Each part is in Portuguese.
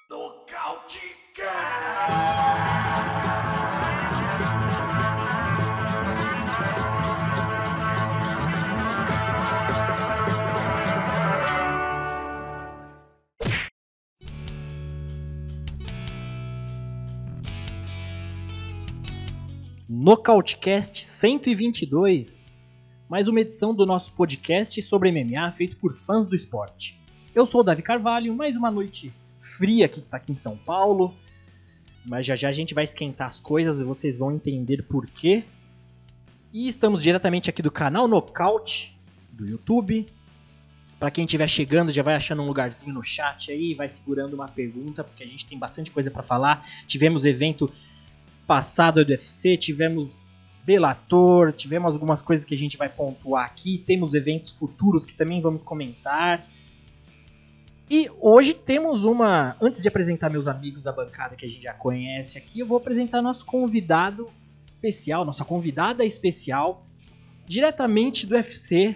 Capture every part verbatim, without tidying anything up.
Nocautecast! Nocautecast cento e vinte e dois, mais uma edição do nosso podcast sobre M M A feito por fãs do esporte. Eu sou o Davi Carvalho, mais uma noite fria aqui que tá aqui em São Paulo, mas já já a gente vai esquentar as coisas e vocês vão entender por quê. E estamos diretamente aqui do canal Nocaute do YouTube. Para quem estiver chegando, já vai achando um lugarzinho no chat aí, vai segurando uma pergunta, porque a gente tem bastante coisa para falar. Tivemos evento passado do U F C, tivemos Bellator, tivemos algumas coisas que a gente vai pontuar aqui, temos eventos futuros que também vamos comentar. E hoje temos uma... Antes de apresentar meus amigos da bancada que a gente já conhece aqui, eu vou apresentar nosso convidado especial, nossa convidada especial, diretamente do U F C,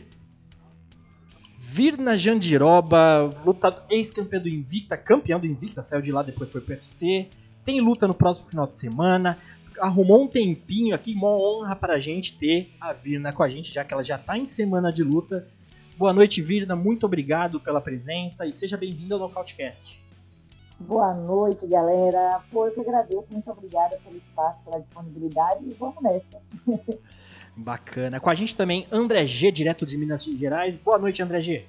Virna Jandiroba, lutador, ex-campeão do Invicta, campeão do Invicta, saiu de lá, depois foi pro U F C, tem luta no próximo final de semana, arrumou um tempinho aqui, uma honra pra gente ter a Virna com a gente, já que ela já tá em semana de luta. Boa noite, Virna, muito obrigado pela presença e seja bem-vinda ao Nocautecast. Boa noite, galera. Pô, eu que agradeço, muito obrigada pelo espaço, pela disponibilidade e vamos nessa. Bacana. Com a gente também André G, direto de Minas Gerais. Boa noite, André G.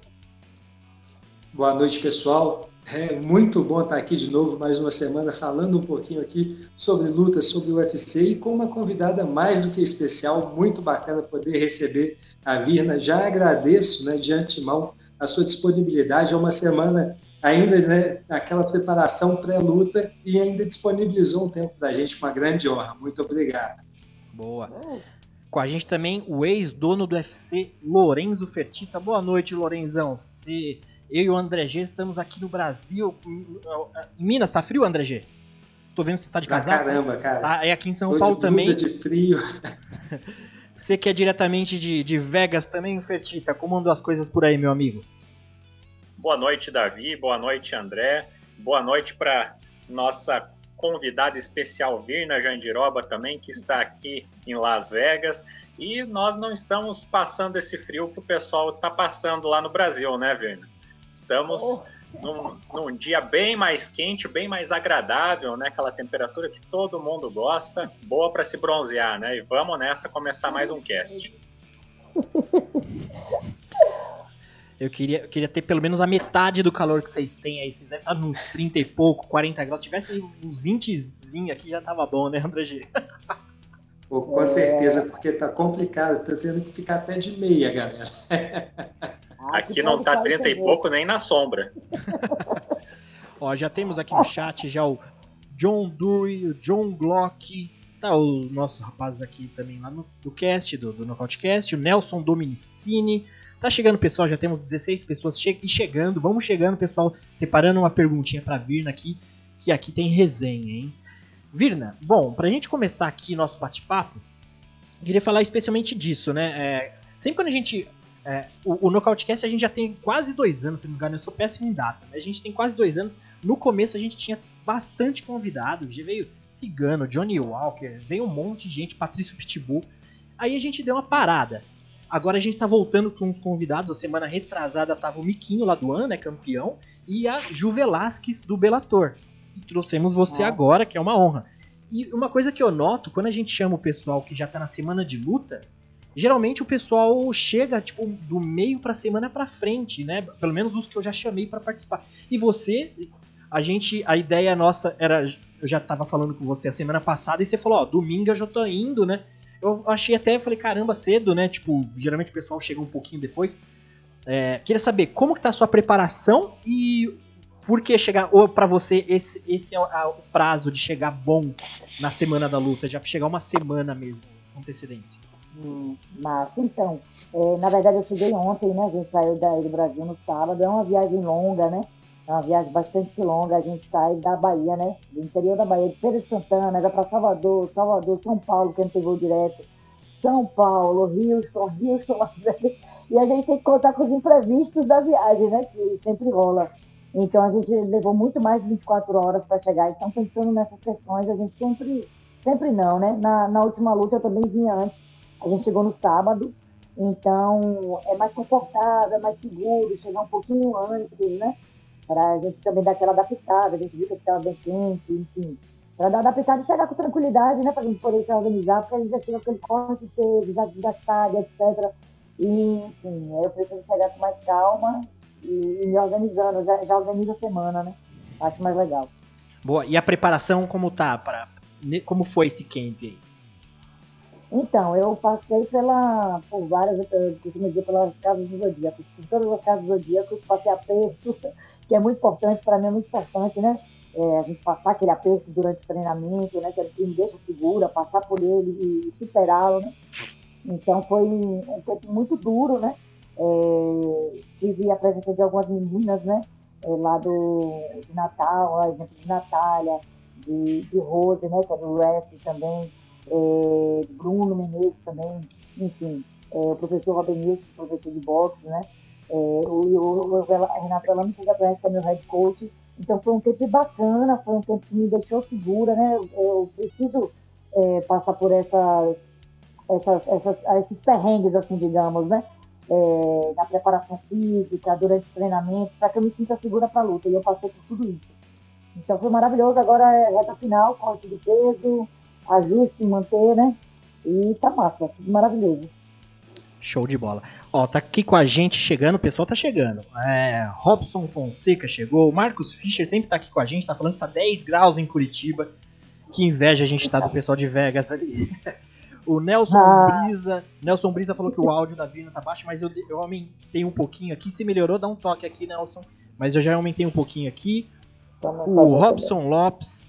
Boa noite, pessoal. É muito bom estar aqui de novo, mais uma semana, falando um pouquinho aqui sobre luta, sobre o U F C e com uma convidada mais do que especial, muito bacana poder receber a Virna. Já agradeço, né, de antemão a sua disponibilidade. É uma semana ainda, né, naquela preparação pré-luta e ainda disponibilizou um tempo para a gente com uma grande honra. Muito obrigado. Boa. Com a gente também o ex-dono do U F C, Lorenzo Fertitta. Boa noite, Lorenzão. Você... Eu e o André G estamos aqui no Brasil. Em Minas, tá frio, André G? Tô vendo que você tá de casaco. Ah, caramba, cara. Tá, é aqui em São Tô Paulo de blusa também. De frio. Você que é diretamente de, de Vegas também, Fertitta. Como andam as coisas por aí, meu amigo? Boa noite, Davi. Boa noite, André. Boa noite para nossa convidada especial, Virna Jandiroba, também, que está aqui em Las Vegas. E nós não estamos passando esse frio que o pessoal está passando lá no Brasil, né, Virna? Estamos num, num dia bem mais quente, bem mais agradável, né? Aquela temperatura que todo mundo gosta, boa para se bronzear, né? E vamos nessa começar mais um cast. Eu queria, eu queria ter pelo menos a metade do calor que vocês têm aí. Vocês devem estar uns trinta e pouco, quarenta graus. Se tivesse uns vintezinho aqui já tava bom, né, André G? Pô, com certeza, porque tá complicado. Tô tendo que ficar até de meia, galera. Aqui não tá trinta e pouco nem na sombra. Ó, já temos aqui no chat já o John Dewey, o John Glock, tá os nossos rapazes aqui também lá no, do cast, do, do Nocautecast, o Nelson Dominicini. Tá chegando, pessoal, já temos dezesseis pessoas che- e chegando. Vamos chegando, pessoal, separando uma perguntinha pra Virna aqui, que aqui tem resenha, hein? Virna, bom, pra gente começar aqui nosso bate-papo, eu queria falar especialmente disso, né? É, sempre quando a gente... É, o, o Nocautecast a gente já tem quase dois anos, se não me engano, eu sou péssimo em data, né? A gente tem quase dois anos. No começo a gente tinha bastante convidado, já veio Cigano, Johnny Walker, veio um monte de gente, Patrício Pitbull. Aí a gente deu uma parada. Agora a gente tá voltando com uns convidados. A semana retrasada tava o Miquinho lá do ano, né, campeão, e a Ju Velasquez do Bellator. E trouxemos você ah. agora, que é uma honra. E uma coisa que eu noto, quando a gente chama o pessoal que já tá na semana de luta, geralmente o pessoal chega tipo do meio pra semana pra frente, né? Pelo menos os que eu já chamei pra participar. E você, a gente, a ideia nossa era, eu já tava falando com você a semana passada e você falou, ó, domingo eu já tô indo, né? Eu achei até, falei, caramba, cedo, né? Tipo, geralmente o pessoal chega um pouquinho depois. É, queria saber como que tá a sua preparação e por que chegar, ou pra você esse, esse é o, a, o prazo de chegar bom na semana da luta, já chegar uma semana mesmo, com antecedência. Hum, massa, então, é, na verdade eu cheguei ontem, né, a gente saiu daí do Brasil no sábado, é uma viagem longa, né, é uma viagem bastante longa, a gente sai da Bahia, né, do interior da Bahia, de Feira de Santana, vai para Salvador, Salvador, São Paulo, que não tem voo direto, São Paulo, Houston, Houston, Las Vegas, e a gente tem que contar com os imprevistos da viagem, né, que sempre rola. Então a gente levou muito mais de vinte e quatro horas para chegar. Então, pensando nessas questões, a gente sempre, sempre não, né? Na, na última luta eu também vinha antes. A gente chegou no sábado, então é mais confortável, é mais seguro, chegar um pouquinho antes, né? Para a gente também dar aquela adaptada, a gente viu que estava bem quente, enfim. Para dar adaptada e chegar com tranquilidade, né? Para a gente poder se organizar, porque a gente já chega com aquele corte de peso, já desgastado, etcétera. E, enfim, eu preciso chegar com mais calma e, e me organizando, já, já organizo a semana, né? Acho mais legal. Boa, e a preparação como tá? Pra, como foi esse camp aí? Então, eu passei pela, por várias, eu costumo dizer, pelas casas do Zodíaco. Por todas as casas do Zodíaco, passei aperto, que é muito importante, para mim é muito importante, né? É, a gente passar aquele aperto durante o treinamento, né? Que é o que me deixa segura, passar por ele e superá-lo, né? Então foi um tempo muito duro, né? É, tive a presença de algumas meninas, né? É, lá do, de Natal, a exemplo de Natália, de, de Rose, né? Que é do Rap também, é, Bruno Menezes também, enfim, é, o professor Robenilson, professor de boxe, né? É, o, o, o Renato Elano, que já conhece, que é meu head coach. Então foi um tempo bacana, foi um tempo que me deixou segura, né? Eu, eu preciso é, passar por essas Essas, essas, esses perrengues, assim, digamos, né? É, na preparação física, durante o treinamento, para que eu me sinta segura para a luta. E eu passei por tudo isso. Então foi maravilhoso. Agora é reta final, corte de peso, ajuste, manter, né? E tá massa, tudo maravilhoso. Show de bola. Ó, tá aqui com a gente chegando, o pessoal tá chegando. É, Robson Fonseca chegou, o Marcos Fischer sempre tá aqui com a gente, tá falando que tá dez graus em Curitiba. Que inveja a gente tá do pessoal de Vegas ali. O Nelson ah. Brisa. Nelson Brisa falou que o áudio da Virna tá baixo, mas eu, eu aumentei um pouquinho aqui. Se melhorou, dá um toque aqui, Nelson. Mas eu já aumentei um pouquinho aqui. O Robson Lopes.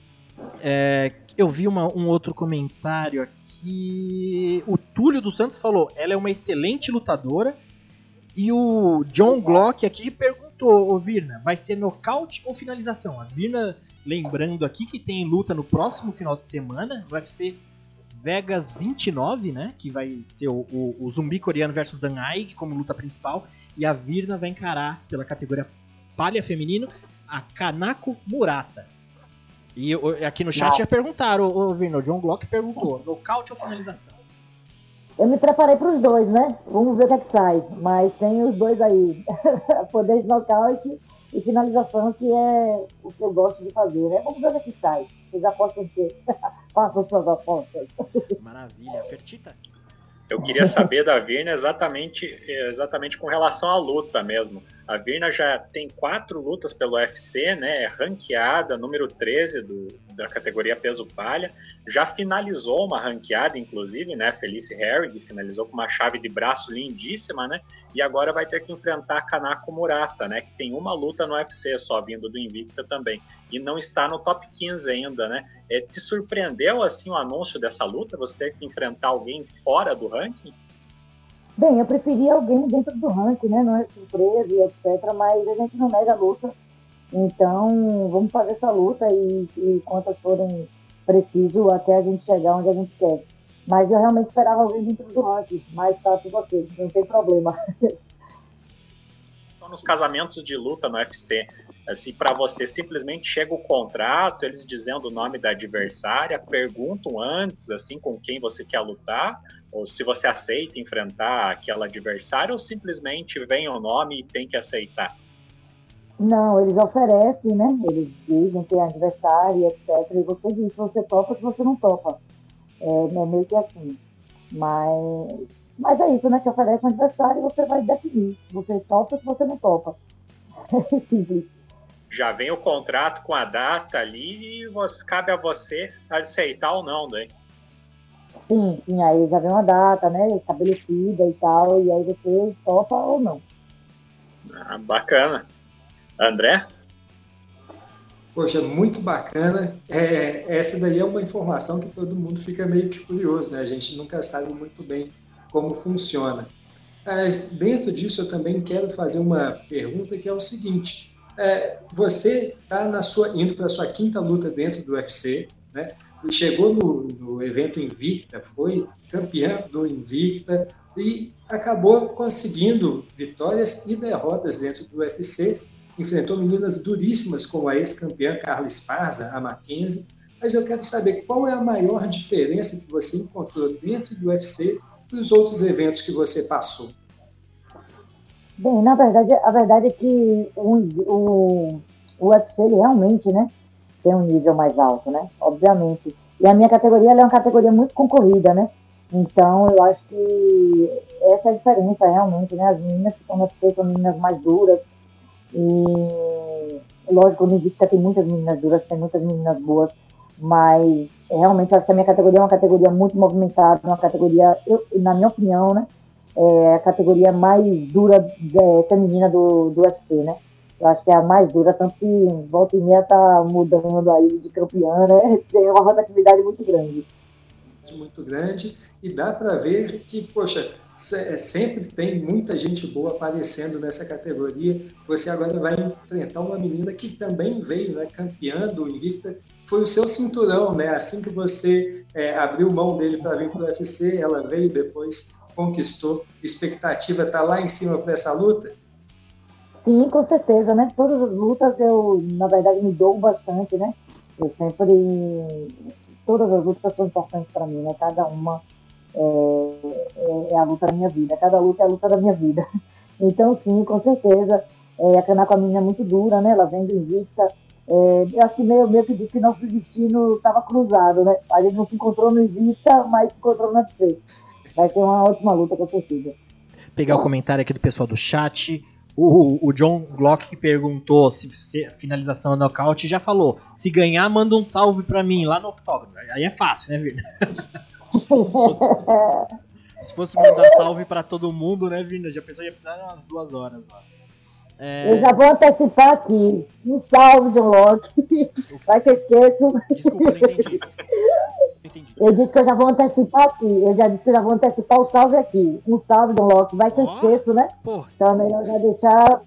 É, eu vi uma, um outro comentário aqui. O Túlio dos Santos falou: ela é uma excelente lutadora. E o John Glock aqui perguntou: ô Virna, vai ser nocaute ou finalização? A Virna, lembrando aqui que tem luta no próximo final de semana, vai ser Vegas vinte e nove, né? Que vai ser o, o, o zumbi coreano versus Dan Aik como luta principal. E a Virna vai encarar pela categoria palha feminino a Kanako Murata. E eu, aqui no chat já perguntaram, o Virna, o John Glock perguntou: nocaute ou finalização? Eu me preparei para os dois, né? Vamos ver o que é que sai. Mas tem os dois aí. Poder de nocaute e finalização, que é o que eu gosto de fazer, né? Vamos ver o que é que sai. Vocês apostam o quê? Façam suas apostas. Maravilha. Fertita? Eu queria saber da Virna exatamente, exatamente com relação à luta mesmo. A Virna já tem quatro lutas pelo U F C, né? É ranqueada, número treze do, da categoria peso palha. Já finalizou uma ranqueada, inclusive, né? Felice Herrig finalizou com uma chave de braço lindíssima, né? E agora vai ter que enfrentar a Kanako Murata, né? Que tem uma luta no U F C só, vindo do Invicta também. E não está no top quinze ainda, né? É, te surpreendeu, assim, o anúncio dessa luta? Você ter que enfrentar alguém fora do ranking? Bem, eu preferia alguém dentro do ranking, né? Não é surpresa e etcétera. Mas a gente não nega a luta. Então, vamos fazer essa luta e, e quantas forem preciso até a gente chegar onde a gente quer. Mas eu realmente esperava alguém dentro do ranking. Mas tá tudo ok, não tem problema. Nos casamentos de luta no U F C, assim, para você simplesmente chega o contrato, eles dizendo o nome da adversária, perguntam antes, assim, com quem você quer lutar, ou se você aceita enfrentar aquela adversária, ou simplesmente vem o nome e tem que aceitar? Não, eles oferecem, né? Eles dizem que é adversário, etcétera. E você diz se você topa, se você não topa. É, é meio que assim. Mas... Mas é isso, né? Te oferece um adversário e você vai definir. Você topa se você não topa. É simples. Já vem o contrato com a data ali e você, cabe a você aceitar ou não, né? Sim, sim. Aí já vem uma data, né? Estabelecida e tal. E aí você topa ou não. Ah, bacana. André? Poxa, muito bacana. É, essa daí é uma informação que todo mundo fica meio que curioso, né? A gente nunca sabe muito bem como funciona. Mas dentro disso eu também quero fazer uma pergunta que é o seguinte: é, você está na sua indo para a sua quinta luta dentro do U F C, né? E chegou no, no evento Invicta, foi campeã do Invicta e acabou conseguindo vitórias e derrotas dentro do U F C enfrentou meninas duríssimas, como a ex-campeã Carla Esparza, a Mackenzie, mas eu quero saber qual é a maior diferença que você encontrou dentro do U F C e os outros eventos que você passou. Bem, na verdade, a verdade é que o, o, o U F C ele realmente, né, tem um nível mais alto, né, obviamente. E a minha categoria ela é uma categoria muito concorrida, né, então eu acho que essa é a diferença realmente, né, as meninas que estão no U F C são meninas mais duras e, lógico, no Invicta tem muitas meninas duras, tem muitas meninas boas, mas realmente acho que a minha categoria é uma categoria muito movimentada, uma categoria, eu, na minha opinião, né, é a categoria mais dura é, feminina do, do U F C, né? Eu acho que é a mais dura, tanto que volta e meia tá mudando aí de campeã, né? Tem uma rotatividade muito grande. Muito grande, e dá para ver que, poxa, sempre tem muita gente boa aparecendo nessa categoria. Você agora vai enfrentar uma menina que também veio, né, campeã do Invicta, foi o seu cinturão, né? Assim que você é, abriu mão dele para vir para o U F C, ela veio depois, conquistou. A expectativa está lá em cima para essa luta? Sim, com certeza, né? Todas as lutas eu, na verdade, me dou bastante, né? Eu sempre... Todas as lutas são importantes para mim, né? Cada uma é, é, é a luta da minha vida. Cada luta é a luta da minha vida. Então, sim, com certeza. É, a Kanako, a menina é muito dura, né? Ela vem do Invicta. É, eu acho que meio, meio que diz que nosso destino estava cruzado, né? A gente não se encontrou no Invicta, mas se encontrou no U F C. Vai ser uma ótima luta, com certeza. Pegar o comentário aqui do pessoal do chat. O, o John Glock que perguntou se, se a finalização é nocaute, já falou. Se ganhar, manda um salve pra mim lá no octógono. Aí é fácil, né, Virna? se, fosse, se fosse mandar salve pra todo mundo, né, Virna? Já pensou que ia precisar de umas duas horas lá. É... Eu já vou antecipar aqui. Um salve, John Locke. Vai que eu esqueço. Desculpa, não entendi. Não entendi. Eu disse que eu já vou antecipar aqui. Eu já disse que eu já vou antecipar o salve aqui. Um salve, John Locke. Vai que eu oh, esqueço, né? Pô. Então é melhor já deixar.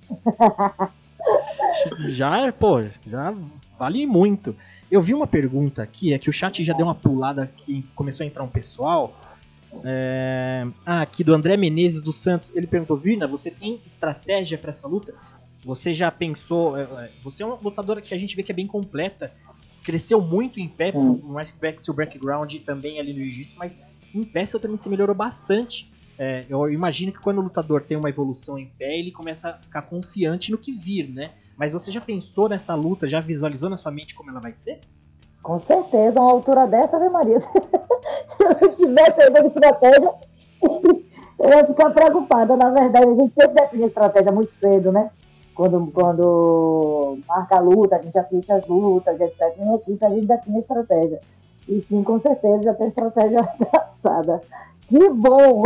já, pô, já vale muito. Eu vi uma pergunta aqui, é que o chat já deu uma pulada aqui, começou a entrar um pessoal. É... Ah, aqui do André Menezes dos Santos, ele perguntou: Virna, você tem estratégia para essa luta? Você já pensou? Você é uma lutadora que a gente vê que é bem completa, cresceu muito em pé, por mais que seu background também ali no jiu-jitsu, mas em pé você também se melhorou bastante. É, eu imagino que quando o lutador tem uma evolução em pé, ele começa a ficar confiante no que vir, né? Mas você já pensou nessa luta, já visualizou na sua mente como ela vai ser? Com certeza, uma altura dessa, né, Maria? Se eu não tivesse ainda de estratégia, eu ia ficar preocupada. Na verdade, a gente sempre define a estratégia muito cedo, né? Quando, quando marca a luta, a gente assiste as lutas, etcétera. Em equipe, a gente define a estratégia. E sim, com certeza, já tem estratégia traçada. Que bom!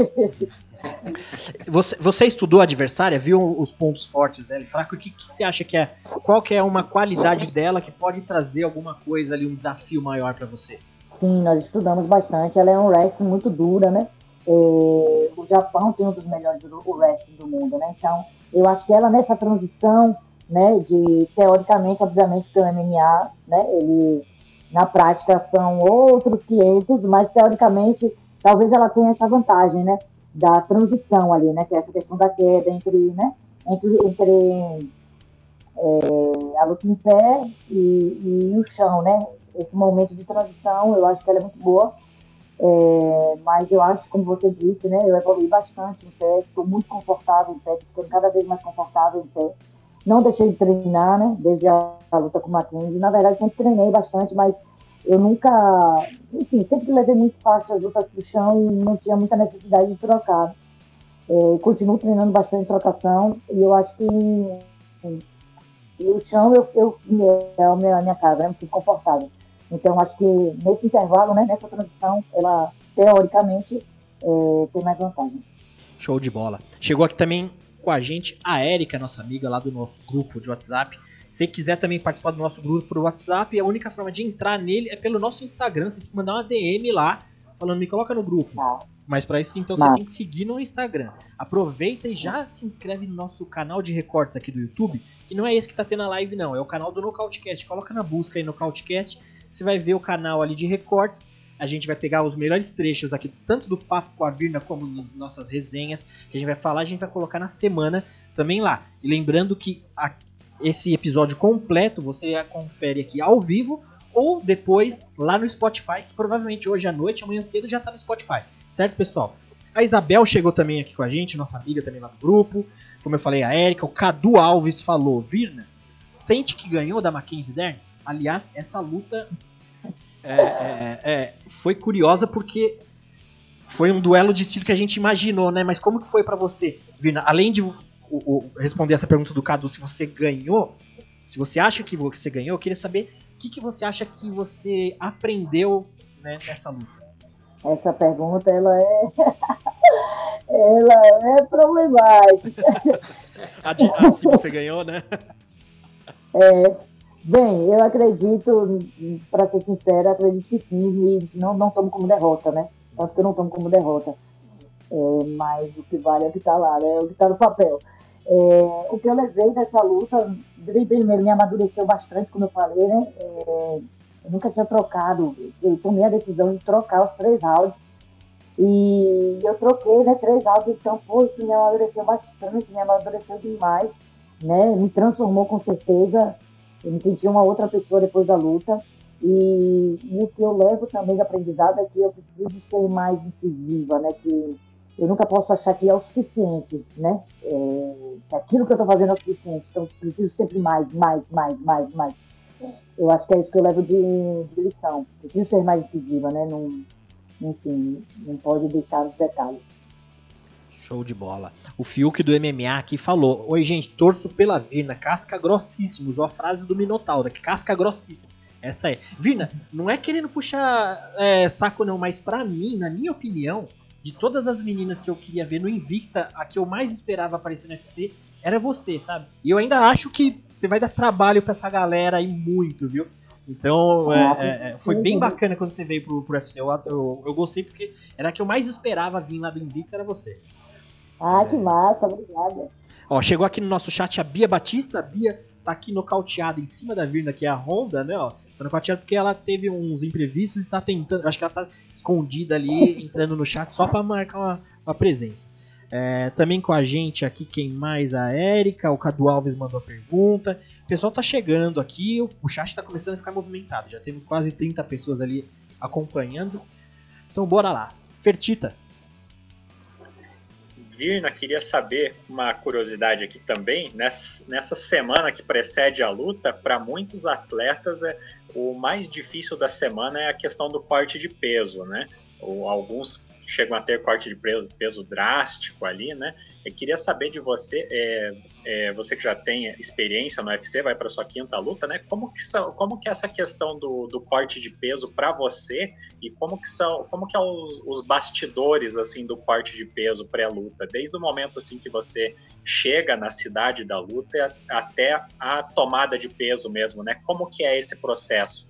Você, você estudou a adversária, viu os pontos fortes dela e fraco? O que, que você acha que é? Qual que é uma qualidade dela que pode trazer alguma coisa ali, um desafio maior para você? Sim, nós estudamos bastante. Ela é um wrestling muito dura, né? É, o Japão tem um dos melhores wrestling do mundo, né? Então, eu acho que ela nessa transição, né? De teoricamente, obviamente, que o M M A, né? Ele na prática são outros quinhentos, mas teoricamente talvez ela tenha essa vantagem, né? Da transição ali, né? Que é essa questão da queda entre, né? Entre, entre é, a luta em pé e, e o chão, né? Esse momento de transição, eu acho que ela é muito boa. É, mas eu acho, como você disse, né? Eu evolui bastante em pé, estou muito confortável em pé, ficando cada vez mais confortável em pé. Não deixei de treinar, né? Desde a, a luta com o Mackenzie. Na verdade, sempre treinei bastante, mas eu nunca, enfim, sempre levei muito fácil as lutas pro chão e não tinha muita necessidade de trocar. É, continuo treinando bastante trocação e eu acho que enfim, o chão eu, eu, é a minha, a minha casa, né? Eu me sinto confortável. Então, acho que nesse intervalo, né, nessa transição, ela, teoricamente, é, tem mais vantagem. Show de bola. Chegou aqui também com a gente a Érica, nossa amiga lá do nosso grupo de WhatsApp. Se quiser também participar do nosso grupo por WhatsApp, a única forma de entrar nele é pelo nosso Instagram. Você tem que mandar uma D M lá, falando, me coloca no grupo. Tá. Mas para isso, então, Tá. você tem que seguir no Instagram. Aproveita e já se inscreve no nosso canal de recortes aqui do YouTube, que não é esse que tá tendo a live, não. É o canal do Nocautecast. Coloca na busca aí, Nocautecast. Você vai ver o canal ali de recortes. A gente vai pegar os melhores trechos aqui, tanto do papo com a Virna, como nas nossas resenhas, que a gente vai falar, a gente vai colocar na semana também lá. E lembrando que a, esse episódio completo você confere aqui ao vivo ou depois lá no Spotify, que provavelmente hoje à noite, amanhã cedo já tá no Spotify. Certo, pessoal? A Isabel chegou também aqui com a gente, nossa amiga também lá do grupo. Como eu falei, a Érica, o Cadu Alves falou, Virna, sente que ganhou da Mackenzie Dern? Aliás, essa luta é, é, é, foi curiosa porque foi um duelo de estilo que a gente imaginou, né? Mas como que foi pra você, Virna? Além de o, o, responder essa pergunta do Cadu, se você ganhou, se você acha que você ganhou, eu queria saber o que, que você acha que você aprendeu, né, nessa luta. Essa pergunta, ela é... ela é problemática. Ah, se você ganhou, né? É, bem, eu acredito, para ser sincera, acredito que sim, e não, não tomo como derrota, né? Tanto que eu não tomo como derrota. É, mas o que vale é o que está lá, né? O que está no papel. É, o que eu levei dessa luta, primeiro me amadureceu bastante, como eu falei, né? É, eu nunca tinha trocado, eu tomei a decisão de trocar os três rounds. E eu troquei, né, três rounds, então, pô, isso me amadureceu bastante, me amadureceu demais, né? Me transformou com certeza. Eu me senti uma outra pessoa depois da luta. E, e o que eu levo também de aprendizado é que eu preciso ser mais incisiva, né? Que eu nunca posso achar que é o suficiente, né? É, que aquilo que eu estou fazendo é o suficiente. Então, preciso sempre mais, mais, mais, mais, mais. Eu acho que é isso que eu levo de, de lição. Preciso ser mais incisiva, né? Não, enfim, não pode deixar os detalhes. Show de bola. O Fiuk do M M A aqui falou: oi, gente, torço pela Virna, casca grossíssima. Usou a frase do Minotauro, que casca grossíssima. Essa é. Virna, não é querendo puxar é, saco não, mas pra mim, na minha opinião, de todas as meninas que eu queria ver no Invicta, a que eu mais esperava aparecer no U F C era você, sabe? E eu ainda acho que você vai dar trabalho pra essa galera aí muito, viu? Então, é, é, foi bem bacana quando você veio pro, pro U F C. Eu, eu, eu gostei porque era a que eu mais esperava vir lá do Invicta, era você. Ah, que massa, obrigada. Ó, chegou aqui no nosso chat a Bia Batista. A Bia tá aqui nocauteada em cima da Virna, que é a Honda, né? Ó, tá nocauteada porque ela teve uns imprevistos e tá tentando. Acho que ela tá escondida ali, entrando no chat só pra marcar uma, uma presença. É, também com a gente aqui, quem mais? A Érica, o Cadu Alves mandou a pergunta. O pessoal tá chegando aqui, o chat tá começando a ficar movimentado. Já temos quase trinta pessoas ali acompanhando. Então bora lá. Fertita. Virna, queria saber uma curiosidade aqui também. Nessa, nessa semana que precede a luta, para muitos atletas, é, o mais difícil da semana é a questão do corte de peso, né? Ou alguns chegam a ter corte de peso, peso drástico ali, né? Eu queria saber de você, é, é, você que já tem experiência no U F C, vai para sua quinta luta, né? Como que, são, como que é essa questão do, do corte de peso para você e como que são, como que é os, os bastidores assim do corte de peso pré-luta, desde o momento assim que você chega na cidade da luta até a tomada de peso mesmo, né? Como que é esse processo?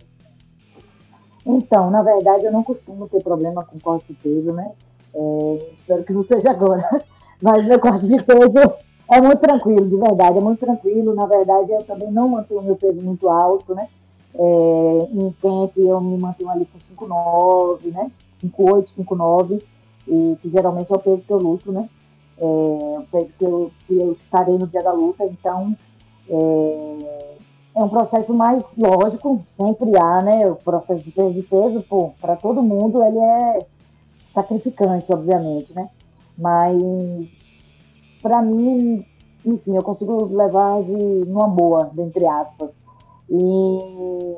Então, na verdade, eu não costumo ter problema com corte de peso, né? É, espero que não seja agora. Mas meu corte de peso é muito tranquilo, de verdade, é muito tranquilo. Na verdade, eu também não mantenho meu peso muito alto, né? É, em camp eu me mantenho ali com cinco nove, né? cinco oito, cinco nove, e que geralmente é o peso que eu luto, né? É, o peso que eu, que eu estarei no dia da luta, então... É, É um processo mais lógico, sempre há, né? O processo de perda de peso, pô, para todo mundo ele é sacrificante, obviamente, né? Mas para mim, enfim, eu consigo levar de numa boa, entre aspas. E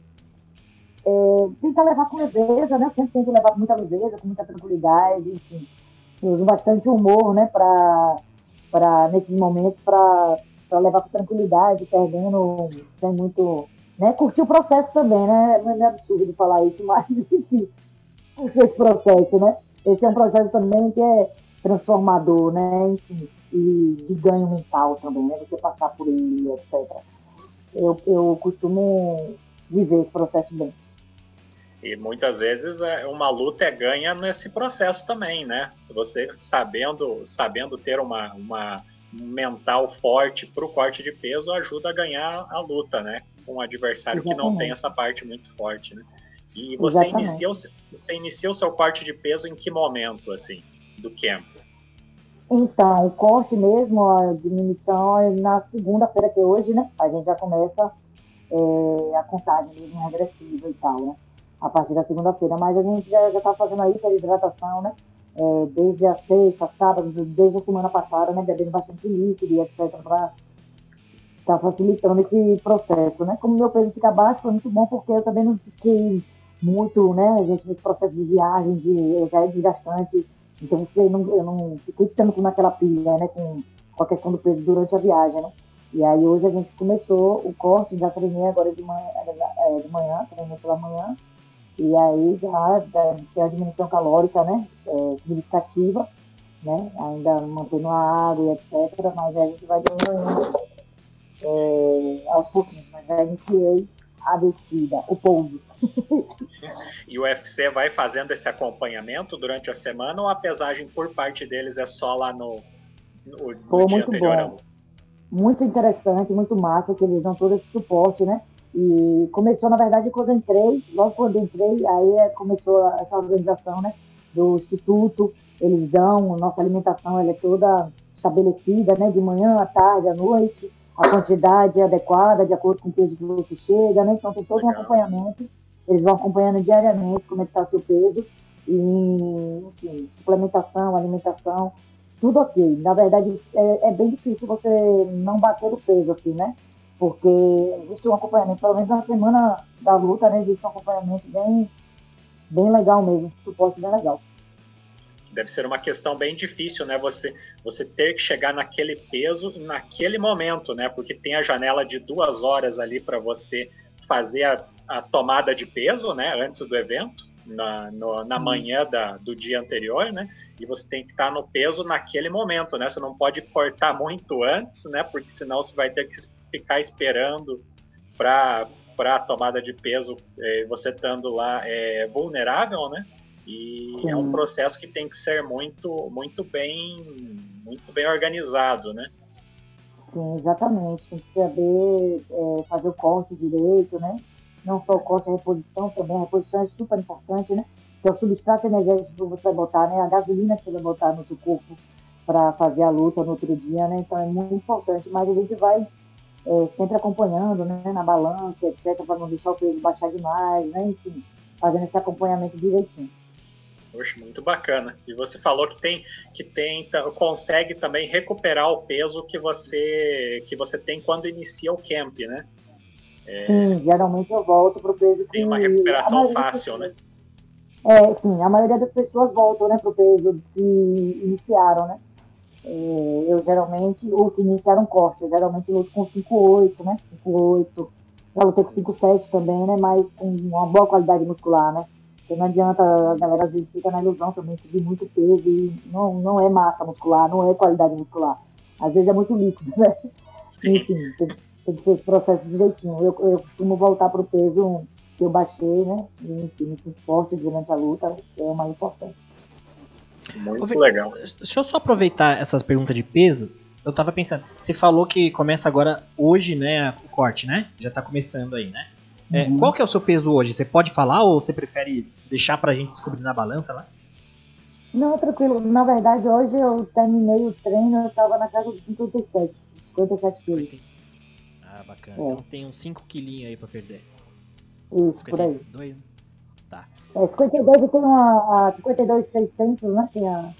é, tentar levar com leveza, né? Eu sempre tento levar com muita leveza, com muita tranquilidade, enfim. Eu uso bastante humor, né? Para para nesses momentos, para para levar com tranquilidade, perdendo sem muito, né, curtir o processo também, né, não é absurdo falar isso, mas enfim, curtir esse processo, né, esse é um processo também que é transformador, né, enfim, e de ganho mental também, né, você passar por ele, etcétera. Eu, eu costumo viver esse processo bem. E muitas vezes uma luta é ganha nesse processo também, né, se você sabendo, sabendo ter uma, uma mental forte para o corte de peso ajuda a ganhar a luta, né? Com um adversário Exatamente. Que não tem essa parte muito forte, né? E você inicia, o, você inicia o seu corte de peso em que momento, assim, do camp? Então, o corte mesmo, a diminuição é na segunda-feira, que é hoje, né? A gente já começa é, a contagem mesmo regressiva e tal, né? A partir da segunda-feira. Mas a gente já está fazendo a hiperidratação, né? É, desde a sexta, sábado, desde a semana passada, né? Bebendo bastante líquido e etcétera para estar tá facilitando esse processo, né? Como meu peso fica baixo, foi muito bom, porque eu também não fiquei muito, né? A gente nesse processo de viagem, de, já é desgastante. Então, você não, eu não fiquei tanto naquela pilha, né, com, com a questão do peso durante a viagem, né? E aí, hoje a gente começou o corte, já treinei agora de manhã, é, de manhã treinei pela manhã, e aí já tem a diminuição calórica, né, é, significativa, né, ainda mantendo a água e etcétera, mas aí a gente vai diminuindo é, aos pouquinhos, mas já iniciei a descida, o pouso. E o U F C vai fazendo esse acompanhamento durante a semana ou a pesagem por parte deles é só lá no, no, no Pô, dia muito anterior? Bom. Muito interessante, muito massa, que eles dão todo esse suporte, né? E começou, na verdade, quando eu entrei, logo quando eu entrei, aí começou essa organização, né, do Instituto, eles dão, nossa alimentação ela é toda estabelecida, né, de manhã, à tarde, à noite, a quantidade adequada, de acordo com o peso que você chega, né? Então tem todo um acompanhamento. Eles vão acompanhando diariamente como é que está o seu peso, e, enfim, suplementação, alimentação, tudo ok. Na verdade, é, é bem difícil você não bater o peso, assim, né? Porque existe um acompanhamento, pelo menos na semana da luta, né? Existe um acompanhamento bem, bem legal mesmo, um suporte bem legal. Deve ser uma questão bem difícil, né? Você, você ter que chegar naquele peso naquele momento, né? Porque tem a janela de duas horas ali para você fazer a, a tomada de peso, né? Antes do evento, na, no, na manhã da, do dia anterior, né? E você tem que estar no peso naquele momento, né? Você não pode cortar muito antes, né? Porque senão você vai ter que ficar esperando para para a tomada de peso, eh, você estando lá é, vulnerável, né? E Sim. é um processo que tem que ser muito, muito bem, muito bem organizado, né? Sim, exatamente. Tem que saber é, fazer o corte direito, né? Não só o corte, a reposição também. A reposição é super importante, né? Que é o substrato energético que você vai botar, né? A gasolina que você vai botar no seu corpo para fazer a luta no outro dia, né? Então é muito importante. Mas a gente vai é, sempre acompanhando, né? Na balança, etcétera, para não deixar o peso baixar demais, né? Enfim, fazendo esse acompanhamento direitinho. Poxa, muito bacana. E você falou que tem, que tem, consegue também recuperar o peso que você, que você tem quando inicia o camp, né? É, sim, geralmente eu volto para o peso que... Tem uma recuperação fácil, né? É, sim, a maioria das pessoas voltam, né, para o peso que iniciaram, né? É, eu geralmente, ou que iniciaram corte, eu geralmente luto com cinco oito, né? cinco oito. Já lutei com cinco sete também, né? Mas com uma boa qualidade muscular, né? Porque não adianta, a galera às vezes fica na ilusão também, subir muito peso e não, não é massa muscular, não é qualidade muscular. Às vezes é muito líquido, né? Sim. Enfim, tem, tem que ter esse processo direitinho. Eu, eu costumo voltar para o peso que eu baixei, né? E, enfim, me sinto forte durante a luta, é o mais importante. Muito legal. Deixa eu só aproveitar essas perguntas de peso. Eu tava pensando, você falou que começa agora hoje, né, o corte, né? Já tá começando aí, né? É, uhum. Qual que é o seu peso hoje? Você pode falar ou você prefere deixar pra gente descobrir na balança lá? Não, tranquilo. Na verdade, hoje eu terminei o treino, eu tava na casa de cinquenta e sete. cinquenta e sete quilos. Ah, bacana. É. Então tem uns cinco quilinhos aí pra perder. Isso, cinquenta e dois, por aí. Tá. É, cinquenta e dois e tem uma a cinquenta e dois mil e seiscentos, né? Tem a... Uhum.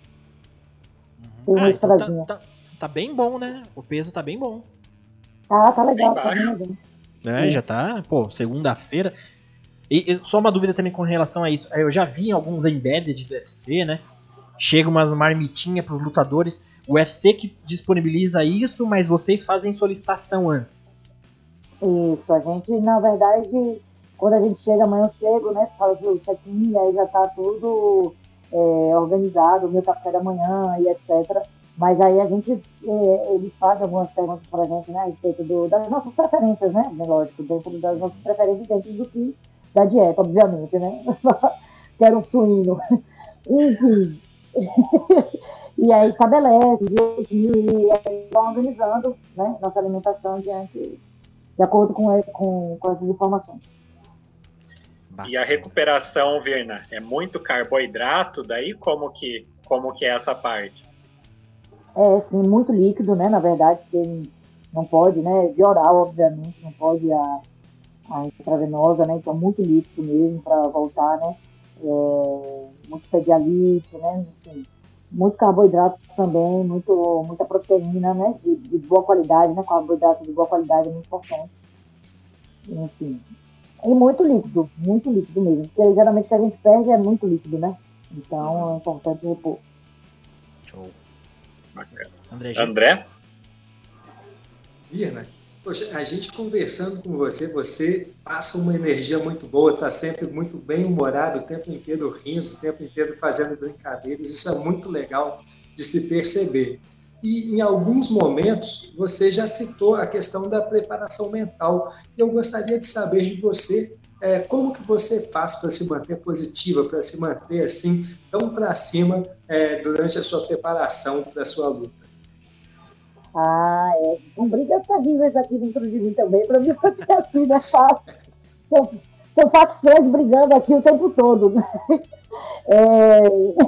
Tem uma ah, então tá, tá, tá bem bom, né? O peso tá bem bom. Ah, tá legal, tá bem legal. É, é, já tá, pô, segunda-feira. E, e só uma dúvida também com relação a isso. Eu já vi em alguns embedded do U F C, né? Chega umas marmitinhas pros lutadores. O U F C que disponibiliza isso, mas vocês fazem solicitação antes. Isso, a gente, na verdade, quando a gente chega amanhã, eu chego, né? Faz o check-in, aí já tá tudo é, organizado, o meu café da manhã e etcétera. Mas aí a gente, é, eles fazem algumas perguntas pra gente, né? A respeito do, das nossas preferências, né? Lógico, dentro das nossas preferências, dentro do que da dieta, obviamente, né? Quero um suíno. Enfim. E aí estabelece direitinho e aí vão organizando, né? Nossa alimentação diante, de acordo com, com, com essas informações. E a recuperação, Virna, é muito carboidrato daí? Como que, como que é essa parte? É, sim, muito líquido, né? Na verdade, porque não pode, né? De oral, obviamente, não pode a, a intravenosa, né? Então, muito líquido mesmo para voltar, né? É, muito pedialite, né? Enfim, muito carboidrato também, muito, muita proteína, né? De, de boa qualidade, né? Carboidrato de boa qualidade é muito importante. Enfim. E muito líquido, muito líquido mesmo. Porque geralmente o que a gente perde é muito líquido, né? Então é importante repor. Show. Bacana. André, André? Virna, poxa, a gente conversando com você, você passa uma energia muito boa, está sempre muito bem humorado, o tempo inteiro rindo, o tempo inteiro fazendo brincadeiras, isso é muito legal de se perceber. E em alguns momentos você já citou a questão da preparação mental, e eu gostaria de saber de você é, como que você faz para se manter positiva, para se manter assim, tão para cima é, durante a sua preparação para a sua luta. Ah, é. São brigas terríveis aqui dentro de mim também, para mim manter assim, não é fácil. São, são facções brigando aqui o tempo todo. Né? É...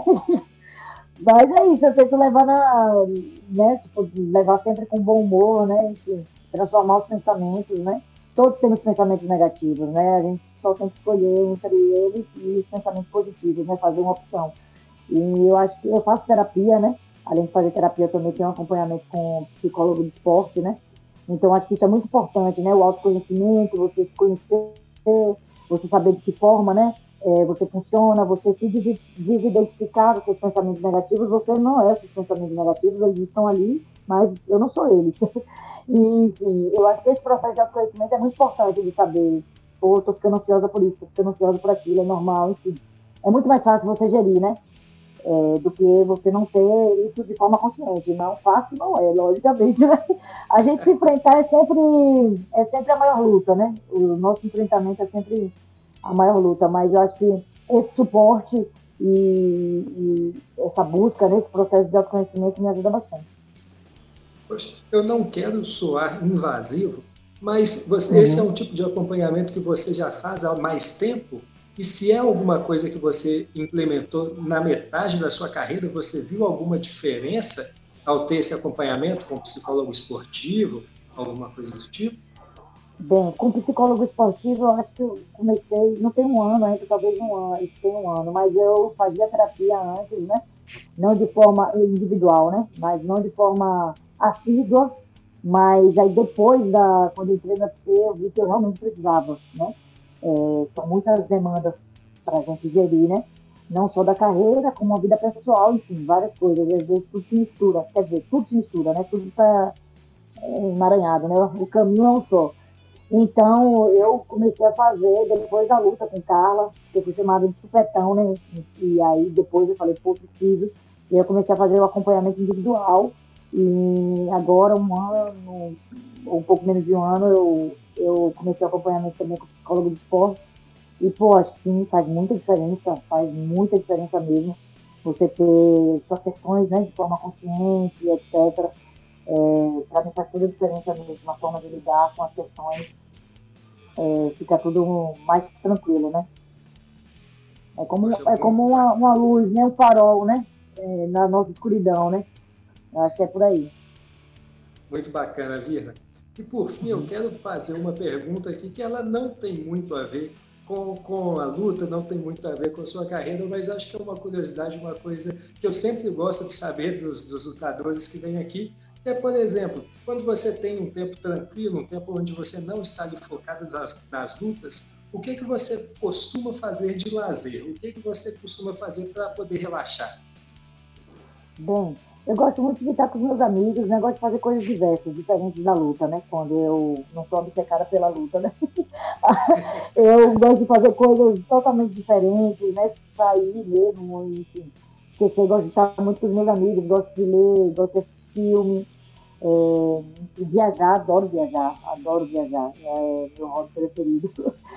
Mas é isso, eu tento levar na. Né, tipo, levar sempre com bom humor, né? Enfim, transformar os pensamentos, né? Todos temos pensamentos negativos, né? A gente só tem que escolher entre eles e os pensamentos positivos, né? Fazer uma opção. E eu acho que eu faço terapia, né? Além de fazer terapia, eu também tenho um acompanhamento com um psicólogo de esporte, né? Então, acho que isso é muito importante, né? O autoconhecimento, você se conhecer, você saber de que forma, né? É, você funciona, você se desidentificar dos seus pensamentos negativos. Você não é esses pensamentos negativos, eles estão ali, mas eu não sou eles. E, enfim, eu acho que esse processo de autoconhecimento é muito importante de saber, pô, tô ficando ansiosa por isso, tô ficando ansiosa por aquilo, é normal, enfim. É muito mais fácil você gerir, né? É, do que você não ter isso de forma consciente. Não fácil não é, logicamente, né? A gente se enfrentar é sempre, é sempre a maior luta, né? O nosso enfrentamento é sempre a maior luta, mas eu acho que esse suporte e, e essa busca nesse processo de autoconhecimento me ajuda bastante. Poxa, eu não quero soar invasivo, mas você, uhum. esse é um tipo de acompanhamento que você já faz há mais tempo? E se é alguma coisa que você implementou na metade da sua carreira, você viu alguma diferença ao ter esse acompanhamento com psicólogo esportivo, alguma coisa do tipo? Bem, com psicólogo esportivo, eu acho que eu comecei, não tem um ano ainda, talvez um ano, tem um ano, mas eu fazia terapia antes, né? Não de forma individual, né? Mas não de forma assídua, mas aí depois, da, quando eu entrei na U F C, eu vi que eu realmente precisava, né? É, são muitas demandas para a gente gerir, né? Não só da carreira, como a vida pessoal, enfim, várias coisas. Às vezes tudo se mistura, quer dizer, tudo se mistura, né? Tudo está emaranhado, né? O caminho é um só. Então, eu comecei a fazer, depois da luta com Carla, que eu fui chamada de supetão, né? E aí, depois eu falei, pô, preciso. E eu comecei a fazer o acompanhamento individual. E agora, um ano, ou um pouco menos de um ano, eu, eu comecei o acompanhamento também com o psicólogo de esporte. E, pô, acho que sim, faz muita diferença, faz muita diferença mesmo. Você ter suas questões, né, de forma consciente, etcétera. É, para mim faz toda a diferença mesmo, na forma de lidar com as questões, é, fica tudo mais tranquilo, né? É como, Poxa, é como uma, uma luz, né? Um farol, né? É, na nossa escuridão, né? Eu acho que é por aí. Muito bacana, Virna. E por fim, eu quero fazer uma pergunta aqui que ela não tem muito a ver com, com a luta, não tem muito a ver com a sua carreira, mas acho que é uma curiosidade, uma coisa que eu sempre gosto de saber dos, dos lutadores que vêm aqui, que é, por exemplo, quando você tem um tempo tranquilo, um tempo onde você não está ali focado nas, nas lutas, o que, que você costuma fazer de lazer? O que, que você costuma fazer para poder relaxar? Bem, eu gosto muito de estar com os meus amigos, né? Gosto de fazer coisas diversas, diferentes da luta, né? Quando eu não estou obcecada pela luta, né? Eu gosto de fazer coisas totalmente diferentes, né? Sair mesmo, enfim. Esquecer, gosto de estar muito com os meus amigos, gosto de ler, gosto de assistir filme, é, viajar, adoro viajar, adoro viajar, é meu hobby preferido.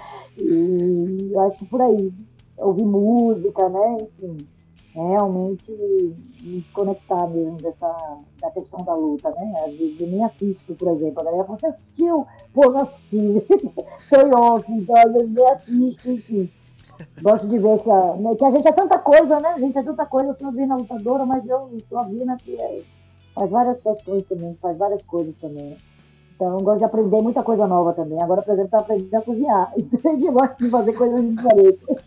E eu acho que por aí, ouvir música, né? Enfim. Realmente me desconectar mesmo dessa, da questão da luta, né? Às vezes eu nem assisto, por exemplo. A galera fala, você assistiu? Pô, não assisti. Foi off, então às vezes nem assisto, enfim. Gosto de ver que a, que a gente é tanta coisa, né? A gente é tanta coisa, eu sou a Virna lutadora, mas eu sou a Virna que é, faz várias questões também, faz várias coisas também. Então, eu gosto de aprender muita coisa nova também. Agora, por exemplo, estou aprendendo a cozinhar. Então, eu gosto de fazer coisas diferentes.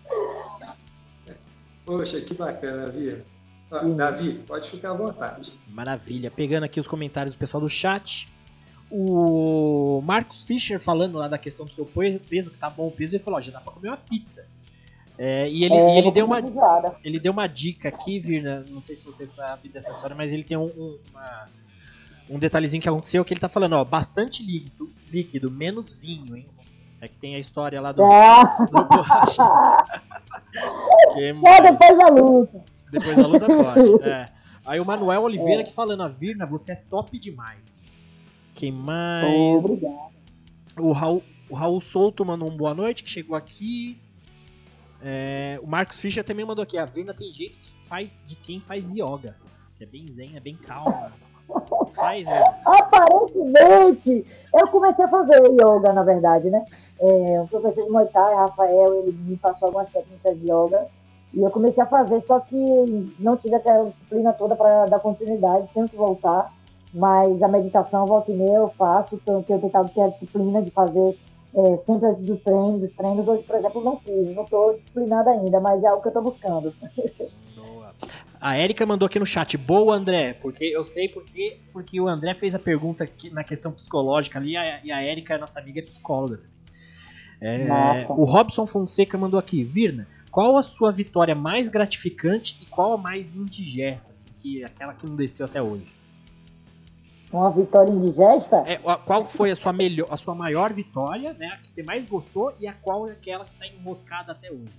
Poxa, que bacana, Davi. Ah, Davi, pode ficar à vontade. Maravilha. Pegando aqui os comentários do pessoal do chat. O Marcos Fischer falando lá da questão do seu peso, que tá bom o peso, ele falou, ó, já dá pra comer uma pizza. É, e ele, É, e ele, deu uma, uma ele deu uma dica aqui, Virna, não sei se você sabe dessa história, mas ele tem um, um, uma, um detalhezinho que aconteceu, que ele tá falando, ó, bastante líquido, líquido menos vinho, hein? É que tem a história lá do, ah. do borracha. que, Só depois da luta. Depois da luta pode, é. Aí o Manuel Oliveira é. que falando, a Virna, você é top demais. Quem mais? Obrigado. O Raul, o Raul Souto mandou um boa noite, que chegou aqui. É, o Marcos Fischer também mandou aqui. A Virna tem jeito que faz, de quem faz yoga. Que é bem zen, é bem calma. Faz, né? Aparentemente, eu comecei a fazer yoga, na verdade, né? É, o professor de Muay Thai, Rafael, ele me passou algumas técnicas de yoga. E eu comecei a fazer, só que não tive aquela disciplina toda para dar continuidade, tenho que voltar. Mas a meditação, volta e meia, eu faço, então eu tenho tentado ter a disciplina de fazer é, sempre antes do treino, dos treinos. Hoje, por exemplo, não fiz, não estou disciplinada ainda, mas é algo que eu estou buscando. Boa. A Érica mandou aqui no chat, boa, André, porque eu sei porque, porque o André fez a pergunta aqui na questão psicológica ali, e a Érica, nossa amiga, é psicóloga. É, o Robson Fonseca mandou aqui, Virna, qual a sua vitória mais gratificante e qual a mais indigesta, assim, que aquela que não desceu até hoje? Uma vitória indigesta? É, qual foi a sua, melhor, a sua maior vitória, né? A que você mais gostou e a qual é aquela que está enroscada até hoje?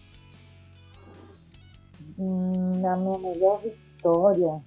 Hum, a minha melhor vitória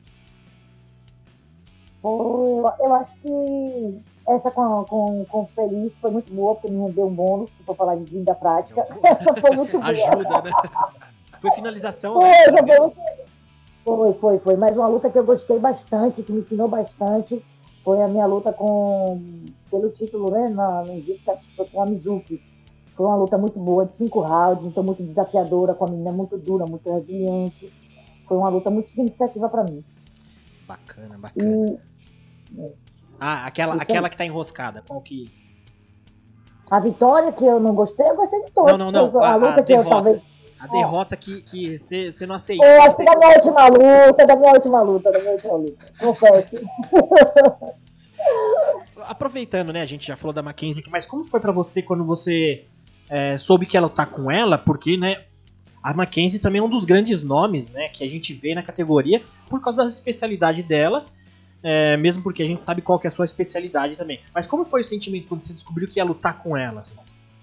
foi, eu acho que essa com, com, com Feliz foi muito boa, porque me rendeu um bônus, se for falar de vinda prática. Essa foi muito boa. Ajuda, né? Foi finalização. Foi, né? foi, muito... foi, foi, foi. Mas uma luta que eu gostei bastante, que me ensinou bastante, foi a minha luta com, pelo título, né, na, no Egito, com a Mizuki. Foi uma luta muito boa, de cinco rounds, então muito desafiadora, com a menina muito dura, muito resiliente. Foi uma luta muito significativa para mim. Bacana, bacana. E, ah, aquela, aquela que tá enroscada, qual que... A vitória que eu não gostei, eu gostei de todas. Não, não, não, a, a, luta a que derrota. eu talvez... A derrota que você que não aceitou. É, essa da minha última luta, da minha última luta, da minha última luta. Confesso. Aproveitando, né, a gente já falou da Mackenzie aqui, mas como foi pra você quando você é, soube que ela tá com ela? Porque, né, a Mackenzie também é um dos grandes nomes, né, que a gente vê na categoria por causa da especialidade dela, é, mesmo porque a gente sabe qual que é a sua especialidade também. Mas como foi o sentimento quando você descobriu que ia lutar com ela? Assim?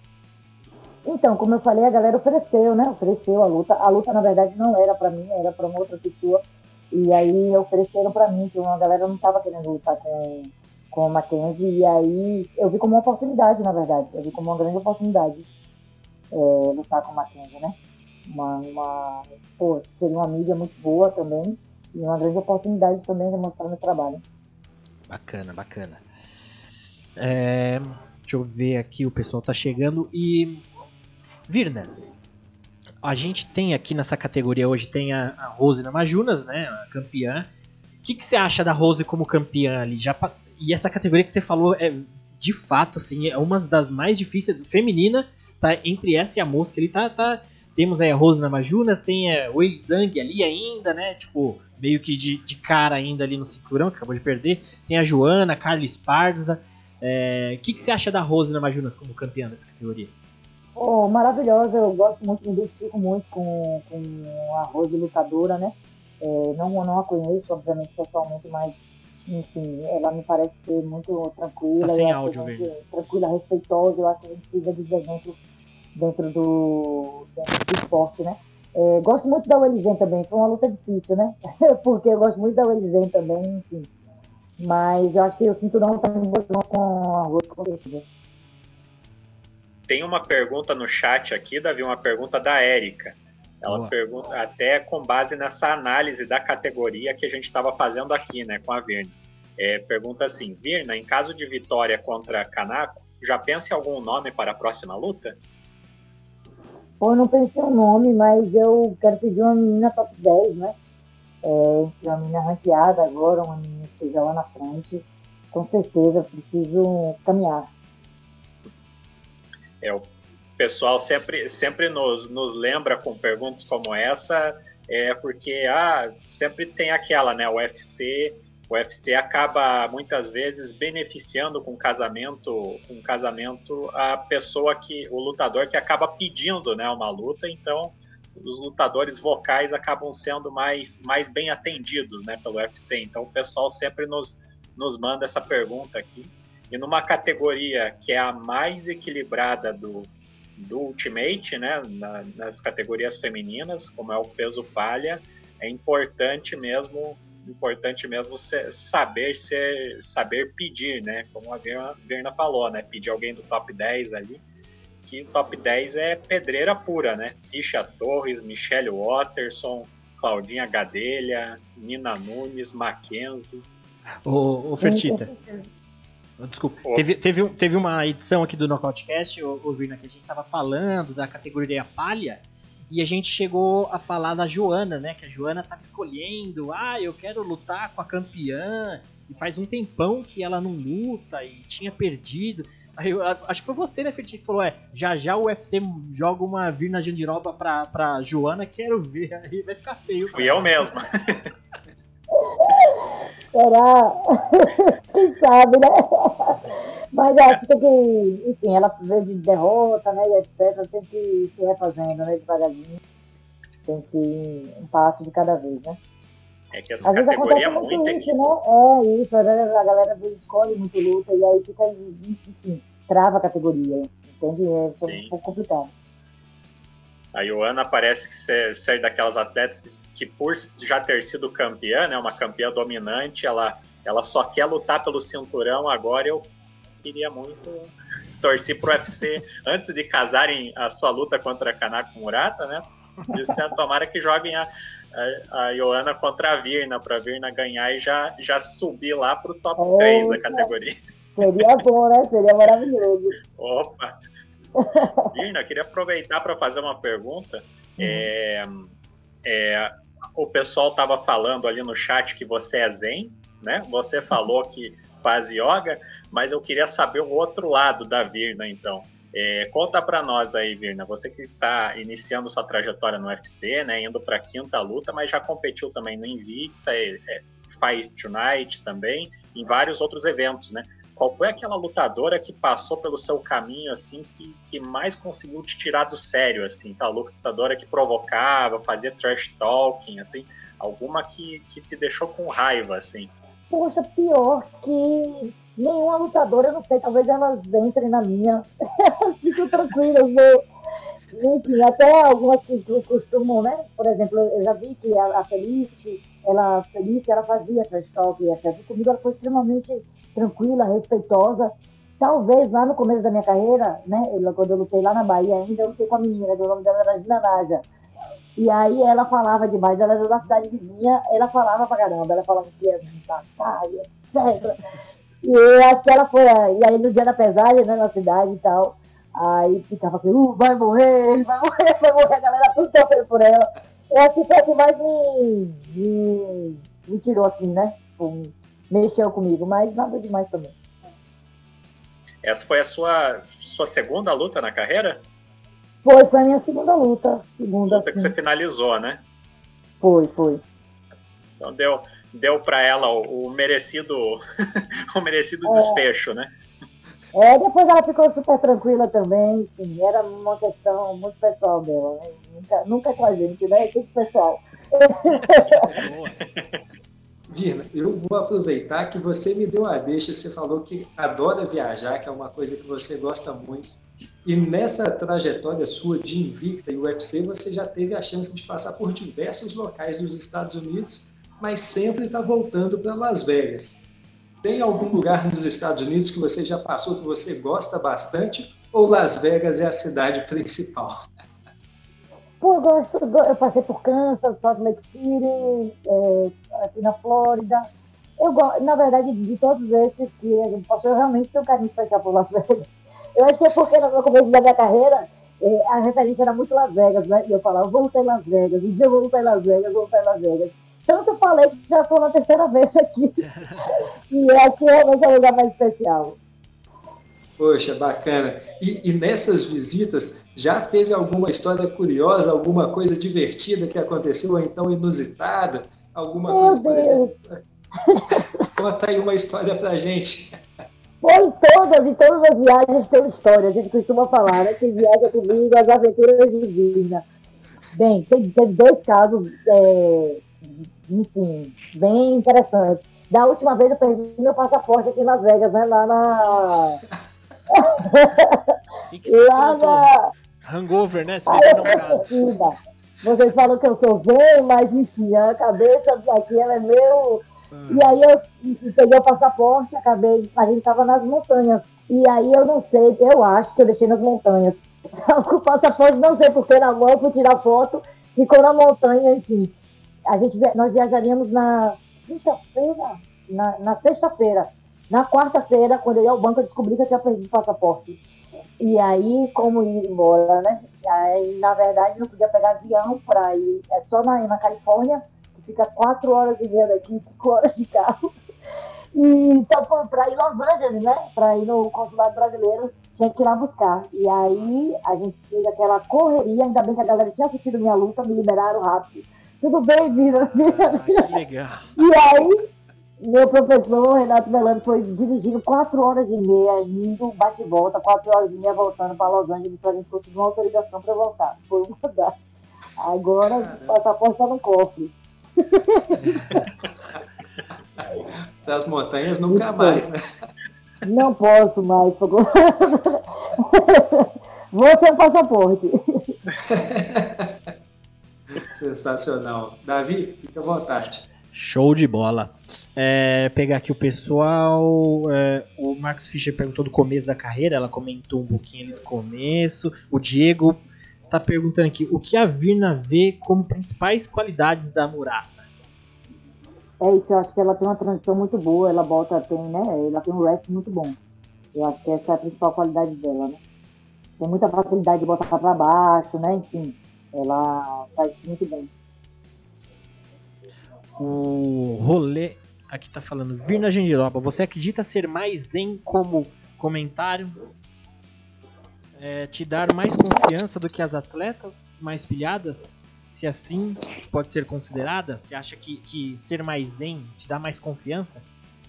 Então, como eu falei, a galera ofereceu, né? Ofereceu a luta. A luta, na verdade, não era pra mim, era pra uma outra pessoa. E aí ofereceram pra mim, que uma galera não tava querendo lutar com, com a Mackenzie. E aí eu vi como uma oportunidade, na verdade. Eu vi como uma grande oportunidade é, lutar com a Mackenzie, né? Uma, uma, pô, seria uma mídia muito boa também. E uma grande oportunidade também de mostrar meu trabalho. Bacana, bacana. É, deixa eu ver aqui, o pessoal tá chegando. E... Virna, a gente tem aqui nessa categoria hoje, tem a, a Rose Namajunas, né, a campeã. O que, que você acha da Rose como campeã ali? Já, e essa categoria que você falou, é de fato, assim, é uma das mais difíceis, feminina, tá entre essa e a mosca ali, tá, tá, temos aí a Rose Namajunas, tem a Wei Zhang ali ainda, né, tipo, meio que de, de cara ainda ali no cinturão, que acabou de perder. Tem a Joana, a Carla Esparza. É, o que, que você acha da Rose Namajunas como campeã dessa categoria? Oh, maravilhosa, eu gosto muito, me identifico muito com, com a Rose lutadora, né? É, não, não a conheço, obviamente, pessoalmente, mas, enfim, ela me parece ser muito tranquila. Tá sem áudio, velho. Tranquila, respeitosa, eu acho que a gente precisa dos exemplos dentro do, dentro do esporte, né? É, gosto muito da Wei Zhang também, foi uma luta difícil, né? Porque eu gosto muito da Wei Zhang também, enfim. Mas eu acho que o cinturão também com a Rose, com certeza. Tem uma pergunta no chat aqui, Davi, uma pergunta da Érica. Ela Boa. pergunta, até com base nessa análise da categoria que a gente estava fazendo aqui, né, com a Virna. É, pergunta assim, Virna, em caso de vitória contra Kanako, já pensa em algum nome para a próxima luta? Pô, eu não pensei um nome, mas eu quero pedir uma menina top dez, né? É, uma menina ranqueada agora, uma menina que esteja lá na frente, com certeza preciso caminhar. É, o pessoal sempre, sempre nos, nos lembra com perguntas como essa, é porque ah, sempre tem aquela, né? O U F C, o U F C acaba muitas vezes beneficiando com casamento, com casamento a pessoa que, o lutador que acaba pedindo, né, uma luta, então os lutadores vocais acabam sendo mais, mais bem atendidos, né, pelo U F C. Então o pessoal sempre nos, nos manda essa pergunta aqui. E numa categoria que é a mais equilibrada do, do Ultimate, né, na, nas categorias femininas, como é o peso palha, é importante mesmo, importante mesmo saber ser, saber pedir, né, como a Virna falou, né, pedir alguém do top dez ali, que top dez é pedreira pura, né? Tisha Torres, Michelle Watterson, Claudinha Gadelha, Nina Nunes, Mackenzie. Ô, ô Fertita, desculpa, teve, teve, teve uma edição aqui do Nocautecast, ô, ô Virna, que a gente tava falando da categoria palha, e a gente chegou a falar da Joana, né? Que a Joana tava escolhendo, ah, eu quero lutar com a campeã, e faz um tempão que ela não luta, e tinha perdido. Aí eu, acho que foi você, né, Fertita, que falou, é, já já o U F C joga uma Virna Jandiroba pra, pra Joana, quero ver, aí vai ficar feio. Fui eu mesmo. Será? Quem sabe, né? Mas acho que tem que, enfim, ela veio de derrota, né, e etcétera, tem que ir se refazendo, né, devagarzinho. Tem que ir um passo de cada vez, né? É que essa Às categoria é muito, muito isso, né? É isso, a galera escolhe muito luta e aí fica, enfim, trava a categoria, entende? É um pouco complicado. A Joana parece que ser, ser daquelas atletas que, por já ter sido campeã, né, uma campeã dominante, ela, ela só quer lutar pelo cinturão. Agora eu queria muito torcer pro U F C antes de casarem a sua luta contra a Kanako Murata, né? Disse, tomara que joguem a, a, a Joana contra a Virna, para a Virna ganhar e já, já subir lá pro top Opa, três da categoria. Seria bom, né? Seria maravilhoso. Opa! Virna, queria aproveitar para fazer uma pergunta. Uhum. É, é, o pessoal estava falando ali no chat que você é zen, né? Você falou que faz yoga, mas eu queria saber o outro lado da Virna, então. É, conta para nós aí, Virna, você que está iniciando sua trajetória no U F C, né, indo para a quinta luta, mas já competiu também no Invicta, é, é, Fight Tonight também, em vários outros eventos, né? Qual foi aquela lutadora que passou pelo seu caminho, assim, que, que mais conseguiu te tirar do sério, assim, aquela lutadora que provocava, fazia trash talking, assim, alguma que, que te deixou com raiva, assim? Poxa, pior que nenhuma lutadora, eu não sei, talvez elas entrem na minha, elas ficam tranquilas, né? Enfim, até algumas que costumam, né? Por exemplo, eu já vi que a, a Felice, ela, Felice, ela fazia trash talk, e etcétera. Comigo ela foi extremamente tranquila, respeitosa. Talvez lá no começo da minha carreira, né? Eu, quando eu lutei lá na Bahia ainda, eu lutei com a menina, o nome dela era Gina Naja. E aí ela falava demais, ela era da cidade vizinha, ela falava pra caramba, ela falava que ia me matar, etcétera. E eu acho que ela foi, e aí no dia da pesagem, né, na cidade e tal, aí ficava aqui, uh, vai morrer, vai morrer, vai morrer, a galera tudo torcendo por ela. Eu acho que foi o que mais me, me, me tirou assim, né, tipo, mexeu comigo, mas nada demais também. Essa foi a sua, sua segunda luta na carreira? Foi, foi a minha segunda luta. Segunda, luta que você finalizou, né? Foi, foi. Então deu, deu para ela o, o merecido, o merecido é, desfecho, né? É, depois ela ficou super tranquila também, enfim, era uma questão muito pessoal dela, né? Nunca, nunca com a gente, né? É tudo pessoal. Virna, eu vou aproveitar que você me deu a deixa, você falou que adora viajar, que é uma coisa que você gosta muito. E nessa trajetória sua de Invicta e U F C, você já teve a chance de passar por diversos locais nos Estados Unidos, mas sempre está voltando para Las Vegas. Tem algum lugar nos Estados Unidos que você já passou que você gosta bastante, ou Las Vegas é a cidade principal? Pô, eu gosto, eu passei por Kansas, Salt Lake City, é, aqui na Flórida. Eu gosto, na verdade, de todos esses que a gente passou, eu realmente tenho um carinho especial por Las Vegas. Eu acho que é porque no começo da minha carreira, é, a referência era muito Las Vegas, né? E eu falava, vou lutar em Las Vegas, um dia eu vou lutar em Las Vegas, vou lutar em Las Vegas. tanto falei que já estou na terceira vez aqui. E aqui realmente é o lugar mais especial. Poxa, bacana. E, e nessas visitas, já teve alguma história curiosa, alguma coisa divertida que aconteceu, ou então inusitada? Alguma Meu coisa, por Deus. exemplo? Conta aí uma história pra gente. Foi em todas, em todas as viagens tem uma história. A gente costuma falar, né? Quem viaja comigo, as aventuras de Virna. Bem, teve, teve dois casos, é, enfim, bem interessantes. Da última vez eu perdi meu passaporte aqui em Las Vegas, né? Lá na... E que você lá na... Hangover, né? Você Ah, eu sou esquecida. Vocês falam que eu sou bem, mas enfim, a cabeça aqui ela é meu... Hum. E aí eu enfim, peguei o passaporte, acabei... A gente tava nas montanhas. E aí eu não sei, eu acho que eu deixei nas montanhas. Com o passaporte, não sei porque na mão, fui tirar foto, ficou na montanha, enfim. A gente, nós viajaríamos na quinta-feira, na, na sexta-feira. Na quarta-feira, quando eu ia ao banco, eu descobri que eu tinha perdido o passaporte. E aí, como ir embora, né? Aí, na verdade, não podia pegar avião para ir. É só na, na Califórnia, que fica quatro horas e meia daqui, cinco horas de carro. E só para ir em Los Angeles, né? Para ir no consulado brasileiro, tinha que ir lá buscar. E aí, a gente fez aquela correria, ainda bem que a galera tinha assistido minha luta, me liberaram rápido. Tudo bem, Vira? Ah, que legal. E aí, meu professor, Renato Melano, foi dirigindo quatro horas e meia, indo, bate e volta, quatro horas e meia voltando para Los Angeles, para a gente conseguir uma autorização para voltar. Foi uma das. Agora, o passaporte está no cofre. Das montanhas nunca mais, né? Não posso mais. Vou sem passaporte. Sensacional. Davi, fica à vontade. Show de bola. É, pegar aqui o pessoal. É, o Marcos Fischer perguntou do começo da carreira. Ela comentou um pouquinho ali do começo. O Diego tá perguntando aqui o que a Virna vê como principais qualidades da Murata. É isso, eu acho que ela tem uma transição muito boa. Essa bota tem, né? Ela tem um wrestling muito bom. Eu acho que essa é a principal qualidade dela, né? Tem muita facilidade de botar pra baixo, né? Enfim, ela faz muito bem. O Rolê aqui tá falando, Virna Jandiroba, você acredita ser mais zen como comentário? É, te dar mais confiança do que as atletas mais pilhadas? Se assim pode ser considerada? Você acha que, que ser mais zen te dá mais confiança?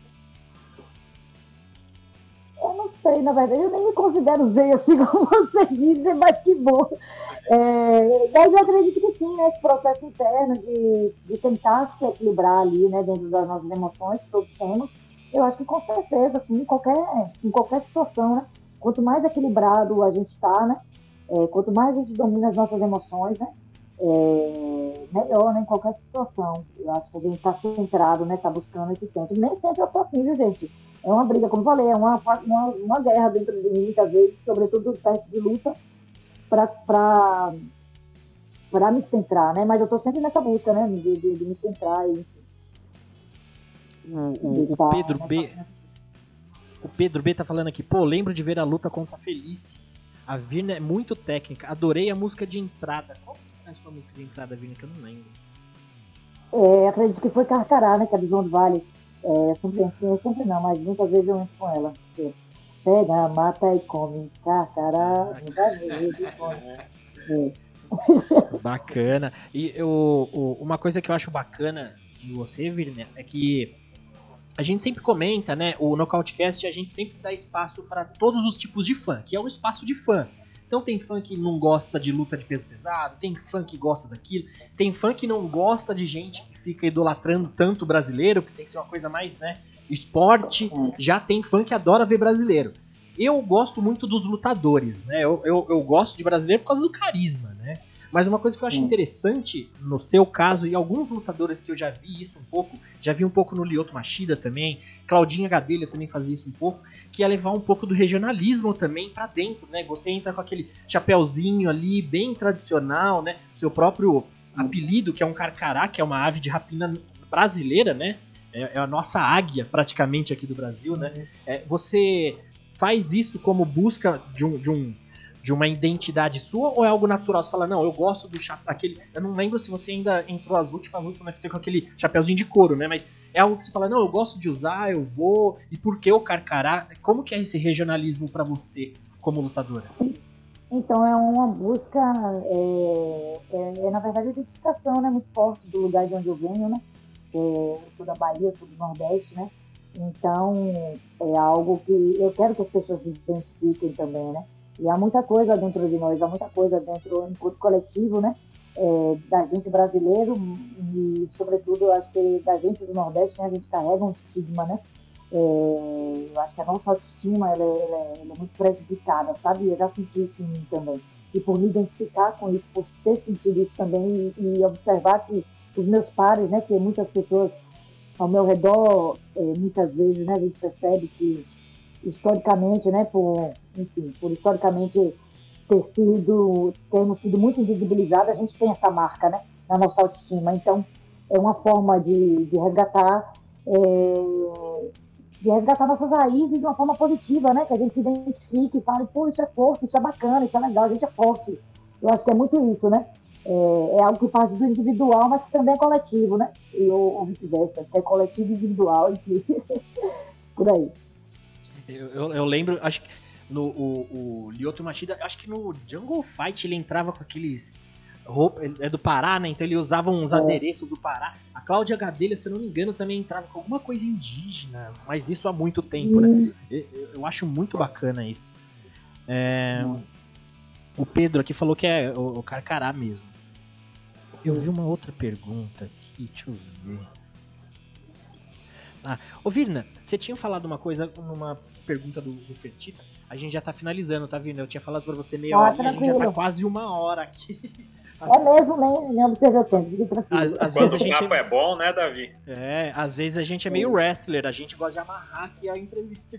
Eu não sei, na verdade, eu nem me considero zen assim como você diz, é mais que bom. É, mas eu acredito que sim, né, esse processo interno de, de tentar se equilibrar ali, né, dentro das nossas emoções que todos temos, eu acho que com certeza, assim, em qualquer, em qualquer situação, né, quanto mais equilibrado a gente está, né, é, quanto mais a gente domina as nossas emoções, né, é, melhor, né, em qualquer situação. Eu acho que a gente está centrado, né, está buscando esse centro. Nem sempre é possível, gente. É uma briga, como eu falei, é uma, uma, uma guerra dentro de mim, muitas vezes, sobretudo perto de luta, para me centrar, né? Mas eu estou sempre nessa busca, né? De, de, de me centrar. E, o, o, o Pedro B. O Pedro B tá falando aqui, pô, lembro de ver a luta contra a Felice. A Virna é muito técnica. Adorei a música de entrada. Qual é a sua música de entrada, Virna, que eu não lembro? É, acredito que foi Carcará, né? Que é do João do Vale. É, eu, sempre, eu sempre não, mas muitas vezes eu entro com ela. É. Pega, mata e come. Carcará. É. Bacana. E eu, uma coisa que eu acho bacana em você, Virna, é que a gente sempre comenta, né? O Nocautecast, a gente sempre dá espaço para todos os tipos de fã, que é um espaço de fã. Então tem fã que não gosta de luta de peso pesado, tem fã que gosta daquilo, tem fã que não gosta de gente que fica idolatrando tanto o brasileiro, que tem que ser uma coisa mais, né, esporte. Já tem fã que adora ver brasileiro. Eu gosto muito dos lutadores, né? Eu, eu, eu gosto de brasileiro por causa do carisma, né? Mas uma coisa que eu acho interessante no seu caso, e alguns lutadores que eu já vi isso um pouco, já vi um pouco no Lyoto Machida também, Claudinha Gadelha também fazia isso um pouco, que é levar um pouco do regionalismo também pra dentro, né? Você entra com aquele chapéuzinho ali, bem tradicional, né? Seu próprio apelido, que é um carcará, que é uma ave de rapina brasileira, né? É, é a nossa águia, praticamente, aqui do Brasil, né? É, você faz isso como busca de um... De um de uma identidade sua, ou é algo natural? Você fala, não, eu gosto do chapéu, aquele, eu não lembro se você ainda entrou as últimas lutas no U F C com aquele chapéuzinho de couro, né, mas é algo que você fala, não, eu gosto de usar, eu vou, e por que o carcará? Como que é esse regionalismo pra você, como lutadora? Então, é uma busca, é, é, é na verdade a identificação, né, muito forte do lugar de onde eu venho, né, é, eu sou da Bahia, sou do Nordeste, né, então é algo que eu quero que as pessoas se identifiquem também, né, e há muita coisa dentro de nós, há muita coisa dentro, enquanto coletivo, né, é, da gente brasileiro e, sobretudo, eu acho que da gente do Nordeste, né, a gente carrega um estigma, né, é, eu acho que a nossa autoestima ela é, ela é, ela é muito prejudicada, sabe? Eu já senti isso em mim também. E por me identificar com isso, por ter sentido isso também e, e observar que os meus pares, né, que muitas pessoas ao meu redor, é, muitas vezes, né, a gente percebe que historicamente, né, por, enfim, por historicamente ter sido, termos sido muito invisibilizados, a gente tem essa marca, né, na nossa autoestima. Então, é uma forma de, de resgatar, é, de resgatar nossas raízes de uma forma positiva, né, que a gente se identifique e fale, pô, isso é força, isso é bacana, isso é legal, a gente é forte. Eu acho que é muito isso, né, é, é algo que parte do individual, mas que também é coletivo, né, e, ou, ou vice-versa, que é coletivo e individual, enfim, por aí. Eu, eu, eu lembro, acho que no o, o Lyoto Machida, acho que no Jungle Fight ele entrava com aqueles roupa, ele é do Pará, né? Então ele usava uns é. adereços do Pará. A Cláudia Gadelha, se eu não me engano, também entrava com alguma coisa indígena, mas isso há muito tempo, né? Eu, eu acho muito bacana isso. É, o Pedro aqui falou que é o, o carcará mesmo. Eu vi uma outra pergunta aqui, deixa eu ver. Ah, ô Virna, você tinha falado uma coisa numa pergunta do, do Fertita. A gente já tá finalizando, tá, Virna? Eu tinha falado pra você meia ah, hora e a gente já tá quase uma hora aqui. É mesmo, nem, nem observei o tempo, fique tranquilo. Às, às vezes o papo é... é bom, né, Davi? É, às vezes a gente é meio wrestler, a gente gosta de amarrar aqui a entrevista.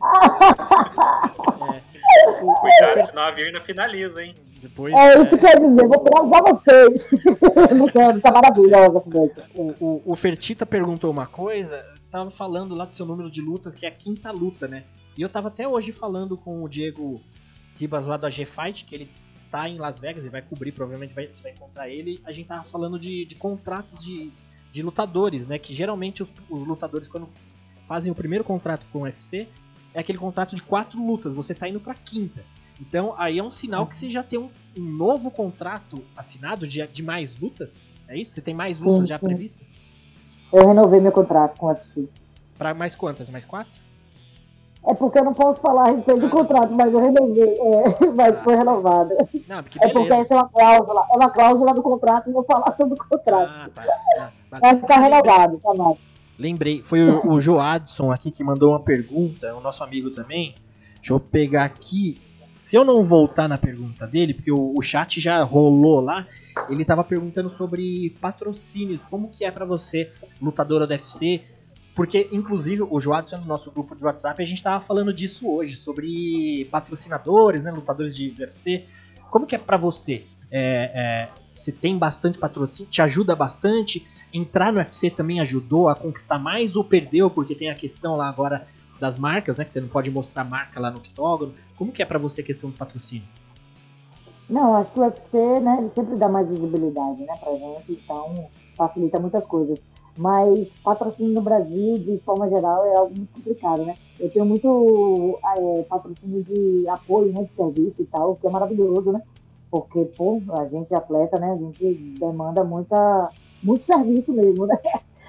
é. o, Cuidado, o... senão a Virna finaliza, hein? Depois, é isso que eu ia dizer, vou finalizar vocês. Tá maravilhosa. O, o, o Fertita perguntou uma coisa, tava falando lá do seu número de lutas, que é a quinta luta, né? E eu tava até hoje falando com o Diego Ribas lá do A G Fight, que ele tá em Las Vegas e vai cobrir, provavelmente vai, você vai encontrar ele. A gente tava falando de, de contratos de, de lutadores, né? Que geralmente os, os lutadores, quando fazem o primeiro contrato com o U F C, é aquele contrato de quatro lutas, você tá indo pra quinta. Então aí é um sinal que você já tem um, um novo contrato assinado de, de mais lutas. É isso? Você tem mais lutas sim, já sim. previstas? Eu renovei meu contrato com o U F C. Pra mais quantas? Mais quatro? É porque eu não posso falar a respeito do contrato, mas eu renovei, é, mas ah, foi renovado. Não, porque é porque essa é uma cláusula, é uma cláusula do contrato, e vou falar sobre o contrato. Ah, tá. tá. Vai ficar renovado, tá bom. Lembrei, foi o, o Joadson aqui que mandou uma pergunta, o nosso amigo também. Deixa eu pegar aqui. Se eu não voltar na pergunta dele, porque o, o chat já rolou lá, ele tava perguntando sobre patrocínios, como que é pra você, lutadora do U F C. Porque, inclusive, o Joadson, no nosso grupo de WhatsApp, a gente tava falando disso hoje, sobre patrocinadores, né, lutadores de U F C. Como que é pra você? É, é, você tem bastante patrocínio? Te ajuda bastante? Entrar no U F C também ajudou a conquistar mais ou perdeu? Porque tem a questão lá agora das marcas, né, que você não pode mostrar marca lá no octógono. Como que é pra você a questão do patrocínio? Não, acho que o U F C, né, ele sempre dá mais visibilidade, né, pra gente, então facilita muitas coisas. Mas patrocínio no Brasil, de forma geral, é algo muito complicado, né? Eu tenho muito é, patrocínio de apoio, né, de serviço e tal, que é maravilhoso, né? Porque, pô, a gente atleta, né, a gente demanda muita, muito serviço mesmo, né?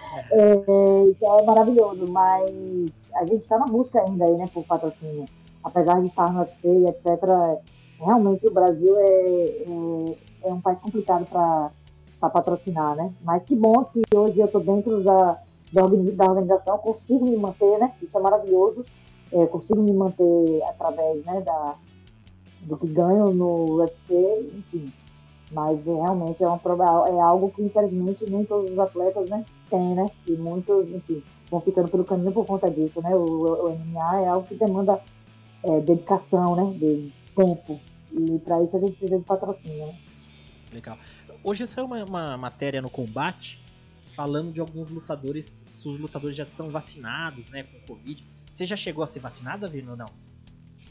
É, então é maravilhoso, mas a gente está na busca ainda aí, né, por patrocínio. Apesar de estar no U F C e etcétera, realmente o Brasil é, é, é um país complicado para para patrocinar, né? Mas que bom que hoje eu estou dentro da, da, da organização, consigo me manter, né? Isso é maravilhoso. É, consigo me manter através, né, da, do que ganho no U F C, enfim. Mas é, realmente é, uma, é algo que, infelizmente, nem todos os atletas, né, têm, né? E muitos, enfim, vão ficando pelo caminho por conta disso, né? O, o M M A é algo que demanda é, dedicação, né? De tempo. E para isso a gente precisa de patrocínio, né? Legal. Hoje saiu uma, uma matéria no Combate falando de alguns lutadores, se os lutadores já estão vacinados, né, com Covid. Você já chegou a ser vacinada, Virno, ou não?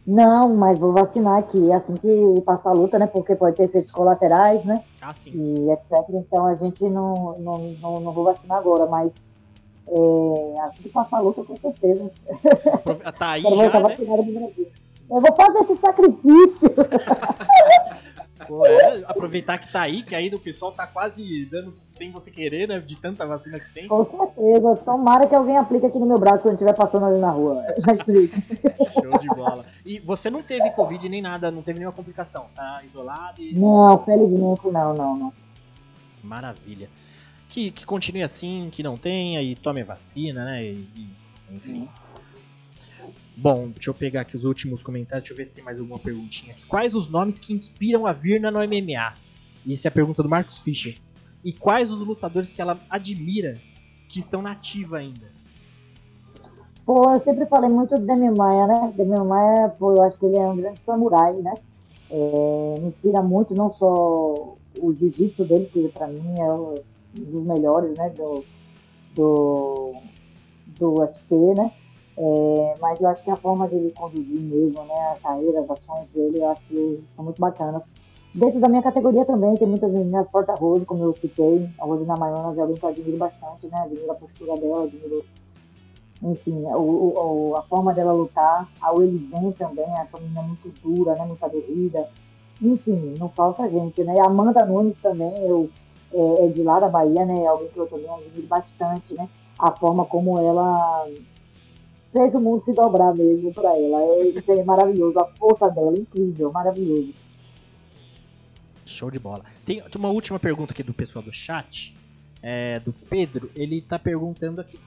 Não, mas vou vacinar aqui assim que passar a luta, né? Porque pode ter efeitos colaterais, né? Ah, sim. E etcétera. Então a gente não, não, não, não vou vacinar agora, mas é, assim que passar a luta, com certeza. Tá aí Quero já, voltar né? vacinada no Brasil. Eu vou fazer esse sacrifício. Pô, é, aproveitar que tá aí, que aí o pessoal tá quase dando sem você querer, né? De tanta vacina que tem. Com certeza. Tomara que alguém aplique aqui no meu braço quando estiver passando ali na rua. Já explico. Show de bola. E você não teve Covid nem nada, não teve nenhuma complicação, tá isolado e... Não, felizmente não, não, não. Maravilha. Que, que continue assim, que não tenha, e tome a vacina, né? E, e, enfim. Bom, deixa eu pegar aqui os últimos comentários, deixa eu ver se tem mais alguma perguntinha aqui. Quais os nomes que inspiram a Virna no M M A? Isso é a pergunta do Marcos Fischer. E quais os lutadores que ela admira que estão na ativa ainda? Pô, eu sempre falei muito do Demian Maia, né? Demian Maia, pô, eu acho que ele é um grande samurai, né? É, me inspira muito, não só o jiu-jitsu dele, que pra mim é um dos melhores, né? Do, do, do U F C, né? É, mas eu acho que a forma dele conduzir mesmo, né? A carreira, as ações dele, eu acho que são muito bacanas. Dentro da minha categoria também, tem muitas meninas, Porta Rose, como eu citei, a Rosina Maiona é alguém que eu admiro bastante, né? Admiro a postura dela, admiro, enfim, o, o, a forma dela lutar. A Welizen também, essa menina muito dura, né? Muito aguerrida. Enfim, não falta gente, né? A Amanda Nunes também, eu, é, é de lá da Bahia, né? Alguém que eu também admiro bastante, né? A forma como ela fez o mundo se dobrar mesmo pra ela. É, isso é maravilhoso. A força dela é incrível, maravilhoso. Show de bola. Tem, tem uma última pergunta aqui do pessoal do chat, é, do Pedro. Ele tá perguntando aqui,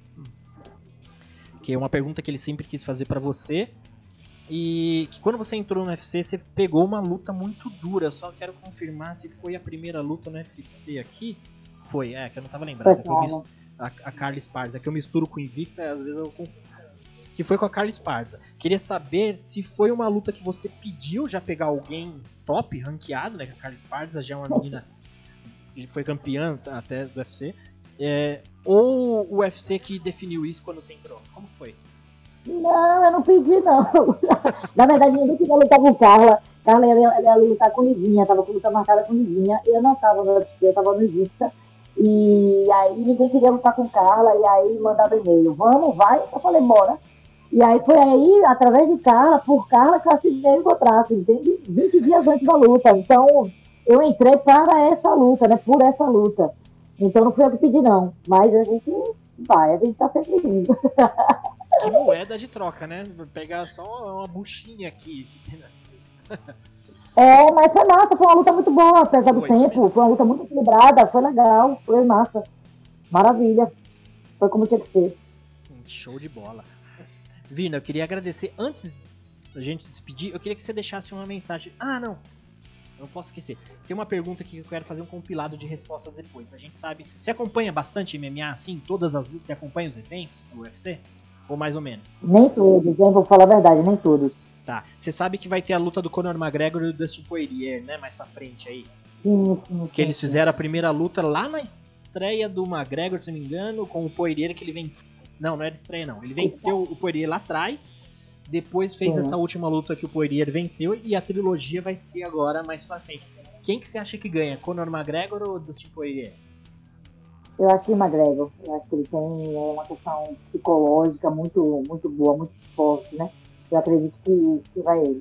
que é uma pergunta que ele sempre quis fazer pra você, e que quando você entrou no U F C, você pegou uma luta muito dura. Só quero confirmar se foi a primeira luta no U F C aqui. Foi, é, que eu não tava lembrado. Que eu mis, a, a Carla Esparza, que eu misturo com Invicta, às vezes eu confundo. Que foi com a Carla Esparza. Queria saber se foi uma luta que você pediu já pegar alguém top, ranqueado, né? Que a Carla Esparza já é uma menina que foi campeã até do U F C. É, ou o U F C que definiu isso quando você entrou? Como foi? Não, eu não pedi, não. Na verdade, ninguém queria lutar com Carla. Carla ia, ia lutar com Livinha, tava com luta marcada com Livinha. Eu não tava no U F C, eu tava no Invicta. E aí ninguém queria lutar com Carla, e aí mandava e-mail. Vamos, vai? Eu falei, bora. E aí foi aí, através de Carla, por Carla, que eu assinei o contrato, entende? vinte dias antes da luta. Então, eu entrei para essa luta, né? Por essa luta. Então não fui eu que pedi, não. Mas a gente vai, a gente tá sempre indo. Que moeda de troca, né? Pegar só uma buchinha aqui. Que tem assim. É, mas foi massa, foi uma luta muito boa, apesar do Foi, tempo. foi Foi uma luta muito equilibrada, foi legal, foi massa. Maravilha. Foi como tinha que ser. Show de bola. Virna, eu queria agradecer, antes da gente se despedir, eu queria que você deixasse uma mensagem. Ah, não, não posso esquecer. Tem uma pergunta aqui que eu quero fazer um compilado de respostas depois. A gente sabe, você acompanha bastante M M A, assim, todas as lutas, você acompanha os eventos do U F C? Ou mais ou menos? Nem todos, hein, vou falar a verdade, nem todos. Tá, você sabe que vai ter a luta do Conor McGregor e do Dustin Poirier, né, mais pra frente aí? Sim, sim. Que sim, eles sim. fizeram a primeira luta lá na estreia do McGregor, se não me engano, com o Poirier, que ele venceu. Não, não era estreia não. Ele venceu o Poirier lá atrás, depois fez Sim. essa última luta que o Poirier venceu, e a trilogia vai ser agora mais pra frente. Quem que você acha que ganha? Conor McGregor ou Dustin Poirier? Eu acho que McGregor, eu acho que ele tem é, uma questão psicológica muito, muito boa, muito forte, né? Eu acredito que, que vai ele.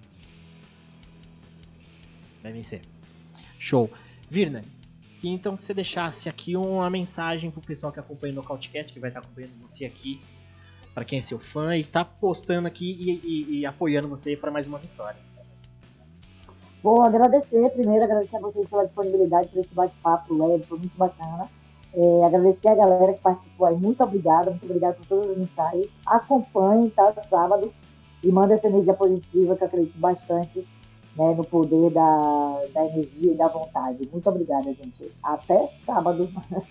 Vai vencer. Show. Virna, que então que você deixasse aqui uma mensagem pro pessoal que acompanha o Nocautecast, que vai estar acompanhando você aqui, para quem é seu fã, e tá postando aqui e, e, e apoiando você para mais uma vitória. Vou agradecer, primeiro agradecer a vocês pela disponibilidade para esse bate-papo leve, foi muito bacana. É, agradecer a galera que participou aí, muito obrigada, muito obrigada por todas as mensagens. Acompanhe, tá, sábado, e manda essa energia positiva, que eu acredito bastante, né, no poder da, da energia e da vontade. Muito obrigada, gente. Até sábado.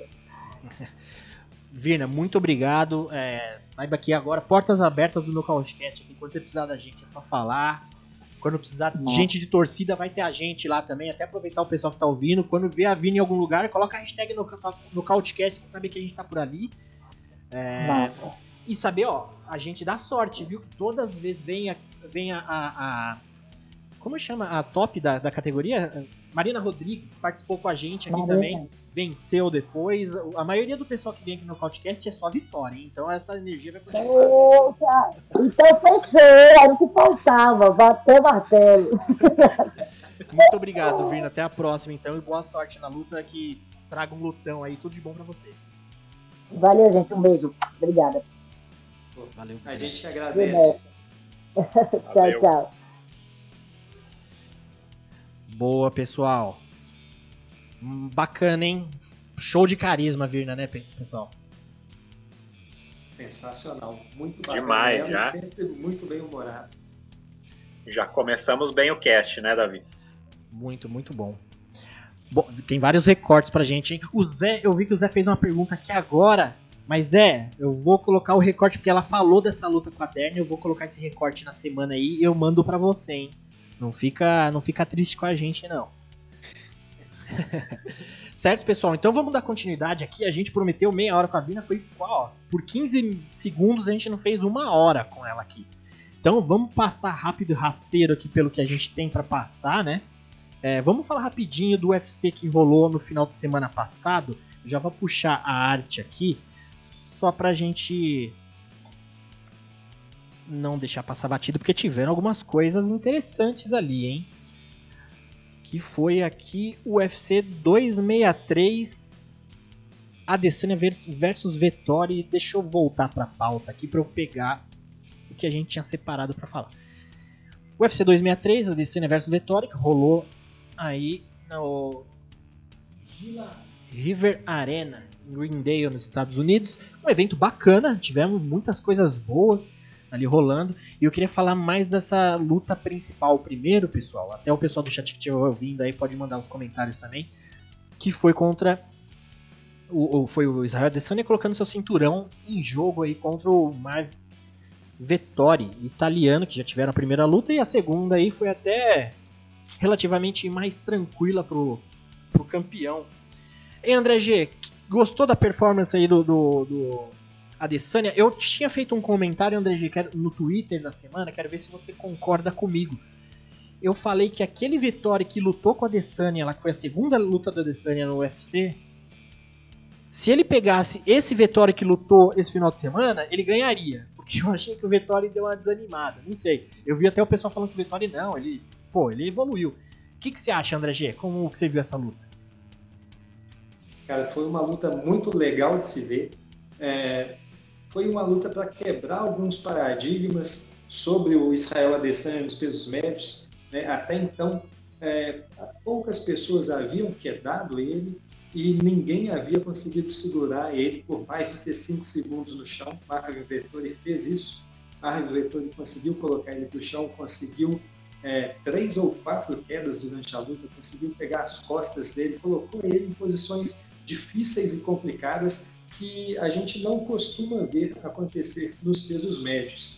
Virna, muito obrigado. É, saiba que agora, portas abertas do Nocautecast aqui, quando você precisar da gente é pra falar. Quando precisar de gente de torcida, vai ter a gente lá também. Até aproveitar o pessoal que tá ouvindo. Quando vê a Virna em algum lugar, coloca a hashtag no, no Nocautecast pra saber que a gente tá por ali. É, e saber, ó, a gente dá sorte, viu? Que todas as vezes vem vem a, a, a como chama a top da, da categoria? Marina Rodrigues participou com a gente aqui Marina. também, venceu depois. A maioria do pessoal que vem aqui no podcast é só vitória, hein? Então essa energia vai continuar. Poxa, então fechou, era o que faltava, bateu o martelo. Muito obrigado, Virna. Até a próxima, então, e boa sorte na luta, que traga um lutão aí, tudo de bom pra você. Valeu, gente, um beijo. Obrigada. Valeu. A gente que agradece. Tchau, tchau. Boa, pessoal. Hum, Bacana, hein? Show de carisma, Virna, né, pessoal? Sensacional. Muito bacana. Demais, Ela já. Sempre muito bem humorado. Já começamos bem o cast, né, Davi? Muito, muito bom. Bom, tem vários recortes pra gente, hein? O Zé, eu vi que o Zé fez uma pergunta aqui agora. Mas Zé, eu vou colocar o recorte, porque ela falou dessa luta com a Derna. Eu vou colocar esse recorte na semana aí e eu mando pra você, hein? Não fica, não fica triste com a gente, não. Certo, pessoal? Então vamos dar continuidade aqui. A gente prometeu meia hora com a Virna. Foi ó, por quinze segundos a gente não fez uma hora com ela aqui. Então vamos passar rápido e rasteiro aqui pelo que a gente tem pra passar, né? É, vamos falar rapidinho do U F C que rolou no final de semana passado. Eu já vou puxar a arte aqui, só pra gente não deixar passar batido, porque tiveram algumas coisas interessantes ali, hein? Que foi aqui o U F C duzentos e sessenta e três, Adesanya versus Vettori. Deixa eu voltar pra pauta aqui pra eu pegar o que a gente tinha separado pra falar. O U F C duzentos e sessenta e três, Adesanya versus Vettori, que rolou aí no River Arena, em Greendale, nos Estados Unidos. Um evento bacana, tivemos muitas coisas boas ali rolando. E eu queria falar mais dessa luta principal primeiro, pessoal. Até o pessoal do chat que estiver ouvindo aí pode mandar os comentários também. Que foi contra o, o, foi o Israel Adesanya colocando seu cinturão em jogo aí contra o Marv Vettori, italiano, que já tiveram a primeira luta. E a segunda aí foi até relativamente mais tranquila pro, pro campeão. E André G, gostou da performance aí do, do, do Adesanya? Eu tinha feito um comentário, André G, no Twitter na semana, quero ver se você concorda comigo. Eu falei que aquele Vettori que lutou com a Adesanya, lá que foi a segunda luta da Adesanya no U F C, se ele pegasse esse Vettori que lutou esse final de semana, ele ganharia. Porque eu achei que o Vettori deu uma desanimada, não sei. Eu vi até o pessoal falando que o Vettori não, ele, pô, ele evoluiu. O que, que você acha, André G? Como que você viu essa luta? Cara, foi uma luta muito legal de se ver. É, foi uma luta para quebrar alguns paradigmas sobre o Israel Adesanya nos pesos médios. Né? Até então, é, poucas pessoas haviam quedado ele e ninguém havia conseguido segurar ele por mais do que cinco segundos no chão. Marvin Vettori fez isso. Marvin Vettori conseguiu colocar ele no chão, conseguiu É, três ou quatro quedas durante a luta, conseguiu pegar as costas dele, colocou ele em posições difíceis e complicadas que a gente não costuma ver acontecer nos pesos médios.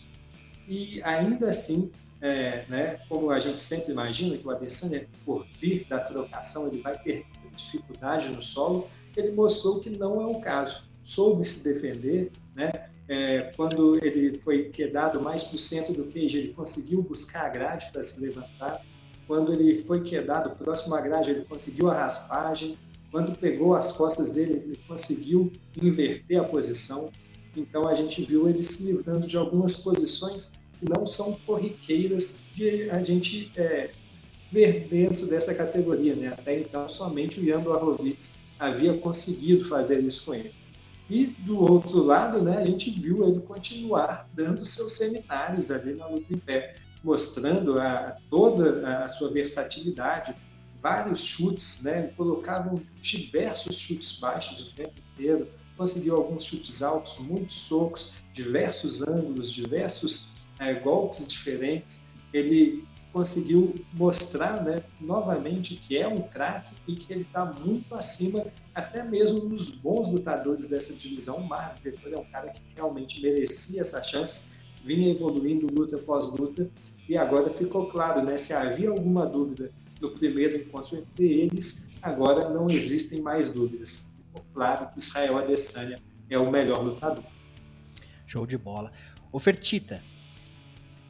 E ainda assim, é, né, como a gente sempre imagina que o Adesanya, por vir da trocação, ele vai ter dificuldade no solo, ele mostrou que não é o caso. Soube se defender, né? É, quando ele foi quedado mais para o centro do cage, ele conseguiu buscar a grade para se levantar. Quando ele foi quedado próximo à grade, ele conseguiu a raspagem. Quando pegou as costas dele, ele conseguiu inverter a posição. Então a gente viu ele se livrando de algumas posições que não são corriqueiras de a gente é, ver dentro dessa categoria, né? Até então somente o Jan Blachowicz havia conseguido fazer isso com ele. E do outro lado, né, a gente viu ele continuar dando seus seminários ali na luta em pé, mostrando a, toda a sua versatilidade, vários chutes, né, colocavam diversos chutes baixos o tempo inteiro, conseguiu alguns chutes altos, muitos socos, diversos ângulos, diversos é, golpes diferentes. Ele conseguiu mostrar, né, novamente que é um craque e que ele está muito acima até mesmo dos bons lutadores dessa divisão. O Marvin Vettori é um cara que realmente merecia essa chance, vinha evoluindo luta após luta e agora ficou claro, né, se havia alguma dúvida no primeiro encontro entre eles, agora não existem mais dúvidas. Ficou claro que Israel Adesanya é o melhor lutador. Show de bola. Ô Fertita,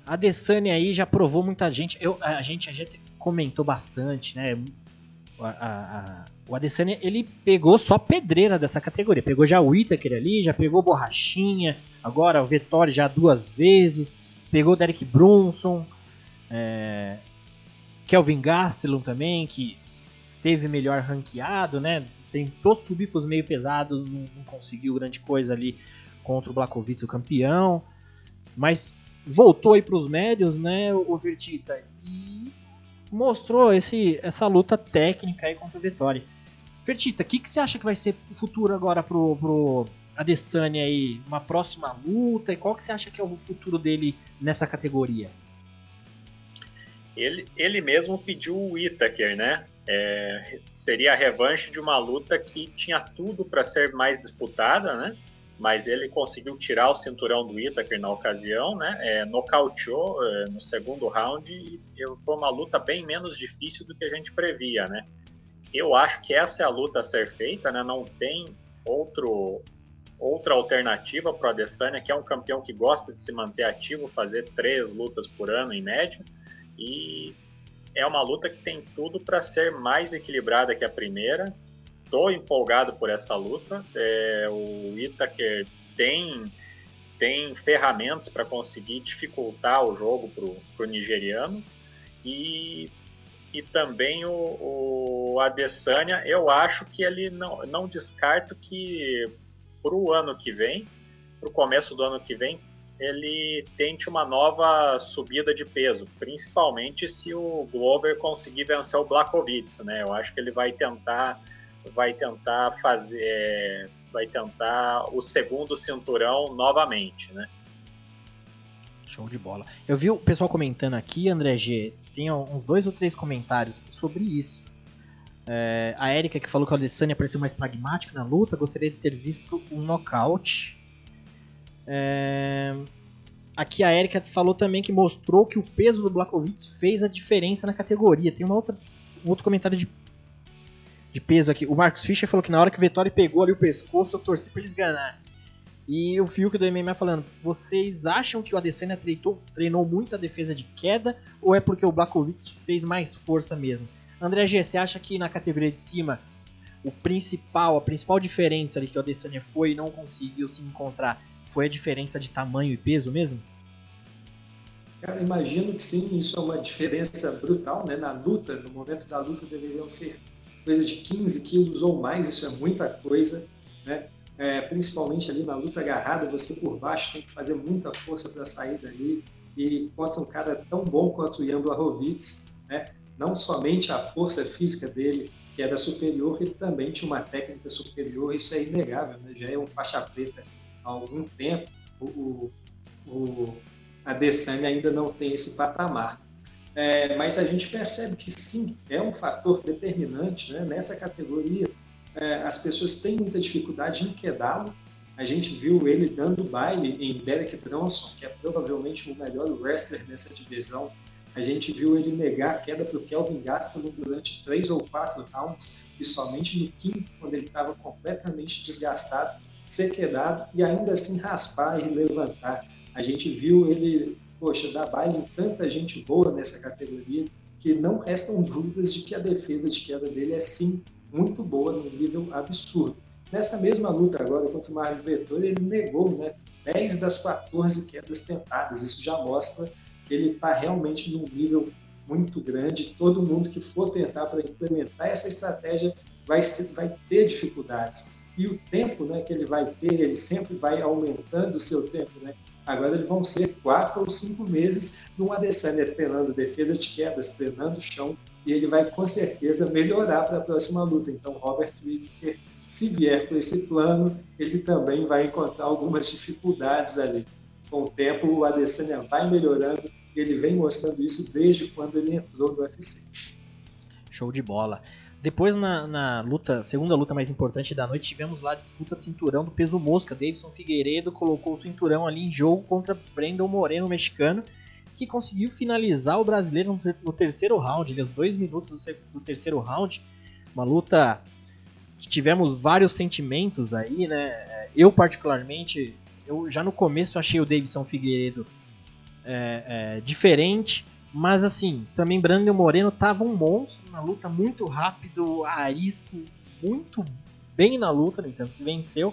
A Adesanya aí já provou muita gente. Eu, a, gente, a gente comentou bastante, né? A, a, a, o Adesanya, ele pegou só pedreira dessa categoria. Pegou já o Whittaker ali, já pegou Borrachinha. Agora o Vettori já duas vezes. Pegou o Derek Brunson. É, Kelvin Gastelum também, que esteve melhor ranqueado, né? Tentou subir para os meio pesados, não, não conseguiu grande coisa ali contra o Blachowicz, o campeão. Mas voltou aí para os médios, né, o Fertitta, e mostrou esse, essa luta técnica aí contra o Vettori. Fertitta, o que, que você acha que vai ser o futuro agora pro, pro Adesanya aí? Uma próxima luta? E qual que você acha que é o futuro dele nessa categoria? Ele, ele mesmo pediu o Whittaker, né? É, seria a revanche de uma luta que tinha tudo para ser mais disputada, né? Mas ele conseguiu tirar o cinturão do Whittaker na ocasião, né? É, nocauteou é, no segundo round e foi uma luta bem menos difícil do que a gente previa, né? Eu acho que essa é a luta a ser feita, né? Não tem outro, outra alternativa para o Adesanya, que é um campeão que gosta de se manter ativo, fazer três lutas por ano em média, e é uma luta que tem tudo para ser mais equilibrada que a primeira. Estou empolgado por essa luta. É, o Whittaker tem, tem ferramentas para conseguir dificultar o jogo para o nigeriano. E, e também o, o Adesanya, eu acho que ele não, não descarto que para o ano que vem, para o começo do ano que vem, ele tente uma nova subida de peso, principalmente se o Glover conseguir vencer o Blachowicz, né? Eu acho que ele vai tentar vai tentar fazer vai tentar o segundo cinturão novamente, né? Show de bola. Eu vi o pessoal comentando aqui, André G, tem uns dois ou três comentários aqui sobre isso. É, a Erika, que falou que o Adesanya pareceu mais pragmático na luta, gostaria de ter visto um nocaute. É, aqui a Erika falou também que mostrou que o peso do Blachowicz fez a diferença na categoria. Tem uma outra, um outro comentário de de peso aqui. O Marcos Fischer falou que na hora que o Vettori pegou ali o pescoço, eu torci pra eles ganhar. E o Fiuk do M M A falando, vocês acham que o Adesanya treinou, treinou muito a defesa de queda, ou é porque o Blachowicz fez mais força mesmo? André G, você acha que na categoria de cima, o principal, a principal diferença ali que o Adesanya foi e não conseguiu se encontrar, foi a diferença de tamanho e peso mesmo? Cara, imagino que sim, isso é uma diferença brutal, né? Na luta, no momento da luta deveriam ser coisa de quinze quilos ou mais, isso é muita coisa, né? É, principalmente ali na luta agarrada, você por baixo tem que fazer muita força para sair dali, e contra um cara tão bom quanto o Jan Blachowicz, né? Não somente a força física dele, que era superior, ele também tinha uma técnica superior, isso é inegável, né? Já é um faixa preta há algum tempo, o, o, o Adesanya ainda não tem esse patamar. É, mas a gente percebe que sim, é um fator determinante, né? Nessa categoria. É, as pessoas têm muita dificuldade em quedá-lo. A gente viu ele dando baile em Derek Brunson, que é provavelmente o melhor wrestler dessa divisão. A gente viu ele negar a queda para o Kelvin Gastelum durante três ou quatro rounds, e somente no quinto, quando ele estava completamente desgastado, ser quedado e ainda assim raspar e levantar. A gente viu ele, poxa, dar baile em tanta gente boa nessa categoria, que não restam dúvidas de que a defesa de queda dele é sim muito boa, num nível absurdo. Nessa mesma luta agora contra o Marvin Vettori, ele negou, né, dez das quatorze quedas tentadas. Isso já mostra que ele está realmente num nível muito grande. Todo mundo que for tentar para implementar essa estratégia vai, vai ter dificuldades. E o tempo, né, que ele vai ter, ele sempre vai aumentando o seu tempo, né? Agora eles vão ser quatro ou cinco meses de um Adesanya treinando defesa de quedas, treinando chão, e ele vai com certeza melhorar para a próxima luta. Então, Robert Whittaker, se vier com esse plano, ele também vai encontrar algumas dificuldades ali. Com o tempo, o Adesanya vai melhorando, e ele vem mostrando isso desde quando ele entrou no U F C. Show de bola. Depois, na, na luta, segunda luta mais importante da noite, tivemos lá a disputa de cinturão do peso mosca. Davidson Figueiredo colocou o cinturão ali em jogo contra Brandon Moreno, o mexicano, que conseguiu finalizar o brasileiro no terceiro round, ali, aos dois minutos do terceiro round. Uma luta que tivemos vários sentimentos aí, né? Eu, particularmente, eu já no começo achei o Davidson Figueiredo é, é, diferente. Mas assim, também Brandon Moreno tava um monstro na luta, muito rápido, arisco, muito bem na luta, no entanto que venceu.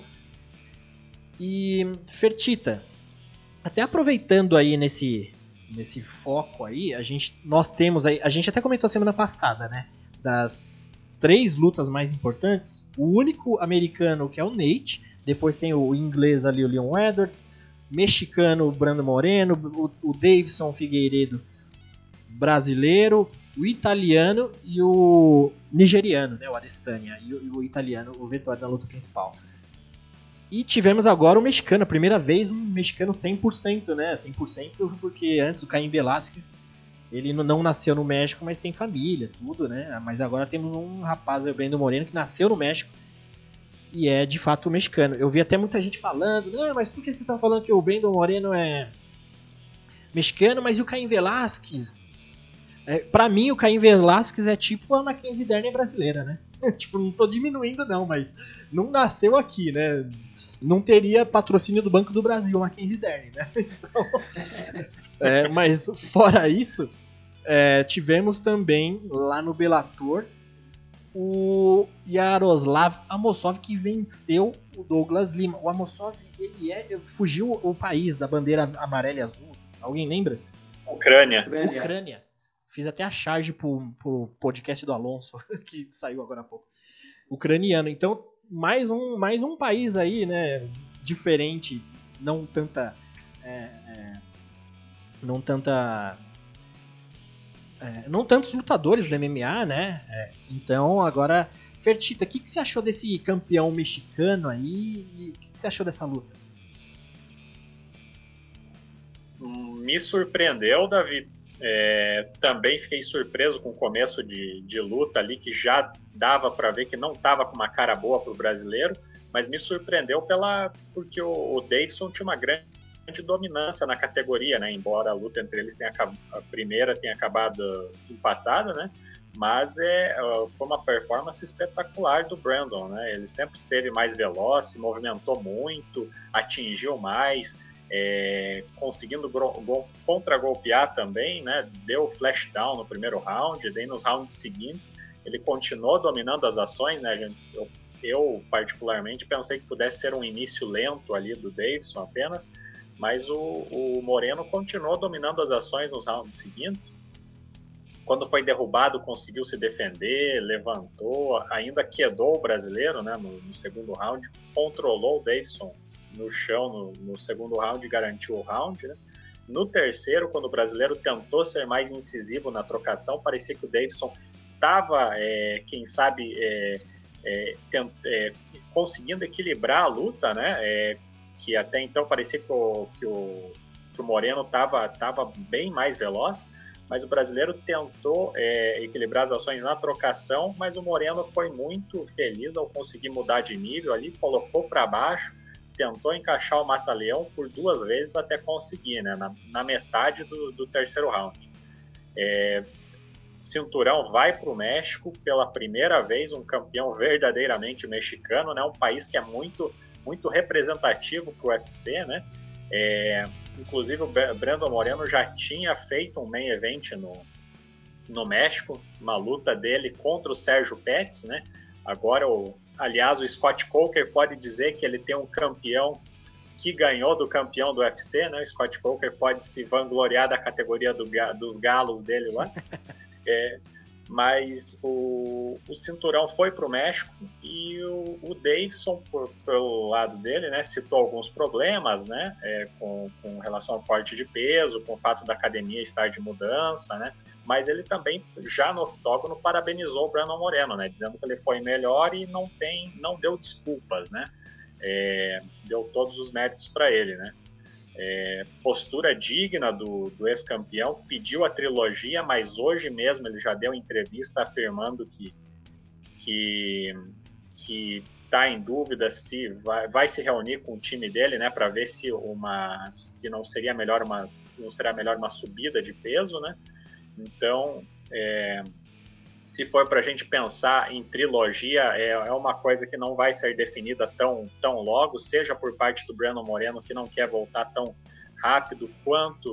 E Fertitta, até aproveitando aí nesse, nesse foco aí, a gente, nós temos aí, a gente até comentou semana passada, né, das três lutas mais importantes, o único americano que é o Nate, depois tem o inglês ali, o Leon Edwards, mexicano, o Brandon Moreno, o, o Davidson Figueiredo, brasileiro, o italiano e o nigeriano, né, o Adesanya, e o, e o italiano, o vencedor da luta principal. E tivemos agora o mexicano, a primeira vez um mexicano cem por cento, né, cem por cento porque antes o Caim Velasquez, ele não nasceu no México, mas tem família, tudo, né, mas agora temos um rapaz, o Brandon Moreno, que nasceu no México e é de fato mexicano. Eu vi até muita gente falando, não, mas por que vocês estão falando que o Brandon Moreno é mexicano, mas e o Caim Velasquez? É, pra mim, o Caim Velasquez é tipo a Mackenzie Dern brasileira, né? Tipo, não tô diminuindo não, mas não nasceu aqui, né? Não teria patrocínio do Banco do Brasil, a Mackenzie Dern, né? Então, é, mas fora isso, é, tivemos também lá no Bellator o Yaroslav Amosov, que venceu o Douglas Lima. O Amosov, ele é, fugiu o país da bandeira amarela e azul. Alguém lembra? Ucrânia. Ucrânia. Ucrânia. Fiz até a charge pro, pro podcast do Alonso, que saiu agora há pouco. Ucraniano. Então, mais um, mais um país aí, né, diferente, não tanta... É, é, não tanta... É, não tantos lutadores do M M A, né? É, então, agora... Fertitta, o que, que você achou desse campeão mexicano aí? E o que, que você achou dessa luta? Me surpreendeu, Davi. É, também fiquei surpreso com o começo de, de luta ali, que já dava para ver que não estava com uma cara boa para o brasileiro, mas me surpreendeu pela, porque o, o Davidson tinha uma grande dominância na categoria, né? Embora a luta entre eles tenha a primeira tenha acabado empatada, né? Mas é, foi uma performance espetacular do Brandon, né? Ele sempre esteve mais veloz, se movimentou muito, atingiu mais. É, conseguindo contra-golpear também, né? Deu flash down no primeiro round, e daí nos rounds seguintes ele continuou dominando as ações, né? Gente, eu, eu particularmente pensei que pudesse ser um início lento ali do Davidson apenas, mas o, o Moreno continuou dominando as ações nos rounds seguintes. Quando foi derrubado, conseguiu se defender, levantou, ainda quedou o brasileiro, né? No, no segundo round, controlou o Davidson no chão no, no segundo round e garantiu o round, né? No terceiro, quando o brasileiro tentou ser mais incisivo na trocação, parecia que o Davidson estava, é, quem sabe, é, é, tent, é, conseguindo equilibrar a luta, né? É, que até então parecia que o, que o, que o Moreno estava tava bem mais veloz, mas o brasileiro tentou é, equilibrar as ações na trocação, mas o Moreno foi muito feliz ao conseguir mudar de nível ali, colocou para baixo, tentou encaixar o Mata-Leão por duas vezes até conseguir, né, na, na metade do, do terceiro round. É, cinturão vai para o México pela primeira vez, um campeão verdadeiramente mexicano, né, um país que é muito, muito representativo para o U F C, né? É, inclusive o Brandon Moreno já tinha feito um main event no, no México, uma luta dele contra o Sérgio Pettis, né? Agora o Aliás, o Scott Coker pode dizer que ele tem um campeão que ganhou do campeão do U F C, né? O Scott Coker pode se vangloriar da categoria do, dos galos dele lá. É, mas o, o cinturão foi para o México e o, o Davidson, por, pelo lado dele, né, citou alguns problemas, né, é, com, com relação ao corte de peso, com o fato da academia estar de mudança, né, mas ele também, já no octógono, parabenizou o Brandon Moreno, né, dizendo que ele foi melhor e não, tem, não deu desculpas, né, é, deu todos os méritos para ele, né. É, postura digna do, do ex-campeão, pediu a trilogia, mas hoje mesmo ele já deu entrevista afirmando que que que está em dúvida se vai, vai se reunir com o time dele, né, para ver se uma se não seria melhor uma não será melhor uma subida de peso, né? Então, é, se for para a gente pensar em trilogia, é, é uma coisa que não vai ser definida tão, tão logo, seja por parte do Brandon Moreno, que não quer voltar tão rápido, quanto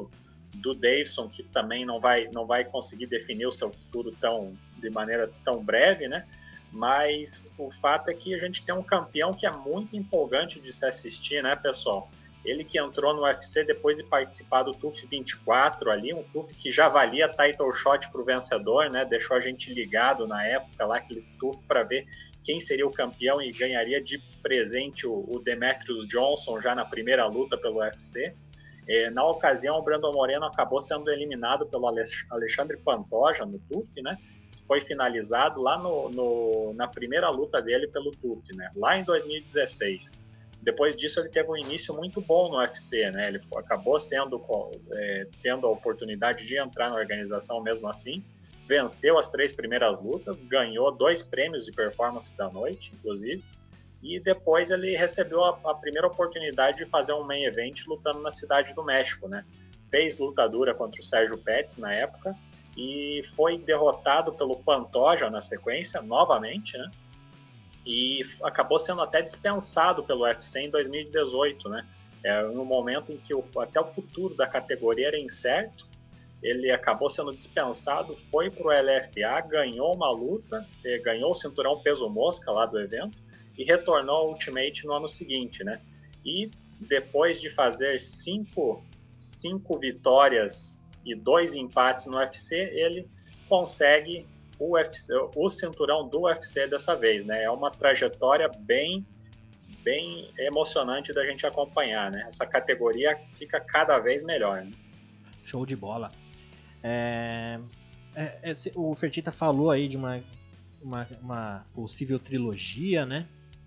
do Davidson, que também não vai, não vai conseguir definir o seu futuro tão, de maneira tão breve, né? Mas o fato é que a gente tem um campeão que é muito empolgante de se assistir, né, pessoal? Ele que entrou no U F C depois de participar do T U F vinte e quatro ali, um T U F que já valia title shot para o vencedor, né? Deixou a gente ligado na época lá, aquele T U F para ver quem seria o campeão e ganharia de presente o, o Demetrius Johnson já na primeira luta pelo U F C. É, na ocasião, o Brandon Moreno acabou sendo eliminado pelo Alexandre Pantoja no T U F, né? Foi finalizado lá no, no, na primeira luta dele pelo T U F, né? Lá em dois mil e dezesseis. Depois disso, ele teve um início muito bom no U F C, né? Ele acabou sendo, é, tendo a oportunidade de entrar na organização mesmo assim, venceu as três primeiras lutas, ganhou dois prêmios de performance da noite, inclusive, e depois ele recebeu a, a primeira oportunidade de fazer um main event lutando na Cidade do México, né? Fez luta dura contra o Sérgio Pettis na época e foi derrotado pelo Pantoja na sequência, novamente, né? E acabou sendo até dispensado pelo U F C em dois mil e dezoito, né? É, no momento em que o, até o futuro da categoria era incerto, ele acabou sendo dispensado, foi para o L F A, ganhou uma luta, ganhou o cinturão peso mosca lá do evento e retornou ao Ultimate no ano seguinte, né? E depois de fazer cinco, cinco vitórias e dois empates no U F C, ele consegue o, U F C, o cinturão do U F C dessa vez, né? É uma trajetória bem, bem emocionante da gente acompanhar, né? Essa categoria fica cada vez melhor, né? Show de bola. É, é, é, o Fertitta falou aí de uma, uma, uma possível trilogia, né?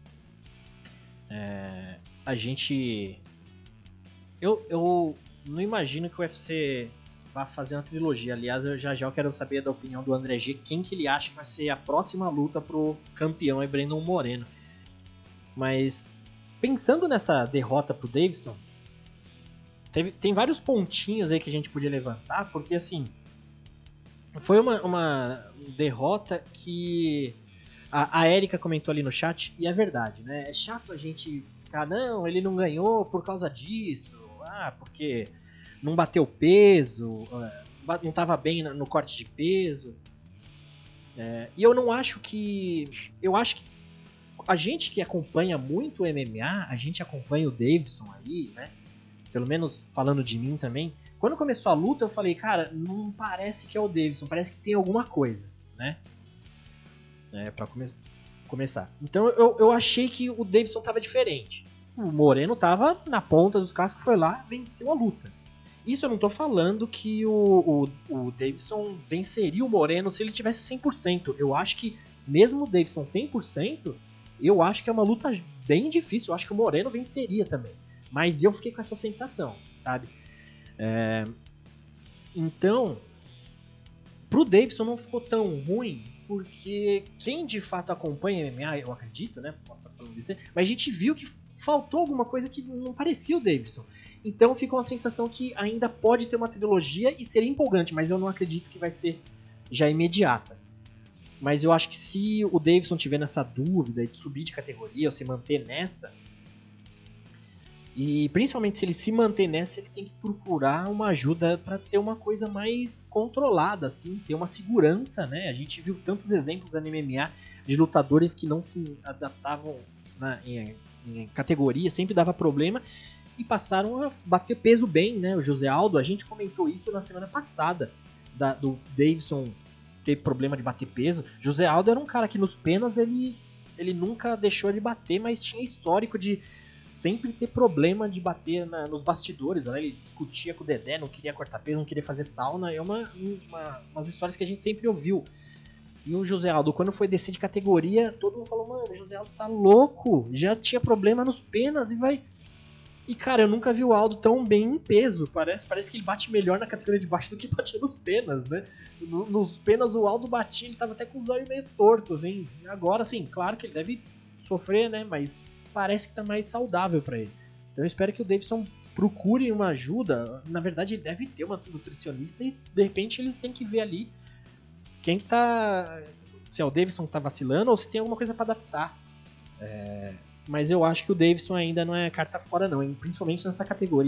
É, a gente... Eu, eu não imagino que o U F C vá fazer uma trilogia. Aliás, eu já já quero saber da opinião do André G. Quem que ele acha que vai ser a próxima luta pro campeão, é Brandon Moreno. Mas, pensando nessa derrota pro Davidson, Teve, tem vários pontinhos aí que a gente podia levantar, porque assim, foi uma, uma derrota que a, a Erika comentou ali no chat, e é verdade, né? É chato a gente ficar, não, ele não ganhou por causa disso, ah, porque não bateu peso, não estava bem no corte de peso. É, e eu não acho que... Eu acho que a gente que acompanha muito o M M A, a gente acompanha o Davidson aí, né? Pelo menos falando de mim também, quando começou a luta eu falei, cara, não parece que é o Davidson, parece que tem alguma coisa, né? É, pra come- começar. Então eu, eu achei que o Davidson tava diferente. O Moreno tava na ponta dos cascos, foi lá, venceu a luta. Isso eu não tô falando que o, o, o Davidson venceria o Moreno se ele tivesse cem por cento. Eu acho que, mesmo o Davidson cem por cento, eu acho que é uma luta bem difícil. Eu acho que o Moreno venceria também. Mas eu fiquei com essa sensação, sabe? É... Então, pro Davidson não ficou tão ruim, porque quem de fato acompanha M M A, eu acredito, né? Posso estar falando disso, mas a gente viu que faltou alguma coisa que não parecia o Davidson. Então ficou uma sensação que ainda pode ter uma trilogia e seria empolgante, mas eu não acredito que vai ser já imediata. Mas eu acho que se o Davidson tiver nessa dúvida de subir de categoria ou se manter nessa... E principalmente se ele se manter nessa, ele tem que procurar uma ajuda para ter uma coisa mais controlada, assim, ter uma segurança, né? A gente viu tantos exemplos no M M A de lutadores que não se adaptavam na, em, em categoria, sempre dava problema e passaram a bater peso bem, né? O José Aldo, a gente comentou isso na semana passada, da, do Davidson ter problema de bater peso. José Aldo era um cara que nos penas ele, ele nunca deixou de bater, mas tinha histórico de sempre ter problema de bater na, nos bastidores, né? Ele discutia com o Dedé, não queria cortar peso, não queria fazer sauna, é uma, uma umas histórias que a gente sempre ouviu. E o José Aldo, quando foi descer de categoria, todo mundo falou, mano, o José Aldo tá louco, já tinha problema nos penas e vai... E cara, eu nunca vi o Aldo tão bem em peso, parece, parece que ele bate melhor na categoria de baixo do que batia nos penas, né? No, nos penas o Aldo batia, ele tava até com os olhos meio tortos, hein? Agora sim, claro que ele deve sofrer, né, mas... parece que tá mais saudável para ele. Então eu espero que o Davidson procure uma ajuda. Na verdade, ele deve ter uma nutricionista e de repente eles têm que ver ali quem que tá... se é o Davidson que tá vacilando ou se tem alguma coisa para adaptar. É... Mas eu acho que o Davidson ainda não é carta fora não, principalmente nessa categoria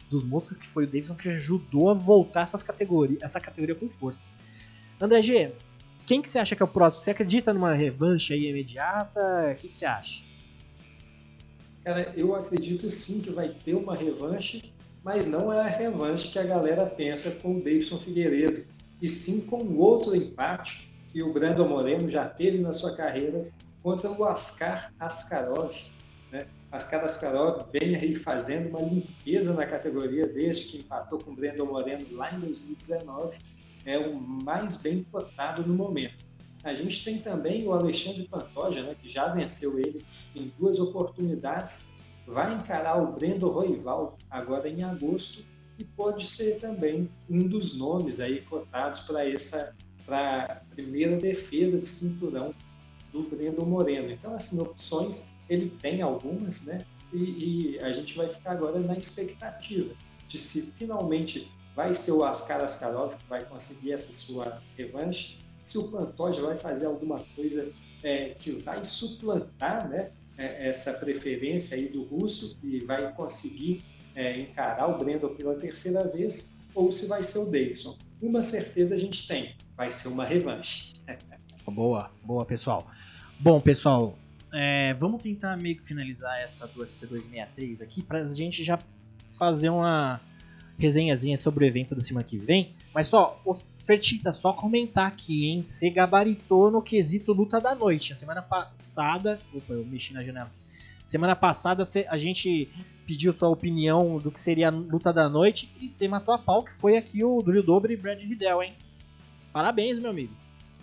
dos Moscas, que foi o Davidson que ajudou a voltar essas categorias, essa categoria com força. André G, quem que você acha que é o próximo? Você acredita numa revanche aí imediata? O que, que você acha? Cara, eu acredito sim que vai ter uma revanche, mas não é a revanche que a galera pensa com o Davidson Figueiredo, e sim com outro empate que o Brandon Moreno já teve na sua carreira contra o Askar Askarov. Né? Askar Askarov vem aí fazendo uma limpeza na categoria desde que empatou com o Brandon Moreno lá em dois mil e dezenove. É o mais bem cotado no momento. A gente tem também o Alexandre Pantoja, né, que já venceu ele em duas oportunidades, vai encarar o Brendo Roival agora em agosto e pode ser também um dos nomes aí cotados para essa para a primeira defesa de cinturão do Brendo Moreno. Então, assim, opções ele tem algumas, né? E, e a gente vai ficar agora na expectativa de se finalmente vai ser o Askar Askarov que vai conseguir essa sua revanche, se o Pantoja vai fazer alguma coisa é, que vai suplantar, né, é, essa preferência aí do russo e vai conseguir é, encarar o Brendo pela terceira vez, ou se vai ser o Davidson. Uma certeza a gente tem, vai ser uma revanche. Boa, boa, pessoal. Bom, pessoal, é, vamos tentar meio que finalizar essa do U F C duzentos e sessenta e três aqui pra gente já fazer uma resenhazinha sobre o evento da semana que vem. Mas só, o Fertita, só comentar aqui, hein? Você gabaritou no quesito luta da noite. A semana passada... Opa, eu mexi na janela. Semana passada a gente pediu sua opinião do que seria a luta da noite e você matou a pau, que foi aqui o Drew Dober e Brad Riddell, hein? Parabéns, meu amigo.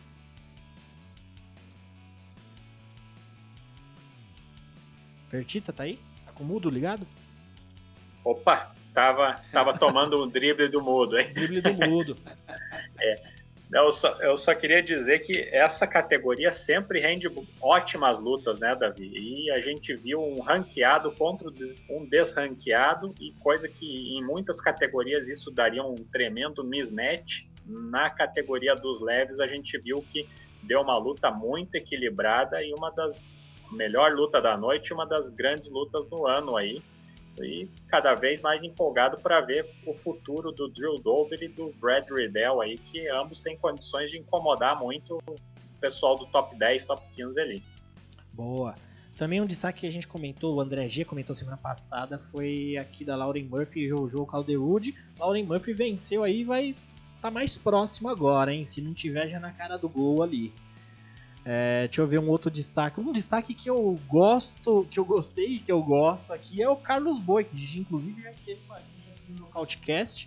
Fertita, tá aí? Tá com o mudo ligado? Opa, tava, tava tomando um drible do mudo, hein? Drible do mudo. É, eu, só, eu só queria dizer que essa categoria sempre rende ótimas lutas, né, Davi? E a gente viu um ranqueado contra um desranqueado, e coisa que em muitas categorias isso daria um tremendo mismatch. Na categoria dos leves a gente viu que deu uma luta muito equilibrada e uma das melhor luta da noite, uma das grandes lutas do ano aí. E cada vez mais empolgado para ver o futuro do Drew Dober e do Brad Riddell aí, que ambos têm condições de incomodar muito o pessoal do top dez, top quinze ali. Boa. Também um destaque que a gente comentou, o André G comentou semana passada, foi aqui da Lauren Murphy e Jojo Calderwood. Lauren Murphy venceu aí e vai estar tá mais próximo agora, hein? Se não tiver já na cara do gol ali. É, deixa eu ver um outro destaque. Um destaque que eu gosto, que eu gostei, que eu gosto aqui é o Carlos Boi, que inclusive já esteve aqui no Nocautecast,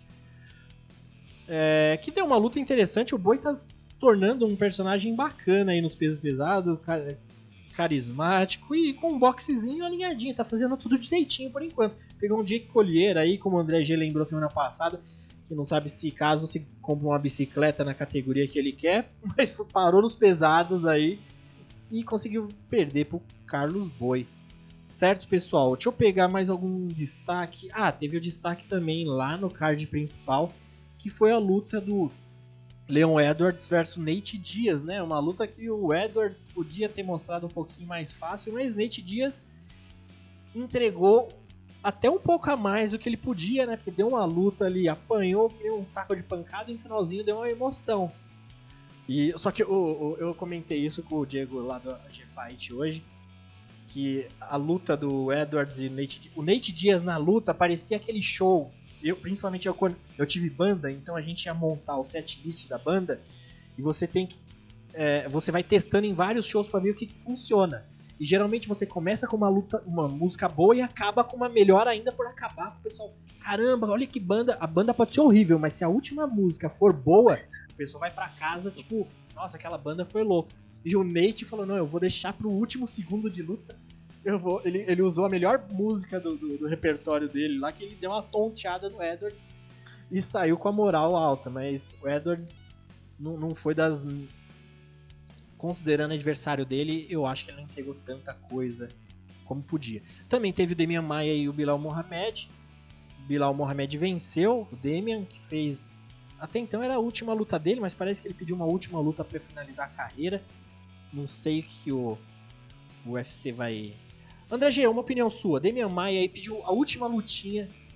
é, que deu uma luta interessante. O Boi está se tornando um personagem bacana aí nos pesos pesados, carismático e com um boxezinho alinhadinho, tá fazendo tudo direitinho por enquanto. Pegou um Jake Collier aí, como o André G lembrou semana passada, que não sabe se caso se compra uma bicicleta na categoria que ele quer, mas parou nos pesados aí e conseguiu perder pro Carlos Boi. Certo, pessoal? Deixa eu pegar mais algum destaque. Ah, teve o destaque também lá no card principal, que foi a luta do Leon Edwards versus Nate Diaz, né? Uma luta que o Edwards podia ter mostrado um pouquinho mais fácil, mas Nate Diaz entregou até um pouco a mais do que ele podia, né? Porque deu uma luta ali, apanhou, criou um saco de pancada e no finalzinho deu uma emoção. E, só que eu, eu comentei isso com o Diego lá do G-Fight hoje, que a luta do Edwards e o Nate, o Nate Diaz na luta parecia aquele show. Eu, principalmente eu, quando eu tive banda, então a gente ia montar o set list da banda e você tem que é, você vai testando em vários shows para ver o que, que funciona. E geralmente você começa com uma luta, uma música boa e acaba com uma melhor ainda por acabar com o pessoal. Caramba, olha que banda. A banda pode ser horrível, mas se a última música for boa, o pessoal vai pra casa, tipo, nossa, aquela banda foi louca. E o Nate falou, não, eu vou deixar pro último segundo de luta. Eu vou, ele, ele usou a melhor música do, do, do repertório dele lá, que ele deu uma tonteada no Edwards e saiu com a moral alta. Mas o Edwards não, não foi das... Considerando o adversário dele, eu acho que ele não entregou tanta coisa como podia. Também teve o Demian Maia e o Bilal Mohamed. O Bilal Mohamed venceu o Demian, que fez... Até então era a última luta dele, mas parece que ele pediu uma última luta para finalizar a carreira. Não sei o que o, o U F C vai... André G, uma opinião sua. Demian Maia aí pediu a última lutinha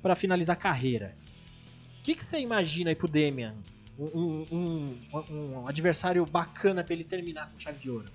para finalizar a carreira. O que, que você imagina aí pro Damian? Um, um, um, um adversário bacana para ele terminar com chave de ouro.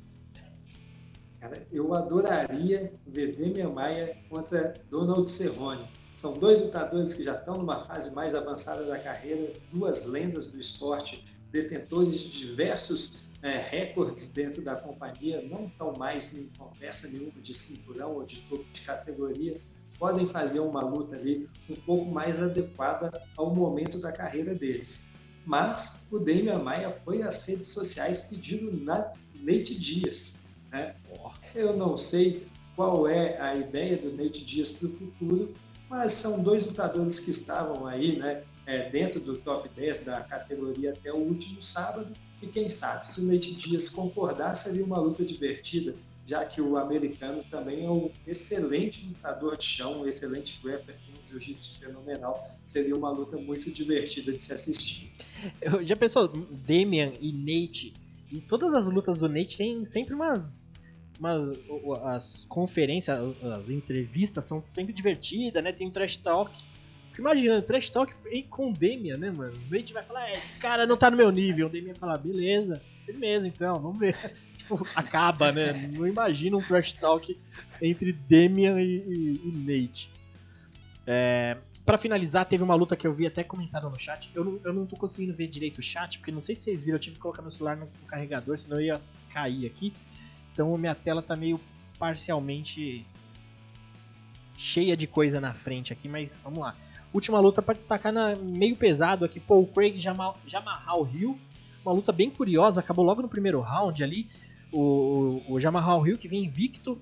Cara, eu adoraria ver Damian Maia contra Donald Cerrone. São dois lutadores que já estão numa fase mais avançada da carreira, duas lendas do esporte, detentores de diversos é, recordes dentro da companhia, não estão mais em conversa nenhuma de cinturão ou de topo de categoria, podem fazer uma luta ali um pouco mais adequada ao momento da carreira deles. Mas o Damian Maia foi às redes sociais pedindo na Nate Diaz. Né? Eu não sei qual é a ideia do Nate Diaz para o futuro, mas são dois lutadores que estavam aí, né, é, dentro do top dez da categoria até o último sábado, e quem sabe, se o Nate Diaz concordar, seria uma luta divertida, já que o americano também é um excelente lutador de chão, um excelente grappler, com um jiu-jitsu fenomenal, seria uma luta muito divertida de se assistir. Eu, já pensou, Damian e Nate, e todas as lutas do Nate tem sempre umas... Mas as conferências, as, as entrevistas são sempre divertidas, né? Tem um trash talk. Fico imaginando, trash talk com o Damian, né, mano? O Nate vai falar, é, esse cara não tá no meu nível. O Damian vai falar, beleza, beleza então, vamos ver. Tipo, acaba, né? Não imagina um trash talk entre Damian e, e, e Nate. É, pra finalizar, teve uma luta que eu vi até comentado no chat. Eu não, eu não tô conseguindo ver direito o chat, porque não sei se vocês viram, eu tive que colocar meu celular no, no carregador, senão eu ia cair aqui. Então minha tela tá meio parcialmente cheia de coisa na frente aqui, mas vamos lá. Última luta para destacar na meio pesado aqui, Paul Craig e Jamahal Hill. Uma luta bem curiosa, acabou logo no primeiro round ali. O, o Jamahal Hill, que vem invicto,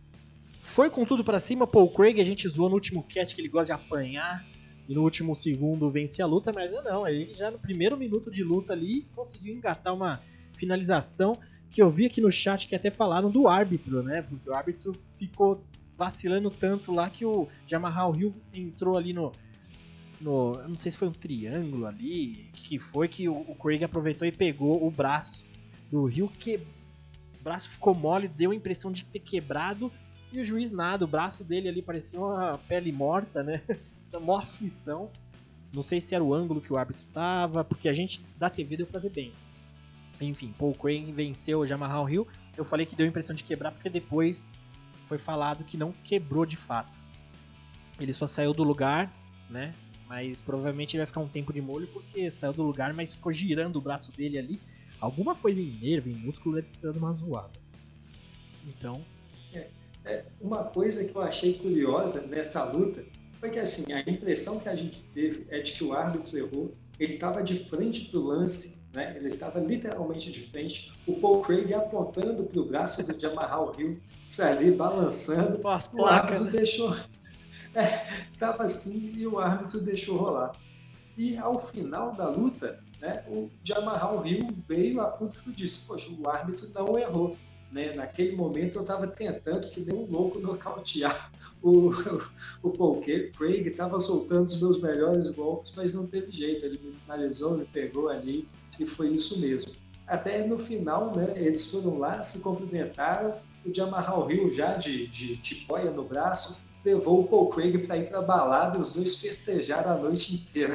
foi com tudo para cima. Paul Craig, a gente zoou no último cast que ele gosta de apanhar e no último segundo vence a luta, mas não, ele já no primeiro minuto de luta ali conseguiu engatar uma finalização. Que eu vi aqui no chat que até falaram do árbitro, né? Porque o árbitro ficou vacilando tanto lá que o Jamahal Hill entrou ali no, no... Eu não sei se foi um triângulo ali, o que, que foi, que o, o Craig aproveitou e pegou o braço do Hill, que o braço ficou mole, deu a impressão de ter quebrado, e o juiz nada, o braço dele ali parecia uma pele morta, né? Mó aflição. Não sei se era o ângulo que o árbitro tava, porque a gente da T V deu pra ver bem. Enfim, Paul Craig venceu o Jamahal Hill. Eu falei que deu a impressão de quebrar porque depois foi falado que não quebrou de fato. Ele só saiu do lugar, né? Mas provavelmente ele vai ficar um tempo de molho porque saiu do lugar, mas ficou girando o braço dele ali. Alguma coisa em nervo, em músculo, deve ter dado uma zoada. Então... É, é, uma coisa que eu achei curiosa nessa luta foi que assim, a impressão que a gente teve é de que o árbitro errou. Ele estava de frente para o lance, né? Ele estava literalmente de frente, o Paul Craig apontando para o braço do Jamahal Hill, ali balançando, o árbitro deixou, estava é, assim e o árbitro deixou rolar. E ao final da luta, né, o Jamahal Hill veio a público e disse, poxa, o árbitro não errou. Né? Naquele momento eu estava tentando que nem um louco nocautear o, o, o Paul Craig, estava soltando os meus melhores golpes, mas não teve jeito, ele me finalizou, me pegou ali e foi isso mesmo. Até no final, né, eles foram lá, se cumprimentaram, o Jamahal Hill já de, de tipóia no braço, levou o Paul Craig para ir para a balada e os dois festejaram a noite inteira.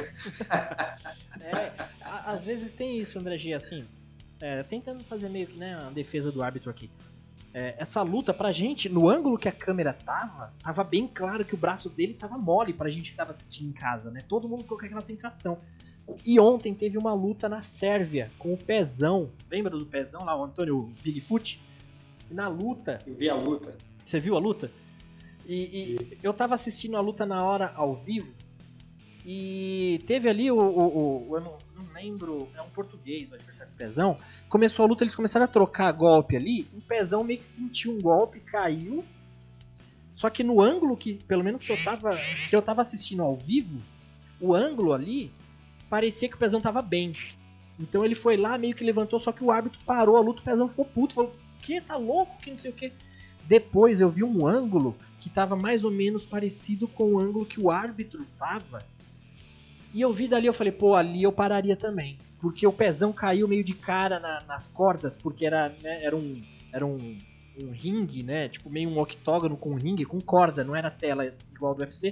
É, às vezes tem isso, André G, assim... É, tentando fazer meio que, né, a defesa do árbitro aqui. É, essa luta, pra gente, no ângulo que a câmera tava, tava bem claro que o braço dele tava mole pra gente que tava assistindo em casa, né? Todo mundo ficou com aquela sensação. E ontem teve uma luta na Sérvia com o Pezão. Lembra do Pezão lá, o Antônio Bigfoot? E na luta... Eu vi a luta. Você viu a luta? E, e eu tava assistindo a luta na hora, ao vivo, e teve ali o... o, o eu não, não lembro, é um português, o adversário do Pezão. Começou a luta, eles começaram a trocar golpe ali. O Pezão meio que sentiu um golpe, caiu. Só que no ângulo que, pelo menos que eu tava, que eu tava assistindo ao vivo, o ângulo ali, parecia que o Pezão tava bem. Então ele foi lá, meio que levantou, só que o árbitro parou a luta, o Pezão ficou puto, falou, que tá louco, que não sei o que. Depois eu vi um ângulo que tava mais ou menos parecido com o ângulo que o árbitro tava. E eu vi dali, eu falei, pô, ali eu pararia também. Porque o Pezão caiu meio de cara na, nas cordas, porque era, né, era, um, era um, um ringue, né? Tipo, meio um octógono com ringue, com corda, não era tela igual do U F C.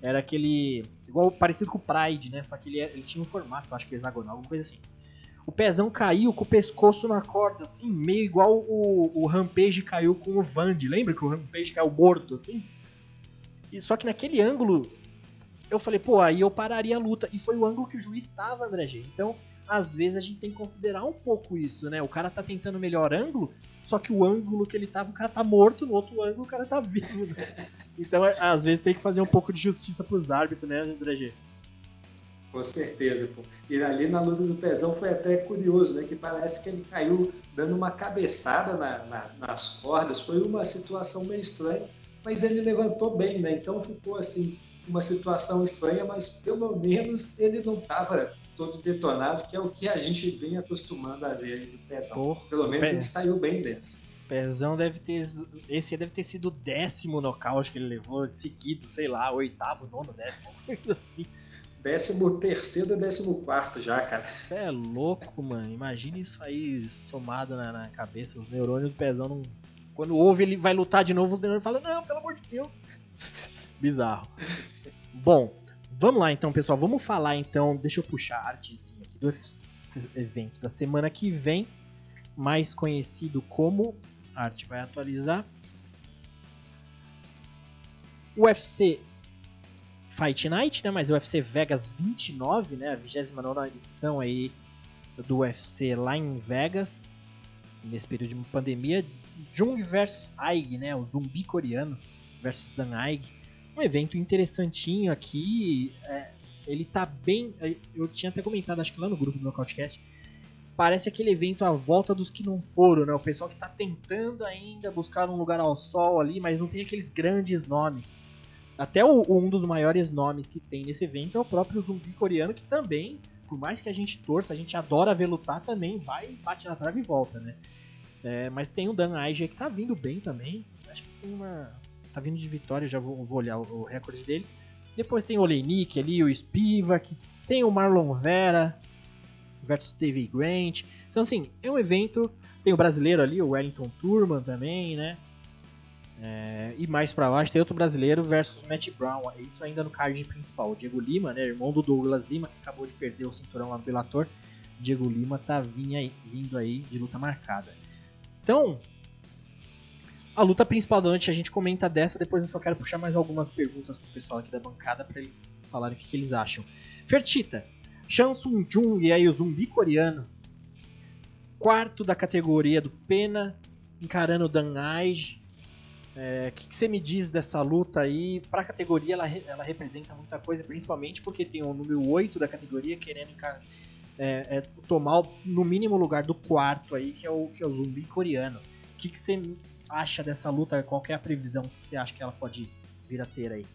Era aquele... igual parecido com o Pride, né? Só que ele, ele tinha um formato, acho que hexagonal, alguma coisa assim. O pezão caiu com o pescoço na corda, assim, meio igual o, o Rampage caiu com o Vandy. Lembra que o Rampage caiu morto, assim? E, só que naquele ângulo, eu falei, pô, aí eu pararia a luta. E foi o ângulo que o juiz estava, André G. Então, às vezes a gente tem que considerar um pouco isso, né? O cara tá tentando o melhor ângulo, só que o ângulo que ele tava, o cara tá morto, no outro ângulo o cara tá vivo. Né? Então, às vezes tem que fazer um pouco de justiça pros árbitros, né, André G? Com certeza, pô. E ali na luta do pezão foi até curioso, né? Que parece que ele caiu dando uma cabeçada na, na, nas cordas. Foi uma situação meio estranha, mas ele levantou bem, né? Então ficou assim, uma situação estranha, mas pelo menos ele não estava todo detonado, que é o que a gente vem acostumando a ver aí do pezão. Pô, pelo menos pe... ele saiu bem dessa. Pezão deve ter. Esse deve ter sido o décimo nocaute que ele levou seguido, sei lá, oitavo, nono, décimo, coisa assim. Décimo terceiro e décimo quarto já, cara. Você é louco, mano. Imagina isso aí somado na, na cabeça. Os neurônios do pezão não... Quando ouve ele vai lutar de novo, os neurônios falam, não, pelo amor de Deus. Bizarro. Bom, vamos lá então, pessoal. Vamos falar então. Deixa eu puxar a artezinha aqui do evento da semana que vem. Mais conhecido como... A arte vai atualizar. U F C Fight Night, né? Mas o U F C Vegas vinte e nove, né? A vigésima nona edição aí do U F C lá em Vegas, nesse período de pandemia. Jung versus Aig, né? O zumbi coreano versus Dan Aig. Um evento interessantinho aqui. É, ele tá bem... Eu tinha até comentado, acho que lá no grupo do Nocautecast. Parece aquele evento à volta dos que não foram, né? O pessoal que tá tentando ainda buscar um lugar ao sol ali, mas não tem aqueles grandes nomes. Até o, um dos maiores nomes que tem nesse evento é o próprio zumbi coreano, que também, por mais que a gente torça, a gente adora ver lutar, também vai, bate na trave e volta, né? É, mas tem o Dan Aige que tá vindo bem também. Acho que tem uma... tá vindo de vitória, já vou, vou olhar o, o recorde dele. Depois tem o Oleinik ali, o Spivak, tem o Marlon Vera versus Davey Grant. Então assim, é um evento... Tem o brasileiro ali, o Wellington Turman também, né? É, e mais pra baixo tem outro brasileiro versus Matt Brown. Isso ainda no card principal. O Diego Lima, né, irmão do Douglas Lima, que acabou de perder o cinturão lá no Bellator. Diego Lima tá vinha aí, vindo aí de luta marcada. Então, a luta principal da noite, a gente comenta dessa. Depois eu só quero puxar mais algumas perguntas pro pessoal aqui da bancada pra eles falarem o que, que eles acham. Fertita, Chan Sung Jung e aí o zumbi coreano, quarto da categoria do Pena, encarando o Dan Aige. O é, que, que você me diz dessa luta aí? Para a categoria ela, ela representa muita coisa, principalmente porque tem o número oito da categoria querendo é, é, tomar no mínimo lugar do quarto aí, que é o, que é o zumbi coreano. O que, que você acha dessa luta? Qual que é a previsão que você acha que ela pode vir a ter aí?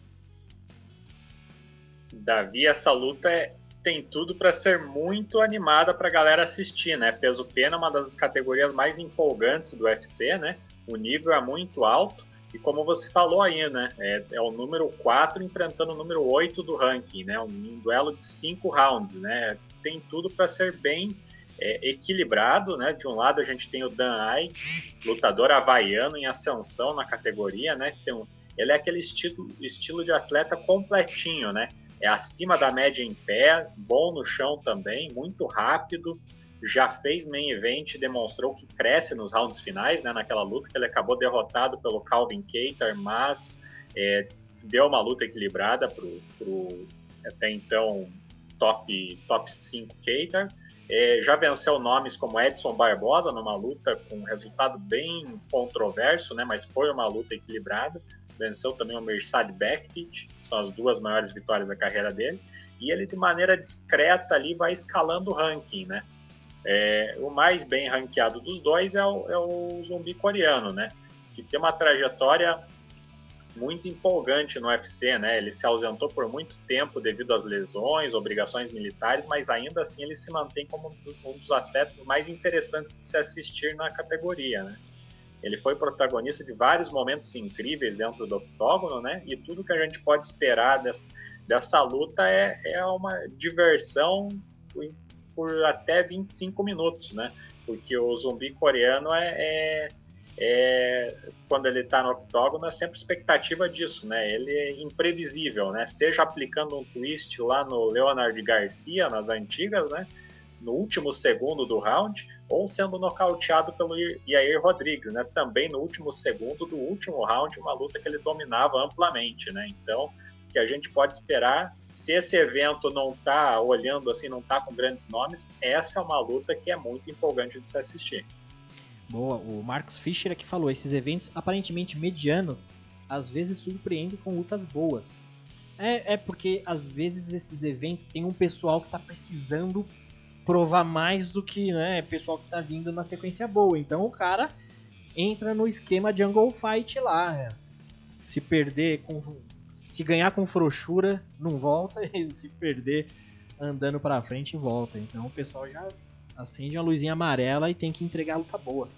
Davi, essa luta é, tem tudo para ser muito animada para a galera assistir, né? Peso pena é uma das categorias mais empolgantes do U F C, né? O nível é muito alto. E como você falou aí, né, é, é o número quatro enfrentando o número oito do ranking, né, um, um duelo de cinco rounds, né, tem tudo para ser bem é, equilibrado, né, de um lado a gente tem o Dan Aige, lutador havaiano em ascensão na categoria, né, tem um, ele é aquele estilo, estilo de atleta completinho, né, é acima da média em pé, bom no chão também, muito rápido, já fez main event e demonstrou que cresce nos rounds finais, né, naquela luta que ele acabou derrotado pelo Calvin Kattar, mas é, deu uma luta equilibrada para o até então top, top cinco Kattar. É, já venceu nomes como Edson Barbosa numa luta com resultado bem controverso, né, mas foi uma luta equilibrada. Venceu também o Mirsad Bektic, que são as duas maiores vitórias da carreira dele. E ele, de maneira discreta, ali vai escalando o ranking, né? É, o mais bem ranqueado dos dois é o, é o zumbi coreano, né? Que tem uma trajetória muito empolgante no U F C, né? Ele se ausentou por muito tempo devido às lesões, obrigações militares, mas ainda assim ele se mantém como um dos atletas mais interessantes de se assistir na categoria, né? Ele foi protagonista de vários momentos incríveis dentro do octógono, né? E tudo que a gente pode esperar dessa, dessa luta é, é uma diversão por até vinte e cinco minutos, né? Porque o zumbi coreano é, é, é, quando ele está no octógono, é sempre expectativa disso, né? Ele é imprevisível, né? Seja aplicando um twist lá no Leonard Garcia, nas antigas, né? No último segundo do round, ou sendo nocauteado pelo Yair Rodrigues, né? Também no último segundo do último round, uma luta que ele dominava amplamente, né? Então, o que a gente pode esperar, se esse evento não está olhando assim, não está com grandes nomes, essa é uma luta que é muito empolgante de se assistir. Boa, o Marcos Fischer aqui falou, esses eventos aparentemente medianos, às vezes surpreendem com lutas boas. É, é porque às vezes esses eventos tem um pessoal que está precisando provar mais do que, né, pessoal que está vindo na sequência boa. Então o cara entra no esquema Jungle Fight lá, né? Se perder com, se ganhar com frouxura, não volta, e se perder andando pra frente, volta. Então o pessoal já acende uma luzinha amarela e tem que entregar a luta boa.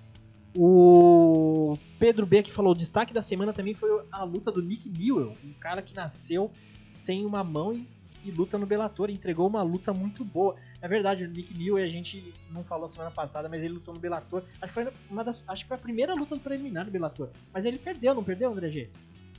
O Pedro B que falou, o destaque da semana também foi a luta do Nick Newell, um cara que nasceu sem uma mão e, e luta no Bellator, entregou uma luta muito boa. É verdade, o Nick Newell, a gente não falou semana passada, mas ele lutou no Bellator. Acho que foi, uma das, acho que foi a primeira luta do preliminar do Bellator. Mas ele perdeu, não perdeu, André G?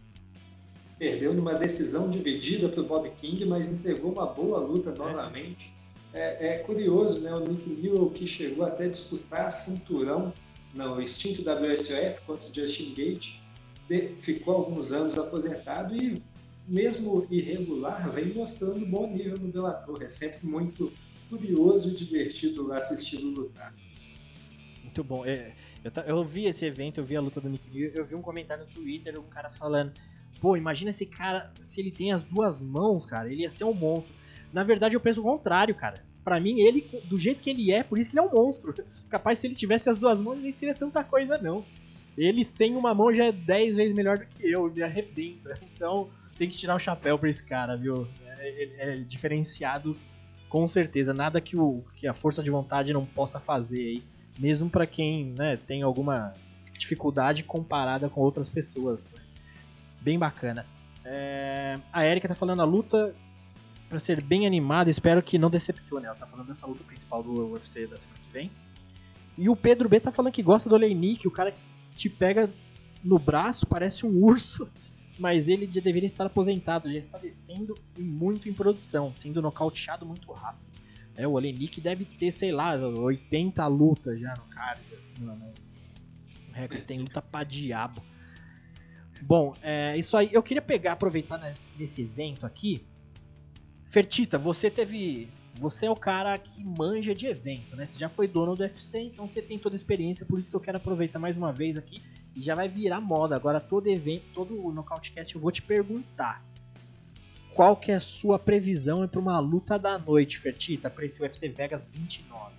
Perdeu numa decisão dividida para o Bob King, mas entregou uma boa luta é. novamente. É, é curioso, né? O Nick Newell, que chegou até a disputar cinturão no extinto W S O F contra o Justin Gaethje, ficou alguns anos aposentado e, mesmo irregular, vem mostrando bom nível no Bellator. É sempre muito curioso e divertido assistir-lo lutar. Muito bom. É, eu, eu vi esse evento, eu vi a luta do Nick Newell, eu vi um comentário no Twitter, um cara falando, pô, imagina esse cara, se ele tem as duas mãos, cara, ele ia ser um monstro. Na verdade, eu penso o contrário, cara. Pra mim, ele, do jeito que ele é, por isso que ele é um monstro. Capaz, se ele tivesse as duas mãos, nem seria tanta coisa, não. Ele sem uma mão já é dez vezes melhor do que eu, me arrebenta. Então, tem que tirar o chapéu pra esse cara, viu? É, é, é diferenciado, com certeza. Nada que, o, que a força de vontade não possa fazer aí. Mesmo pra quem, né, tem alguma dificuldade comparada com outras pessoas. Bem bacana. É, a Erika tá falando a luta pra ser bem animada, espero que não decepcione. Ela tá falando dessa luta principal do U F C da semana que vem. E o Pedro B tá falando que gosta do Oleinik, o cara que te pega no braço, parece um urso, mas ele já deveria estar aposentado, já está descendo e muito em produção, sendo nocauteado muito rápido. É, o Oleinik deve ter, sei lá, oitenta lutas já no card. No recorde tem luta pra diabo. Bom, é isso aí. Eu queria pegar, aproveitar nesse, nesse evento aqui. Fertita, você teve. Você é o cara que manja de evento, né? Você já foi dono do U F C, então você tem toda a experiência, por isso que eu quero aproveitar mais uma vez aqui. E já vai virar moda. Agora todo evento, todo o Nocautecast eu vou te perguntar. Qual que é a sua previsão para uma luta da noite, Fertita, para esse U F C Vegas vinte e nove?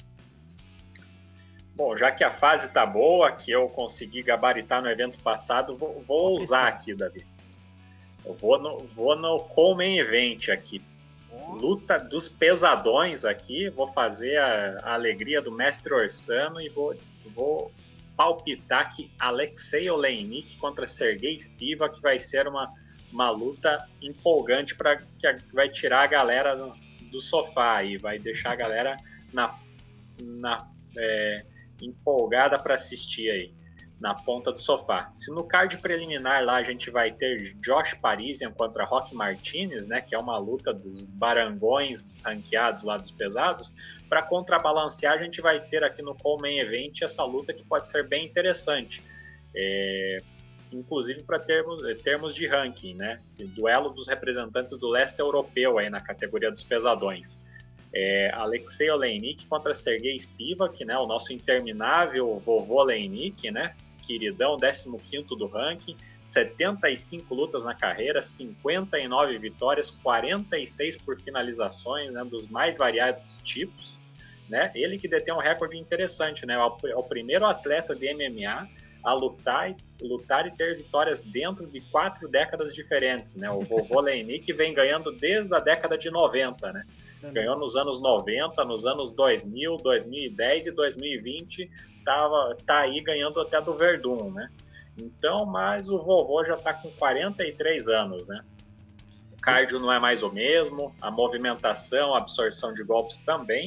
Bom, já que a fase tá boa, que eu consegui gabaritar no evento passado, vou, vou usar aqui, Davi. Eu vou no, vou no Coleman Event aqui. Luta dos pesadões aqui. Vou fazer a, a alegria do mestre Orsano e vou, vou palpitar que Alexei Oleinik contra Sergei Spivak, que vai ser uma, uma luta empolgante para que vai tirar a galera do, do sofá e vai deixar a galera na, na, é, empolgada para assistir aí. Na ponta do sofá. Se no card preliminar lá a gente vai ter Josh Parisian contra Roque Martinez, né, que é uma luta dos barangões ranqueados lá dos pesados, para contrabalancear a gente vai ter aqui no Coleman Event essa luta que pode ser bem interessante, é, inclusive para termos, termos de ranking, né, duelo dos representantes do leste europeu aí na categoria dos pesadões. É, Alexei Oleinik contra Sergei Spivak, né, o nosso interminável vovô Oleinik, né, queridão, décimo quinto do ranking, setenta e cinco lutas na carreira, cinquenta e nove vitórias, quarenta e seis por finalizações, né, dos mais variados tipos, né, ele que detém um recorde interessante, né, é o primeiro atleta de M M A a lutar, lutar e ter vitórias dentro de quatro décadas diferentes, né, o vovô Oleinik vem ganhando desde a década de noventa, né, ganhou nos anos noventa, nos anos dois mil, dois mil e dez e dois mil e vinte, tava, tá aí ganhando até do Verdun, né? Então, mas o vovô já tá com quarenta e três anos, né? O cardio não é mais o mesmo, a movimentação, a absorção de golpes também,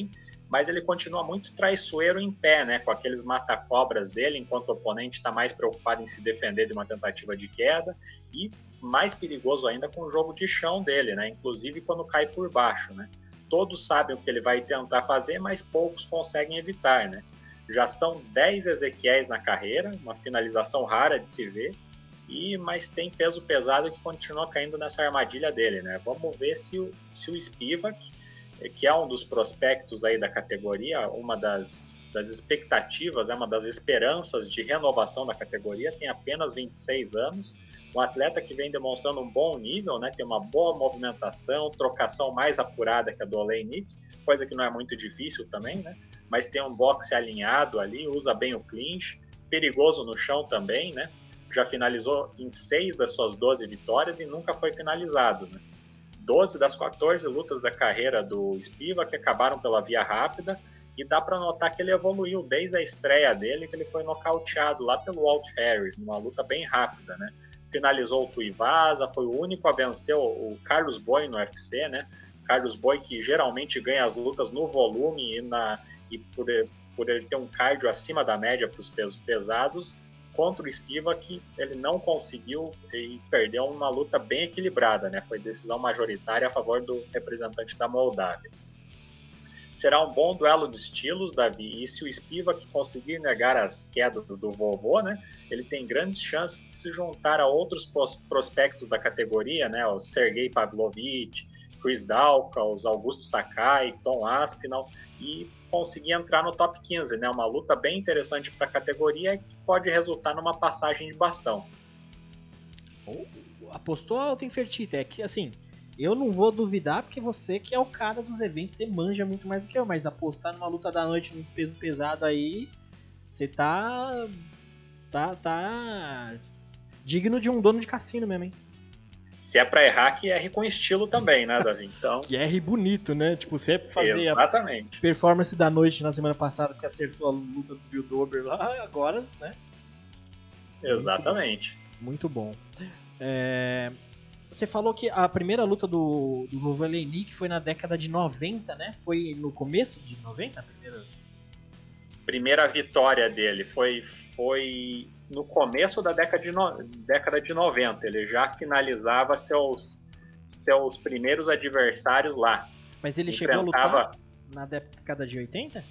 mas ele continua muito traiçoeiro em pé, né, com aqueles mata-cobras dele, enquanto o oponente está mais preocupado em se defender de uma tentativa de queda, e mais perigoso ainda com o jogo de chão dele, né, inclusive quando cai por baixo, né. Todos sabem o que ele vai tentar fazer, mas poucos conseguem evitar, né. Já são dez Ezequiéis na carreira, uma finalização rara de se ver, e, mas tem peso pesado que continua caindo nessa armadilha dele, né. Vamos ver se o, se o Spivak, que é um dos prospectos aí da categoria, uma das, das expectativas, é uma das esperanças de renovação da categoria, tem apenas vinte e seis anos, um atleta que vem demonstrando um bom nível, né, tem uma boa movimentação, trocação mais apurada que a do Oleinik, coisa que não é muito difícil também, né, mas tem um boxe alinhado ali, usa bem o clinch, perigoso no chão também, né, já finalizou em seis das suas doze vitórias e nunca foi finalizado, né. doze das quatorze lutas da carreira do Spivak acabaram pela via rápida, e dá para notar que ele evoluiu desde a estreia dele, que ele foi nocauteado lá pelo Walt Harris, numa luta bem rápida, né? Finalizou o Tuivasa, foi o único a vencer o Carlos Boi no U F C, né? Carlos Boi que geralmente ganha as lutas no volume e, na, e por, por ele ter um cardio acima da média para os pesos pesados, contra o Spivak ele não conseguiu e perdeu uma luta bem equilibrada, né? Foi decisão majoritária a favor do representante da Moldávia. Será um bom duelo de estilos, Davi, e se o Spivak conseguir negar as quedas do vovô, né, ele tem grandes chances de se juntar a outros prospectos da categoria, né, o Sergei Pavlovich, Chris Daukaus, Augusto Sakai, Tom Aspinall, e conseguir entrar no top quinze, né? Uma luta bem interessante para a categoria que pode resultar numa passagem de bastão. Apostou alto em Fertitta, é que assim, eu não vou duvidar porque você que é o cara dos eventos, você manja muito mais do que eu, mas apostar numa luta da noite no peso pesado aí, você tá tá tá digno de um dono de cassino mesmo, hein? Se é pra errar, que erre com estilo também, né, Davi? Então... que erre bonito, né? Tipo, você fazer Exatamente. a performance da noite na semana passada, que acertou a luta do Bill Dober lá, agora, né? Exatamente. Muito bom. Muito bom. É... Você falou que a primeira luta do, do vovô Oleinik foi na década de noventa, né? Foi no começo de noventa a primeira? Primeira vitória dele foi... foi... no começo da década de, no... década de noventa, ele já finalizava seus, seus primeiros adversários lá. Mas ele Enfrentava... chegou a lutar na década de oitenta?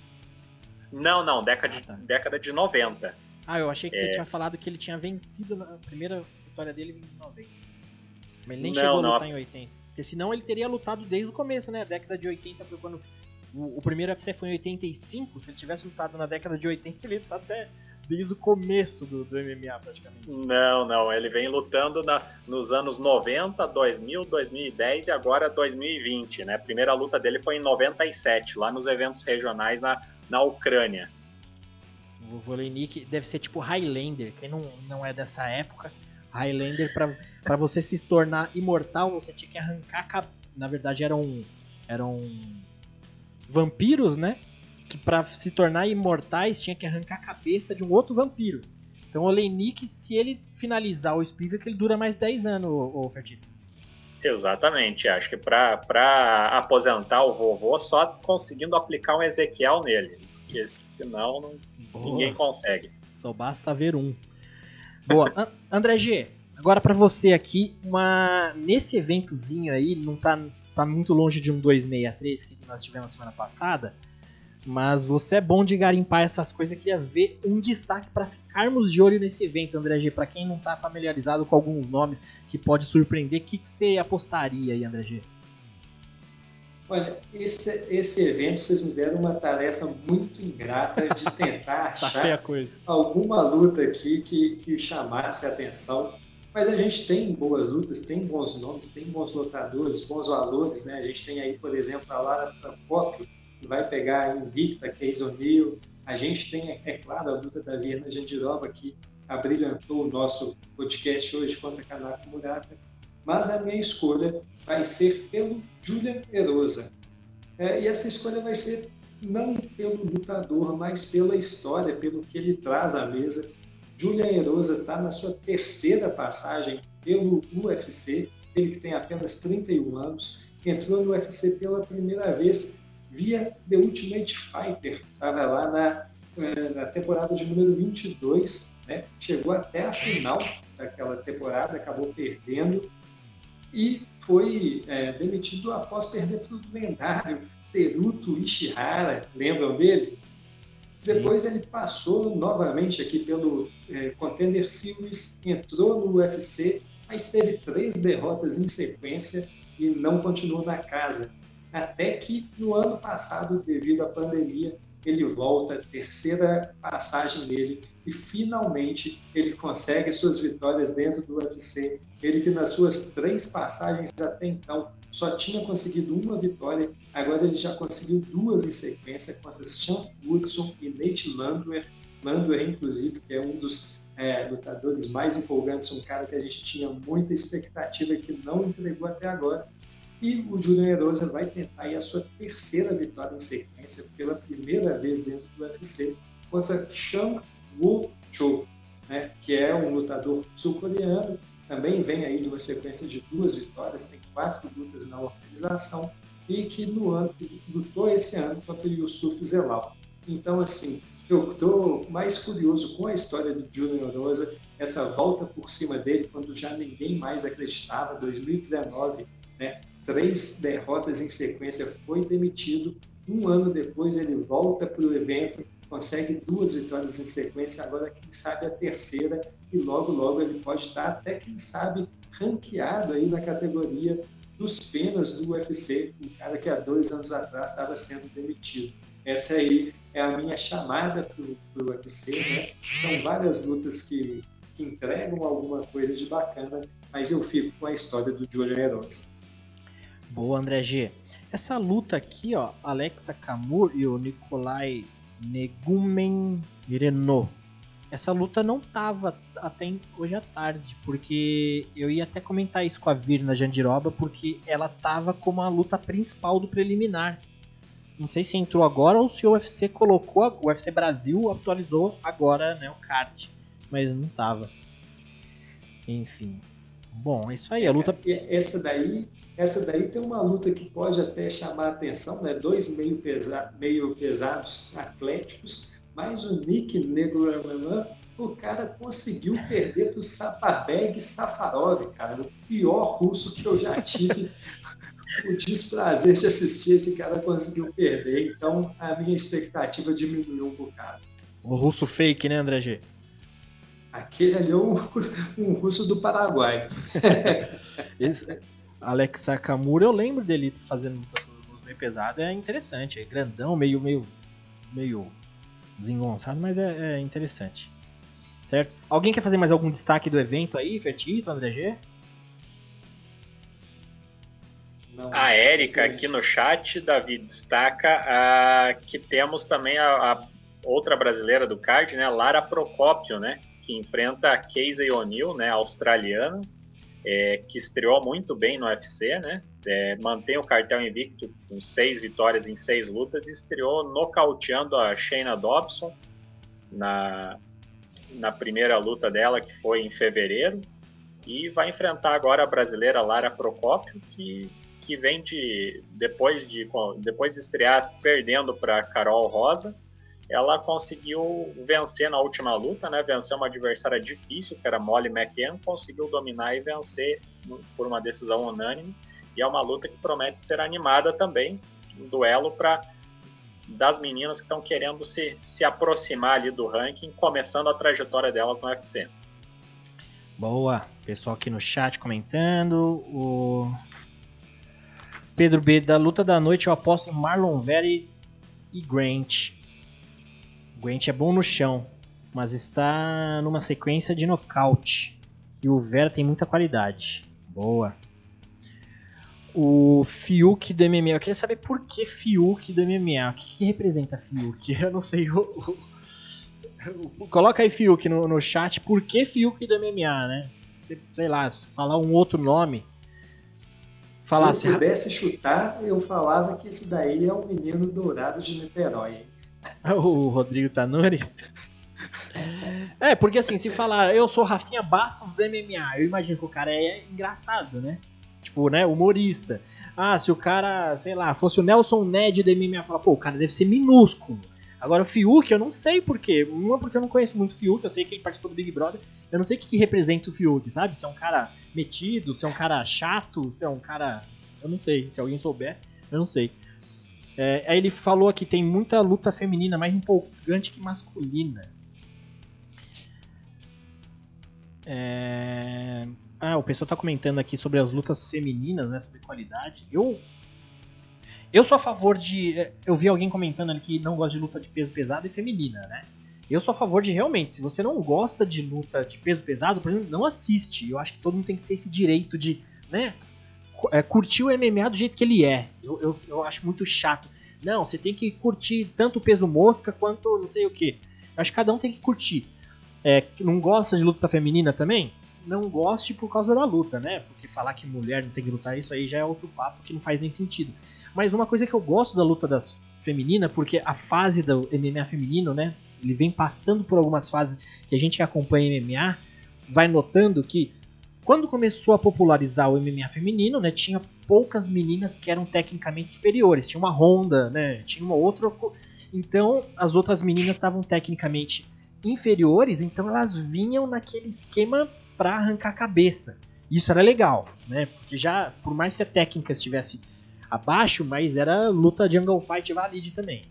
Não, não, década, ah, tá. de, década de noventa. Ah, eu achei que é... você tinha falado que ele tinha vencido na primeira vitória dele em noventa. Mas ele nem não, chegou a não. lutar em oitenta. Porque senão ele teria lutado desde o começo, né? A década de oitenta foi quando... O, o primeiro U F C foi em oitenta e cinco, se ele tivesse lutado na década de oitenta, ele ia lutar até... desde o começo do, do M M A, praticamente. Não, não. Ele vem lutando na, nos anos noventa, dois mil, dois mil e dez e agora dois mil e vinte, né? A primeira luta dele foi em noventa e sete, lá nos eventos regionais na, na Ucrânia. O Oleinik deve ser tipo Highlander. Quem não, não é dessa época, Highlander, pra, pra você se tornar imortal, você tinha que arrancar... A... Na verdade, eram, eram vampiros, né? Que para se tornar imortais tinha que arrancar a cabeça de um outro vampiro. Então o Oleinik, se ele finalizar o Spivak, ele dura mais dez anos, o, o Fertitta. Exatamente, acho que para aposentar o vovô só conseguindo aplicar um Ezequiel nele, porque senão não, ninguém consegue. Só basta ver um. Boa, André G, agora para você aqui, uma, nesse eventozinho aí, não tá, tá muito longe de um duzentos e sessenta e três que nós tivemos semana passada, mas você é bom de garimpar essas coisas. Eu queria ver um destaque para ficarmos de olho nesse evento, André G. Para quem não está familiarizado com alguns nomes que pode surpreender, o que, que você apostaria aí, André G? Olha, esse, esse evento vocês me deram uma tarefa muito ingrata de tentar achar alguma luta aqui que, que chamasse a atenção. Mas a gente tem boas lutas, tem bons nomes, tem bons lutadores, bons valores, né? A gente tem aí, por exemplo, a Lara Procópio, que vai pegar a invicta Casey O'Neill. A gente tem, é claro, a luta da Virna Jandiroba, que abrilhantou o nosso podcast hoje contra a Kanako Murata. Mas a minha escolha vai ser pelo Julian Erosa. É, e essa escolha vai ser não pelo lutador, mas pela história, pelo que ele traz à mesa. Julian Erosa está na sua terceira passagem pelo U F C, ele que tem apenas trinta e um anos, entrou no U F C pela primeira vez via The Ultimate Fighter, estava lá na, na temporada de número vinte e dois, né? Chegou até a final daquela temporada, acabou perdendo e foi é, demitido após perder para o lendário Teruto Ishihara, lembram dele? Depois ele passou novamente aqui pelo é, Contender Series, entrou no U F C, mas teve três derrotas em sequência e não continuou na casa. Até que no ano passado, devido à pandemia, ele volta, terceira passagem dele, e finalmente ele consegue suas vitórias dentro do U F C. Ele que nas suas três passagens até então só tinha conseguido uma vitória, agora ele já conseguiu duas em sequência contra Sean Woodson e Nate Landwehr. Landwehr, inclusive, que é um dos é, lutadores mais empolgantes, um cara que a gente tinha muita expectativa e que não entregou até agora. E o Julian Erosa vai tentar aí a sua terceira vitória em sequência, pela primeira vez dentro do U F C, contra Chang Woo-cho, né, que é um lutador sul-coreano, também vem aí de uma sequência de duas vitórias, tem quatro lutas na organização, e que no ano, lutou esse ano contra o Yusuf Zelal. Então, assim, eu estou mais curioso com a história do Julian Erosa, essa volta por cima dele, quando já ninguém mais acreditava, dois mil e dezenove, né? Três derrotas em sequência, foi demitido. Um ano depois ele volta para o evento, consegue duas vitórias em sequência, agora quem sabe a terceira, e logo logo ele pode estar até, quem sabe, ranqueado aí na categoria dos penas do U F C, um cara que há dois anos atrás estava sendo demitido. Essa aí é a minha chamada para o U F C, né? São várias lutas que, que entregam alguma coisa de bacana, mas eu fico com a história do Julian Erosa. Boa, André G. Essa luta aqui, ó, Alexa Kamur e o Nikolai Negumen Renault. Essa luta não tava até hoje à tarde, porque eu ia até comentar isso com a Virna Jandiroba, porque ela tava como a luta principal do preliminar. Não sei se entrou agora ou se o U F C colocou, o U F C Brasil atualizou agora, né, o card, mas não tava. Enfim. Bom, é isso aí, a luta... Essa daí, essa daí tem uma luta que pode até chamar a atenção, né? Dois meio, pesa... meio pesados atléticos, mas o Nick Neguereman, o cara conseguiu perder para o Saparbeg Safarov, cara, o pior russo que eu já tive o desprazer de assistir, esse cara conseguiu perder, então a minha expectativa diminuiu um bocado. O russo fake, né, André G? Aquele ali é um, um russo do Paraguai. Esse, Alex Sakamura, eu lembro dele fazendo meio pesado, é interessante, é grandão, meio, meio, meio desengonçado, mas é, é interessante. Certo? Alguém quer fazer mais algum destaque do evento aí, Fertito, André G? Não, a Érica aqui no chat, Davi, destaca a, que temos também a, a outra brasileira do card, né, Lara Procópio, né? Que enfrenta a Casey O'Neill, né, australiana, é, que estreou muito bem no U F C, né, é, mantém o cartel invicto com seis vitórias em seis lutas e estreou nocauteando a Shayna Dobson na, na primeira luta dela, que foi em fevereiro, e vai enfrentar agora a brasileira Lara Procópio, que, que vem de depois, de depois de estrear perdendo para Carol Rosa. Ela conseguiu vencer na última luta, né? Venceu uma adversária difícil, que era Molly McCann, conseguiu dominar e vencer por uma decisão unânime. E é uma luta que promete ser animada também, um duelo para das meninas que estão querendo se, se aproximar ali do ranking, começando a trajetória delas no U F C. Boa, pessoal aqui no chat comentando. O Pedro B, da luta da noite eu aposto em Marlon Vera e Grant. Grant é bom no chão, mas está numa sequência de nocaute. E o Vera tem muita qualidade. Boa. O Fiuk do M M A. Eu queria saber por que Fiuk do M M A. O que, que representa Fiuk? Eu não sei. O, o, o, coloca aí Fiuk no, no chat. Por que Fiuk do M M A, né? Se, sei lá, se falar um outro nome. Falar se eu pudesse chutar, eu falava que esse daí é o menino dourado de Niterói. O Rodrigo Tanuri? É, porque assim, se falar eu sou Rafinha Bastos do M M A, eu imagino que o cara é engraçado, né? Tipo, né, humorista. Ah, se o cara, sei lá, fosse o Nelson Ned da M M A, fala, pô, o cara deve ser minúsculo. Agora o Fiuk, eu não sei por quê. Uma porque eu não conheço muito o Fiuk, eu sei que ele participou do Big Brother. Eu não sei o que, que representa o Fiuk, sabe? Se é um cara metido, se é um cara chato, se é um cara... Eu não sei, se alguém souber, eu não sei. É, aí ele falou que tem muita luta feminina mais empolgante que masculina. É... Ah, o pessoal tá comentando aqui sobre as lutas femininas, né? Sobre qualidade. Eu... Eu sou a favor de... Eu vi alguém comentando ali que não gosta de luta de peso pesado e feminina, né? Eu sou a favor de, realmente, se você não gosta de luta de peso pesado, por exemplo, não assiste. Eu acho que todo mundo tem que ter esse direito de, né, curtir o M M A do jeito que ele é. Eu, eu, eu acho muito chato. Não, você tem que curtir tanto o peso mosca quanto não sei o que. Eu acho que cada um tem que curtir. É, não gosta de luta feminina também? Não goste por causa da luta, né? Porque falar que mulher não tem que lutar, isso aí já é outro papo que não faz nem sentido. Mas uma coisa que eu gosto da luta das feminina, porque a fase do M M A feminino, né? Ele vem passando por algumas fases que a gente que acompanha M M A vai notando que quando começou a popularizar o M M A feminino, né? Tinha poucas meninas que eram tecnicamente superiores. Tinha uma Honda, né? Tinha uma outra. Então as outras meninas estavam tecnicamente inferiores, então elas vinham naquele esquema para arrancar a cabeça. Isso era legal, né? Porque já, por mais que a técnica estivesse abaixo, mas era luta jungle fight valide também.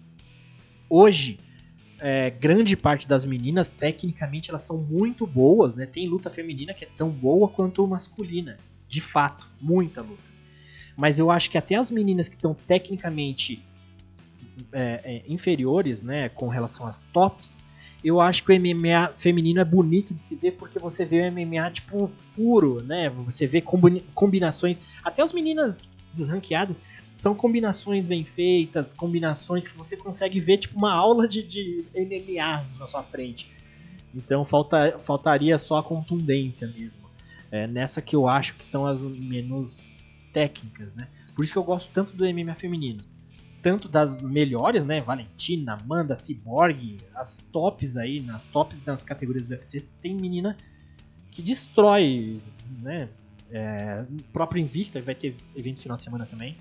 Hoje, é, grande parte das meninas, tecnicamente, elas são muito boas, né? Tem luta feminina que é tão boa quanto masculina. De fato, muita luta. Mas eu acho que até as meninas que estão tecnicamente é, é, inferiores, né, com relação às tops, eu acho que o M M A feminino é bonito de se ver porque você vê o M M A tipo puro, né? Você vê combinações, até as meninas ranqueadas são combinações bem feitas, combinações que você consegue ver tipo uma aula de, de M M A na sua frente. Então falta, faltaria só a contundência mesmo. É, nessa que eu acho que são as menos técnicas, né? Por isso que eu gosto tanto do M M A feminino. Tanto das melhores, né? Valentina, Amanda, Cyborg, as tops aí, nas tops das categorias do U F C, tem menina que destrói, né? É, próprio Invicta, vai ter evento final de semana também.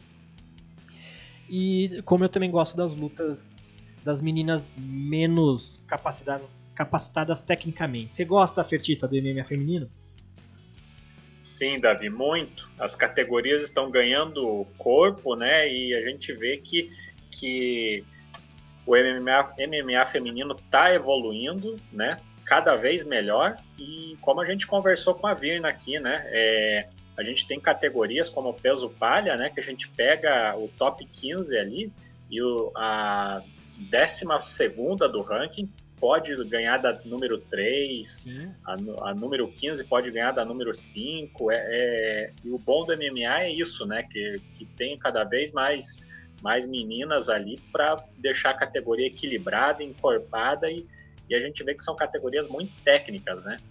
E como eu também gosto das lutas das meninas menos capacitadas, capacitadas tecnicamente. Você gosta, Fertita, do M M A feminino? Sim, Davi, muito. As categorias estão ganhando corpo, né? E a gente vê que, que o M M A, M M A feminino está evoluindo, né? Cada vez melhor. E como a gente conversou com a Virna aqui, né? É, a gente tem categorias como o peso palha, né? Que a gente pega o top quinze ali e o, a décima segunda do ranking pode ganhar da número três, a, a número quinze pode ganhar da número cinco, é, é, e o bom do M M A é isso, né, que, que tem cada vez mais, mais meninas ali para deixar a categoria equilibrada, encorpada, e, e a gente vê que são categorias muito técnicas, né,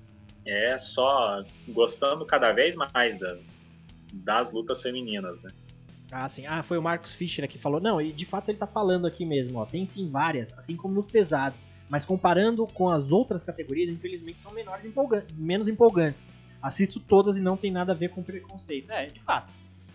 é só gostando cada vez mais da, das lutas femininas, né. Ah, sim. Ah, foi o Marcos Fischer que falou. Não, e de fato ele tá falando aqui mesmo, ó. Tem sim várias, assim como nos pesados. Mas comparando com as outras categorias, infelizmente são menores empolgantes, menos empolgantes. Assisto todas e não tem nada a ver com preconceito. É, de fato.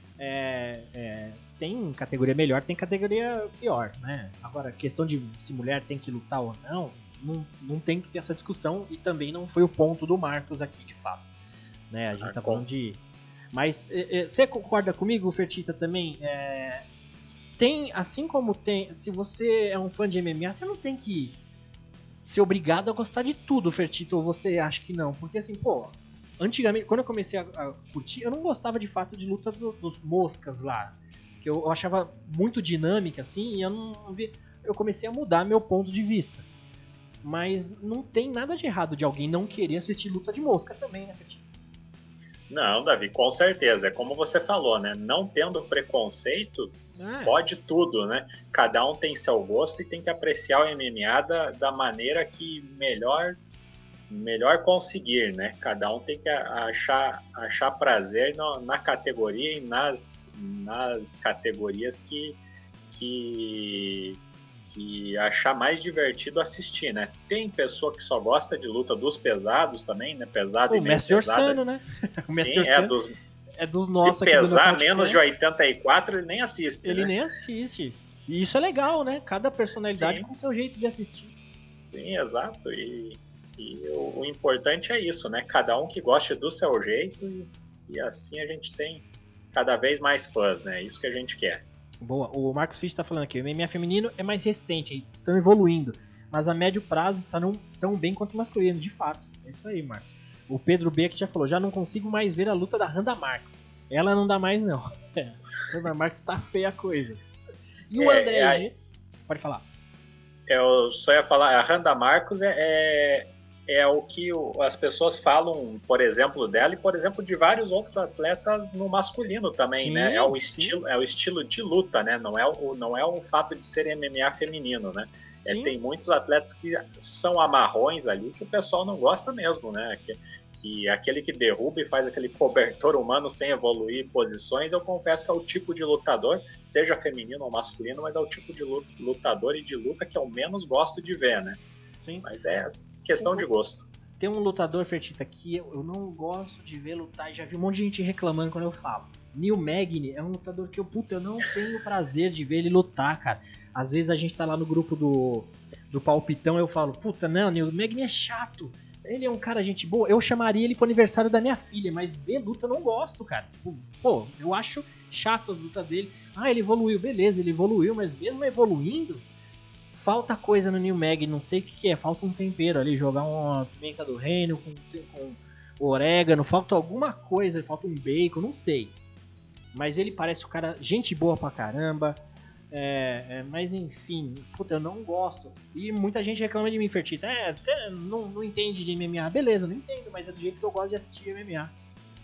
É, é, tem categoria melhor, tem categoria pior, né? Agora, questão de se mulher tem que lutar ou não, não, não tem que ter essa discussão. E também não foi o ponto do Marcos aqui, de fato. Né? A gente ah, tá falando de... Mas é, é, você concorda comigo, Fertita, também? É, tem, assim como tem... Se você é um fã de M M A, você não tem que ser obrigado a gostar de tudo, Fertita, ou você acha que não? Porque assim, pô, antigamente, quando eu comecei a, a curtir, eu não gostava de fato de luta do, dos moscas lá. Que eu, eu achava muito dinâmica, assim, e eu não vi... Eu comecei a mudar meu ponto de vista. Mas não tem nada de errado de alguém não querer assistir luta de mosca também, né, Fertita? Não, Davi, com certeza. É como você falou, né? Não tendo preconceito, é. pode tudo, né? Cada um tem seu gosto e tem que apreciar o M M A da, da maneira que melhor, melhor conseguir, né? Cada um tem que achar, achar prazer no, na categoria e nas, nas categorias que, que, que achar mais divertido assistir, né? Tem pessoa que só gosta de luta dos pesados também, né? Pesado o e meio mestre pesado. Orsano, né? O mestre Sim, Orsano. É dos, é dos nossos Se aqui do pesar Nocautecast. menos de oitenta e quatro, ele nem assiste. Ele né? nem assiste. E isso é legal, né? Cada personalidade Sim. com seu jeito de assistir. Sim, exato. E, e o, o importante é isso, né? Cada um que goste do seu jeito e, e assim a gente tem cada vez mais fãs, né? Isso que a gente quer. Boa. O Marcos Fisch tá falando aqui, o M M A feminino é mais recente, estão evoluindo, mas a médio prazo está não tão bem quanto o masculino, de fato. É isso aí, Marcos. O Pedro B aqui já falou, já não consigo mais ver a luta da Randa Marcos. Ela não dá mais, não. Randa Marcos tá feia a coisa. E o É, André é, G... Pode falar. Eu só ia falar, a Randa Marcos é, é, é o que o, as pessoas falam, por exemplo, dela e, por exemplo, de vários outros atletas no masculino também, Sim, né? É o, sim. estilo, é o estilo de luta, né? Não é o, não é o fato de ser M M A feminino, né? É, tem muitos atletas que são amarrões ali que o pessoal não gosta mesmo, né? Que, que aquele que derruba e faz aquele cobertor humano sem evoluir posições, eu confesso que é o tipo de lutador, seja feminino ou masculino, mas é o tipo de lutador e de luta que eu menos gosto de ver, né? Sim. Mas é questão de gosto. Tem um lutador, Fertita, que eu, eu não gosto de ver lutar e já vi um monte de gente reclamando quando eu falo. Neil Magny é um lutador que eu, puta, eu não tenho prazer de ver ele lutar, cara. Às vezes a gente tá lá no grupo do, do Palpitão e eu falo, puta, não, Neil Magny é chato. Ele é um cara gente boa, eu chamaria ele pro aniversário da minha filha, mas ver luta eu não gosto, cara. Tipo, pô, eu acho chato as lutas dele. Ah, ele evoluiu, beleza, ele evoluiu, mas mesmo evoluindo, falta coisa no Neil Magny, não sei o que, que é, falta um tempero ali, jogar uma pimenta do reino com, com orégano, falta alguma coisa, falta um bacon, não sei. Mas ele parece um cara, gente boa pra caramba. É, é, mas enfim, puta, eu não gosto. E muita gente reclama de mim, Fertita. É, você não, não entende de M M A. Beleza, não entendo, mas é do jeito que eu gosto de assistir M M A.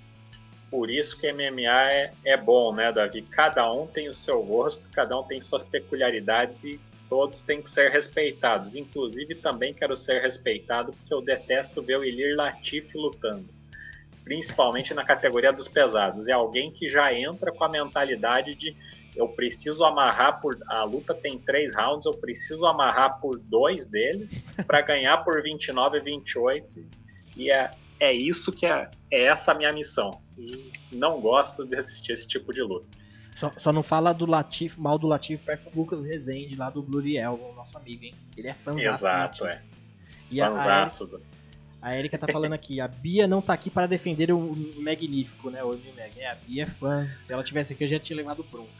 Por isso que M M A é, é bom, né, Davi? Cada um tem o seu gosto, cada um tem suas peculiaridades e todos têm que ser respeitados. Inclusive, também quero ser respeitado porque eu detesto ver o Ilir Latifi lutando. Principalmente na categoria dos pesados. É alguém que já entra com a mentalidade de eu preciso amarrar por... A luta tem três rounds, eu preciso amarrar por dois deles para ganhar por vinte e nove e vinte e oito. E é, é isso que é, é essa a minha missão. E não gosto de assistir esse tipo de luta. Só, só não fala do Latifi, mal do Latifi perto do Lucas Rezende, lá do Bluriel, o nosso amigo, hein? Ele é fãzaço. Exato, é. E a, Fãzaço do... a Erika tá falando aqui, a Bia não tá aqui para defender o Magnífico, né? O Mag. É, a Bia é fã. Se ela tivesse aqui, eu já tinha levado bronca.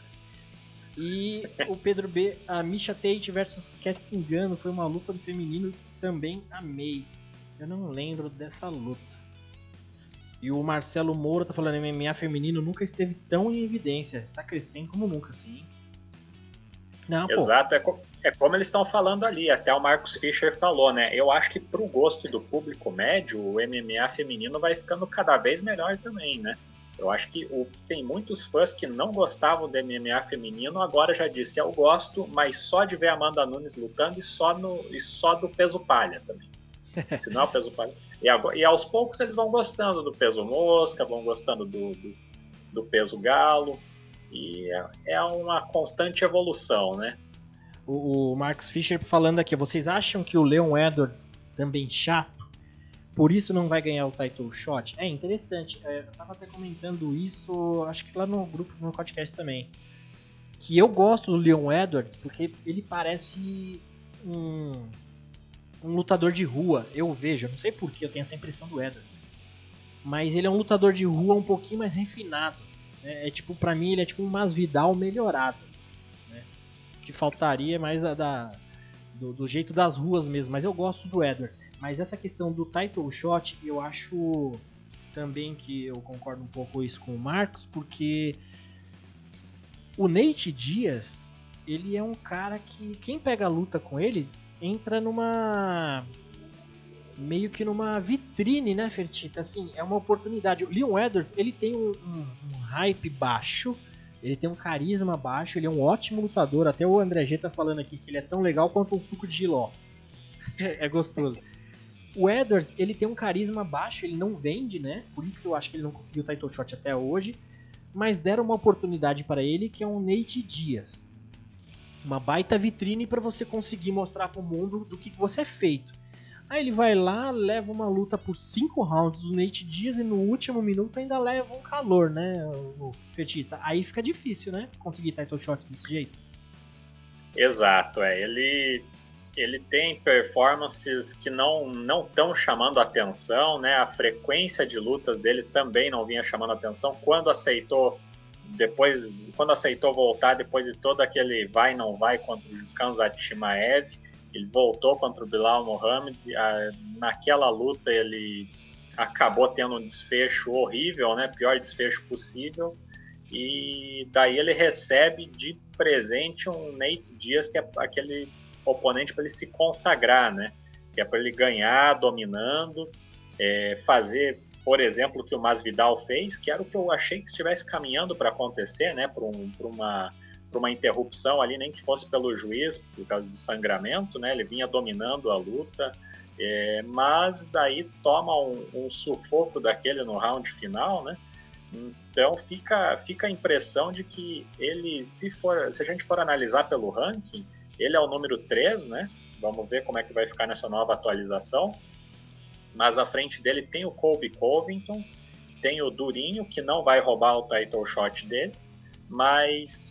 E o Pedro B, a Misha Tate versus Cat Zingano foi uma luta do feminino que também amei. Eu não lembro dessa luta. E o Marcelo Moura tá falando, M M A feminino nunca esteve tão em evidência. Está crescendo como nunca, sim. Não, Exato, é, co é como eles estão falando ali, até o Marcos Fischer falou, né? Eu acho que pro gosto do público médio, o M M A feminino vai ficando cada vez melhor também, né? Eu acho que o, tem muitos fãs que não gostavam do M M A feminino, agora já disse, eu gosto, mas só de ver a Amanda Nunes lutando e só, no, e só do peso palha também. Se não é o peso palha. E, agora, e aos poucos eles vão gostando do peso mosca, vão gostando do, do, do peso galo. E é, é uma constante evolução, né? O, o Marcos Fischer falando aqui, vocês acham que o Leon Edwards também chato? Por isso não vai ganhar o title shot? É interessante, é, eu tava até comentando isso, acho que lá no grupo, no podcast também. Que eu gosto do Leon Edwards porque ele parece um, um lutador de rua, eu vejo, não sei porquê, eu tenho essa impressão do Edwards. Mas ele é um lutador de rua um pouquinho mais refinado. É, é tipo, pra mim ele é tipo um Masvidal melhorado. Né? Que faltaria mais a da, do, do jeito das ruas mesmo, mas eu gosto do Edwards. Mas essa questão do title shot, eu acho também que eu concordo um pouco isso com o Marcos, porque o Nate Diaz, ele é um cara que quem pega a luta com ele entra numa meio que numa vitrine, né, Fertita? Assim, é uma oportunidade. O Leon Edwards, ele tem um, um, um hype baixo, ele tem um carisma baixo, ele é um ótimo lutador. Até o André G tá falando aqui que ele é tão legal quanto um suco de giló. É gostoso. O Edwards, ele tem um carisma baixo, ele não vende, né? Por isso que eu acho que ele não conseguiu o title shot até hoje. Mas deram uma oportunidade para ele, que é um Nate Diaz. Uma baita vitrine para você conseguir mostrar para o mundo do que você é feito. Aí ele vai lá, leva uma luta por cinco rounds do Nate Diaz e no último minuto ainda leva um calor, né, o Fertitta? Aí fica difícil, né, conseguir title shot desse jeito. Exato, é. Ele, ele tem performances que não não estão chamando atenção, né? A frequência de lutas dele também não vinha chamando atenção. Quando aceitou depois, quando aceitou voltar depois de todo aquele vai não vai contra o Khamzat Chimaev, ele voltou contra o Bilal Muhammad. Naquela luta ele acabou tendo um desfecho horrível, né? Pior desfecho possível. E daí ele recebe de presente um Nate Diaz, que é aquele oponente para ele se consagrar, né? Que é para ele ganhar dominando, é, fazer, por exemplo, o que o Masvidal fez, que era o que eu achei que estivesse caminhando para acontecer, né? Para um, uma, uma interrupção ali, nem que fosse pelo juiz, por causa do sangramento, né? Ele vinha dominando a luta, é, mas daí toma um, um sufoco daquele no round final, né? Então fica, fica a impressão de que ele, se, for, se a gente for analisar pelo ranking, ele é o número três, né? Vamos ver como é que vai ficar nessa nova atualização. Mas à frente dele tem o Colby Covington, tem o Durinho, que não vai roubar o title shot dele, mas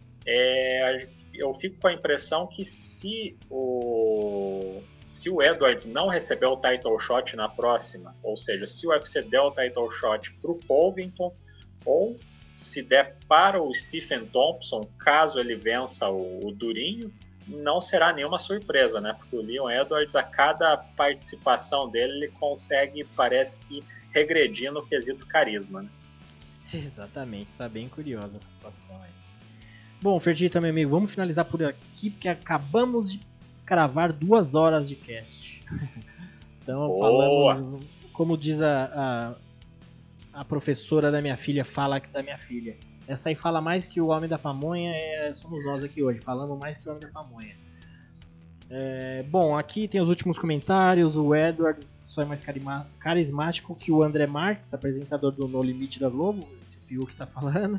é, eu fico com a impressão que se o, se o Edwards não receber o title shot na próxima, ou seja, se o U F C der o title shot para o Covington, ou se der para o Stephen Thompson, caso ele vença o, o Durinho, não será nenhuma surpresa, né? Porque o Leon Edwards, a cada participação dele, ele consegue, parece que, regredir no quesito carisma, né? Exatamente, tá bem curiosa a situação aí. Bom, Fertitta, meu amigo, vamos finalizar por aqui, porque acabamos de cravar duas horas de cast. Então, Boa. falamos, como diz a, a, a professora da minha filha, fala da minha filha. Essa aí fala mais que o Homem da Pamonha, é, somos nós aqui hoje, falando mais que o Homem da Pamonha. É, bom, aqui tem os últimos comentários. O Edwards só é mais carima, carismático que o André Marques, apresentador do No Limite da Globo, esse fio que tá falando.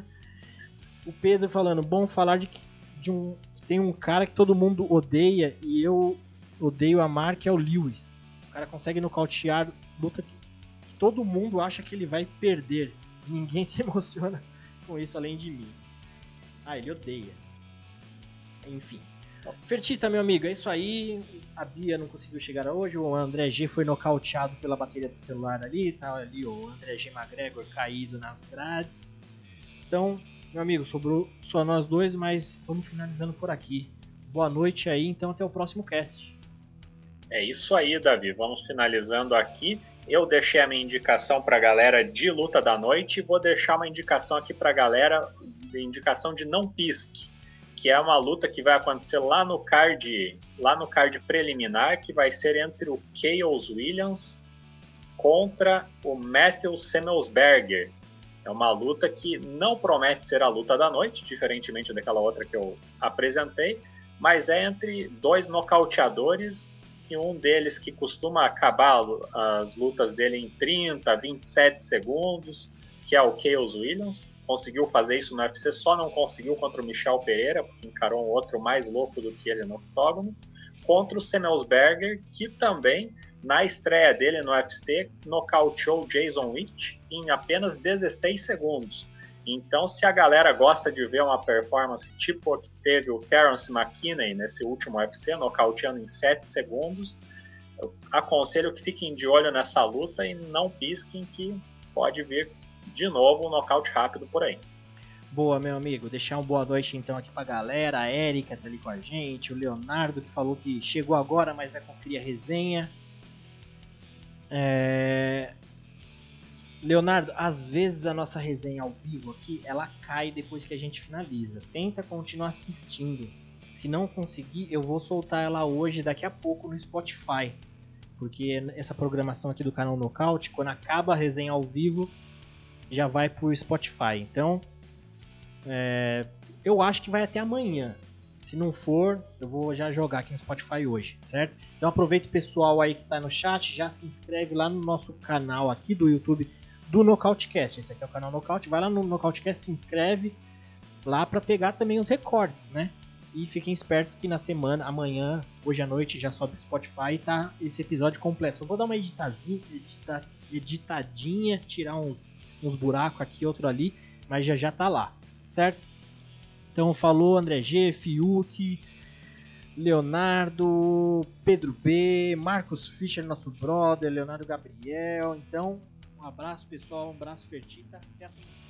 O Pedro falando, bom falar de, de um, tem um cara que todo mundo odeia e eu odeio amar, que é o Lewis. O cara consegue nocautear luta que, que todo mundo acha que ele vai perder. Ninguém se emociona com isso além de mim. Ah, ele odeia. Enfim. Fertitta, meu amigo, é isso aí. A Bia não conseguiu chegar hoje. O André G foi nocauteado pela bateria do celular ali. Tá ali o André G McGregor caído nas grades. Então, meu amigo, sobrou só nós dois, mas vamos finalizando por aqui. Boa noite aí, então até o próximo cast. É isso aí, Davi. Vamos finalizando aqui. Eu deixei a minha indicação para a galera de luta da noite e vou deixar uma indicação aqui para a galera, de indicação de Não Pisque, que é uma luta que vai acontecer lá no card, lá no card preliminar, que vai ser entre o Chaos Williams contra o Matthew Semmelsberger. É uma luta que não promete ser a luta da noite, diferentemente daquela outra que eu apresentei, mas é entre dois nocauteadores, e um deles que costuma acabar as lutas dele em trinta, vinte e sete segundos, que é o Chaos Williams. Conseguiu fazer isso no U F C, só não conseguiu contra o Michel Pereira, porque encarou um outro mais louco do que ele no octógono, contra o Semmelsberger, que também, na estreia dele no U F C, nocauteou o Jason Witt em apenas dezesseis segundos. Então, se a galera gosta de ver uma performance tipo a que teve o Terence McKinney nesse último U F C, nocauteando em sete segundos, eu aconselho que fiquem de olho nessa luta e não pisquem, que pode vir de novo um nocaute rápido por aí. Boa, meu amigo. Deixar uma boa noite então aqui pra galera. A Érica tá ali com a gente, o Leonardo que falou que chegou agora, mas vai conferir a resenha. É... Leonardo, às vezes a nossa resenha ao vivo aqui, ela cai depois que a gente finaliza. Tenta continuar assistindo. Se não conseguir, eu vou soltar ela hoje, daqui a pouco, no Spotify. Porque essa programação aqui do canal Nocaute, quando acaba a resenha ao vivo, já vai pro Spotify. Então, é, eu acho que vai até amanhã. Se não for, eu vou já jogar aqui no Spotify hoje, certo? Então aproveita o pessoal aí que tá no chat, já se inscreve lá no nosso canal aqui do YouTube do NocauteCast. Esse aqui é o canal Nocaute. Vai lá no NocauteCast, se inscreve lá para pegar também os recortes, né? E fiquem espertos que na semana, amanhã, hoje à noite, já sobe no Spotify e tá esse episódio completo. Só vou dar uma editazinha, edita, editadinha, tirar uns, uns buracos aqui, outro ali, mas já já tá lá, certo? Então falou André G, Fiuk, Leonardo, Pedro B, Marcos Fischer, nosso brother, Leonardo Gabriel. Então, um abraço pessoal, um abraço Fertita, até a semana.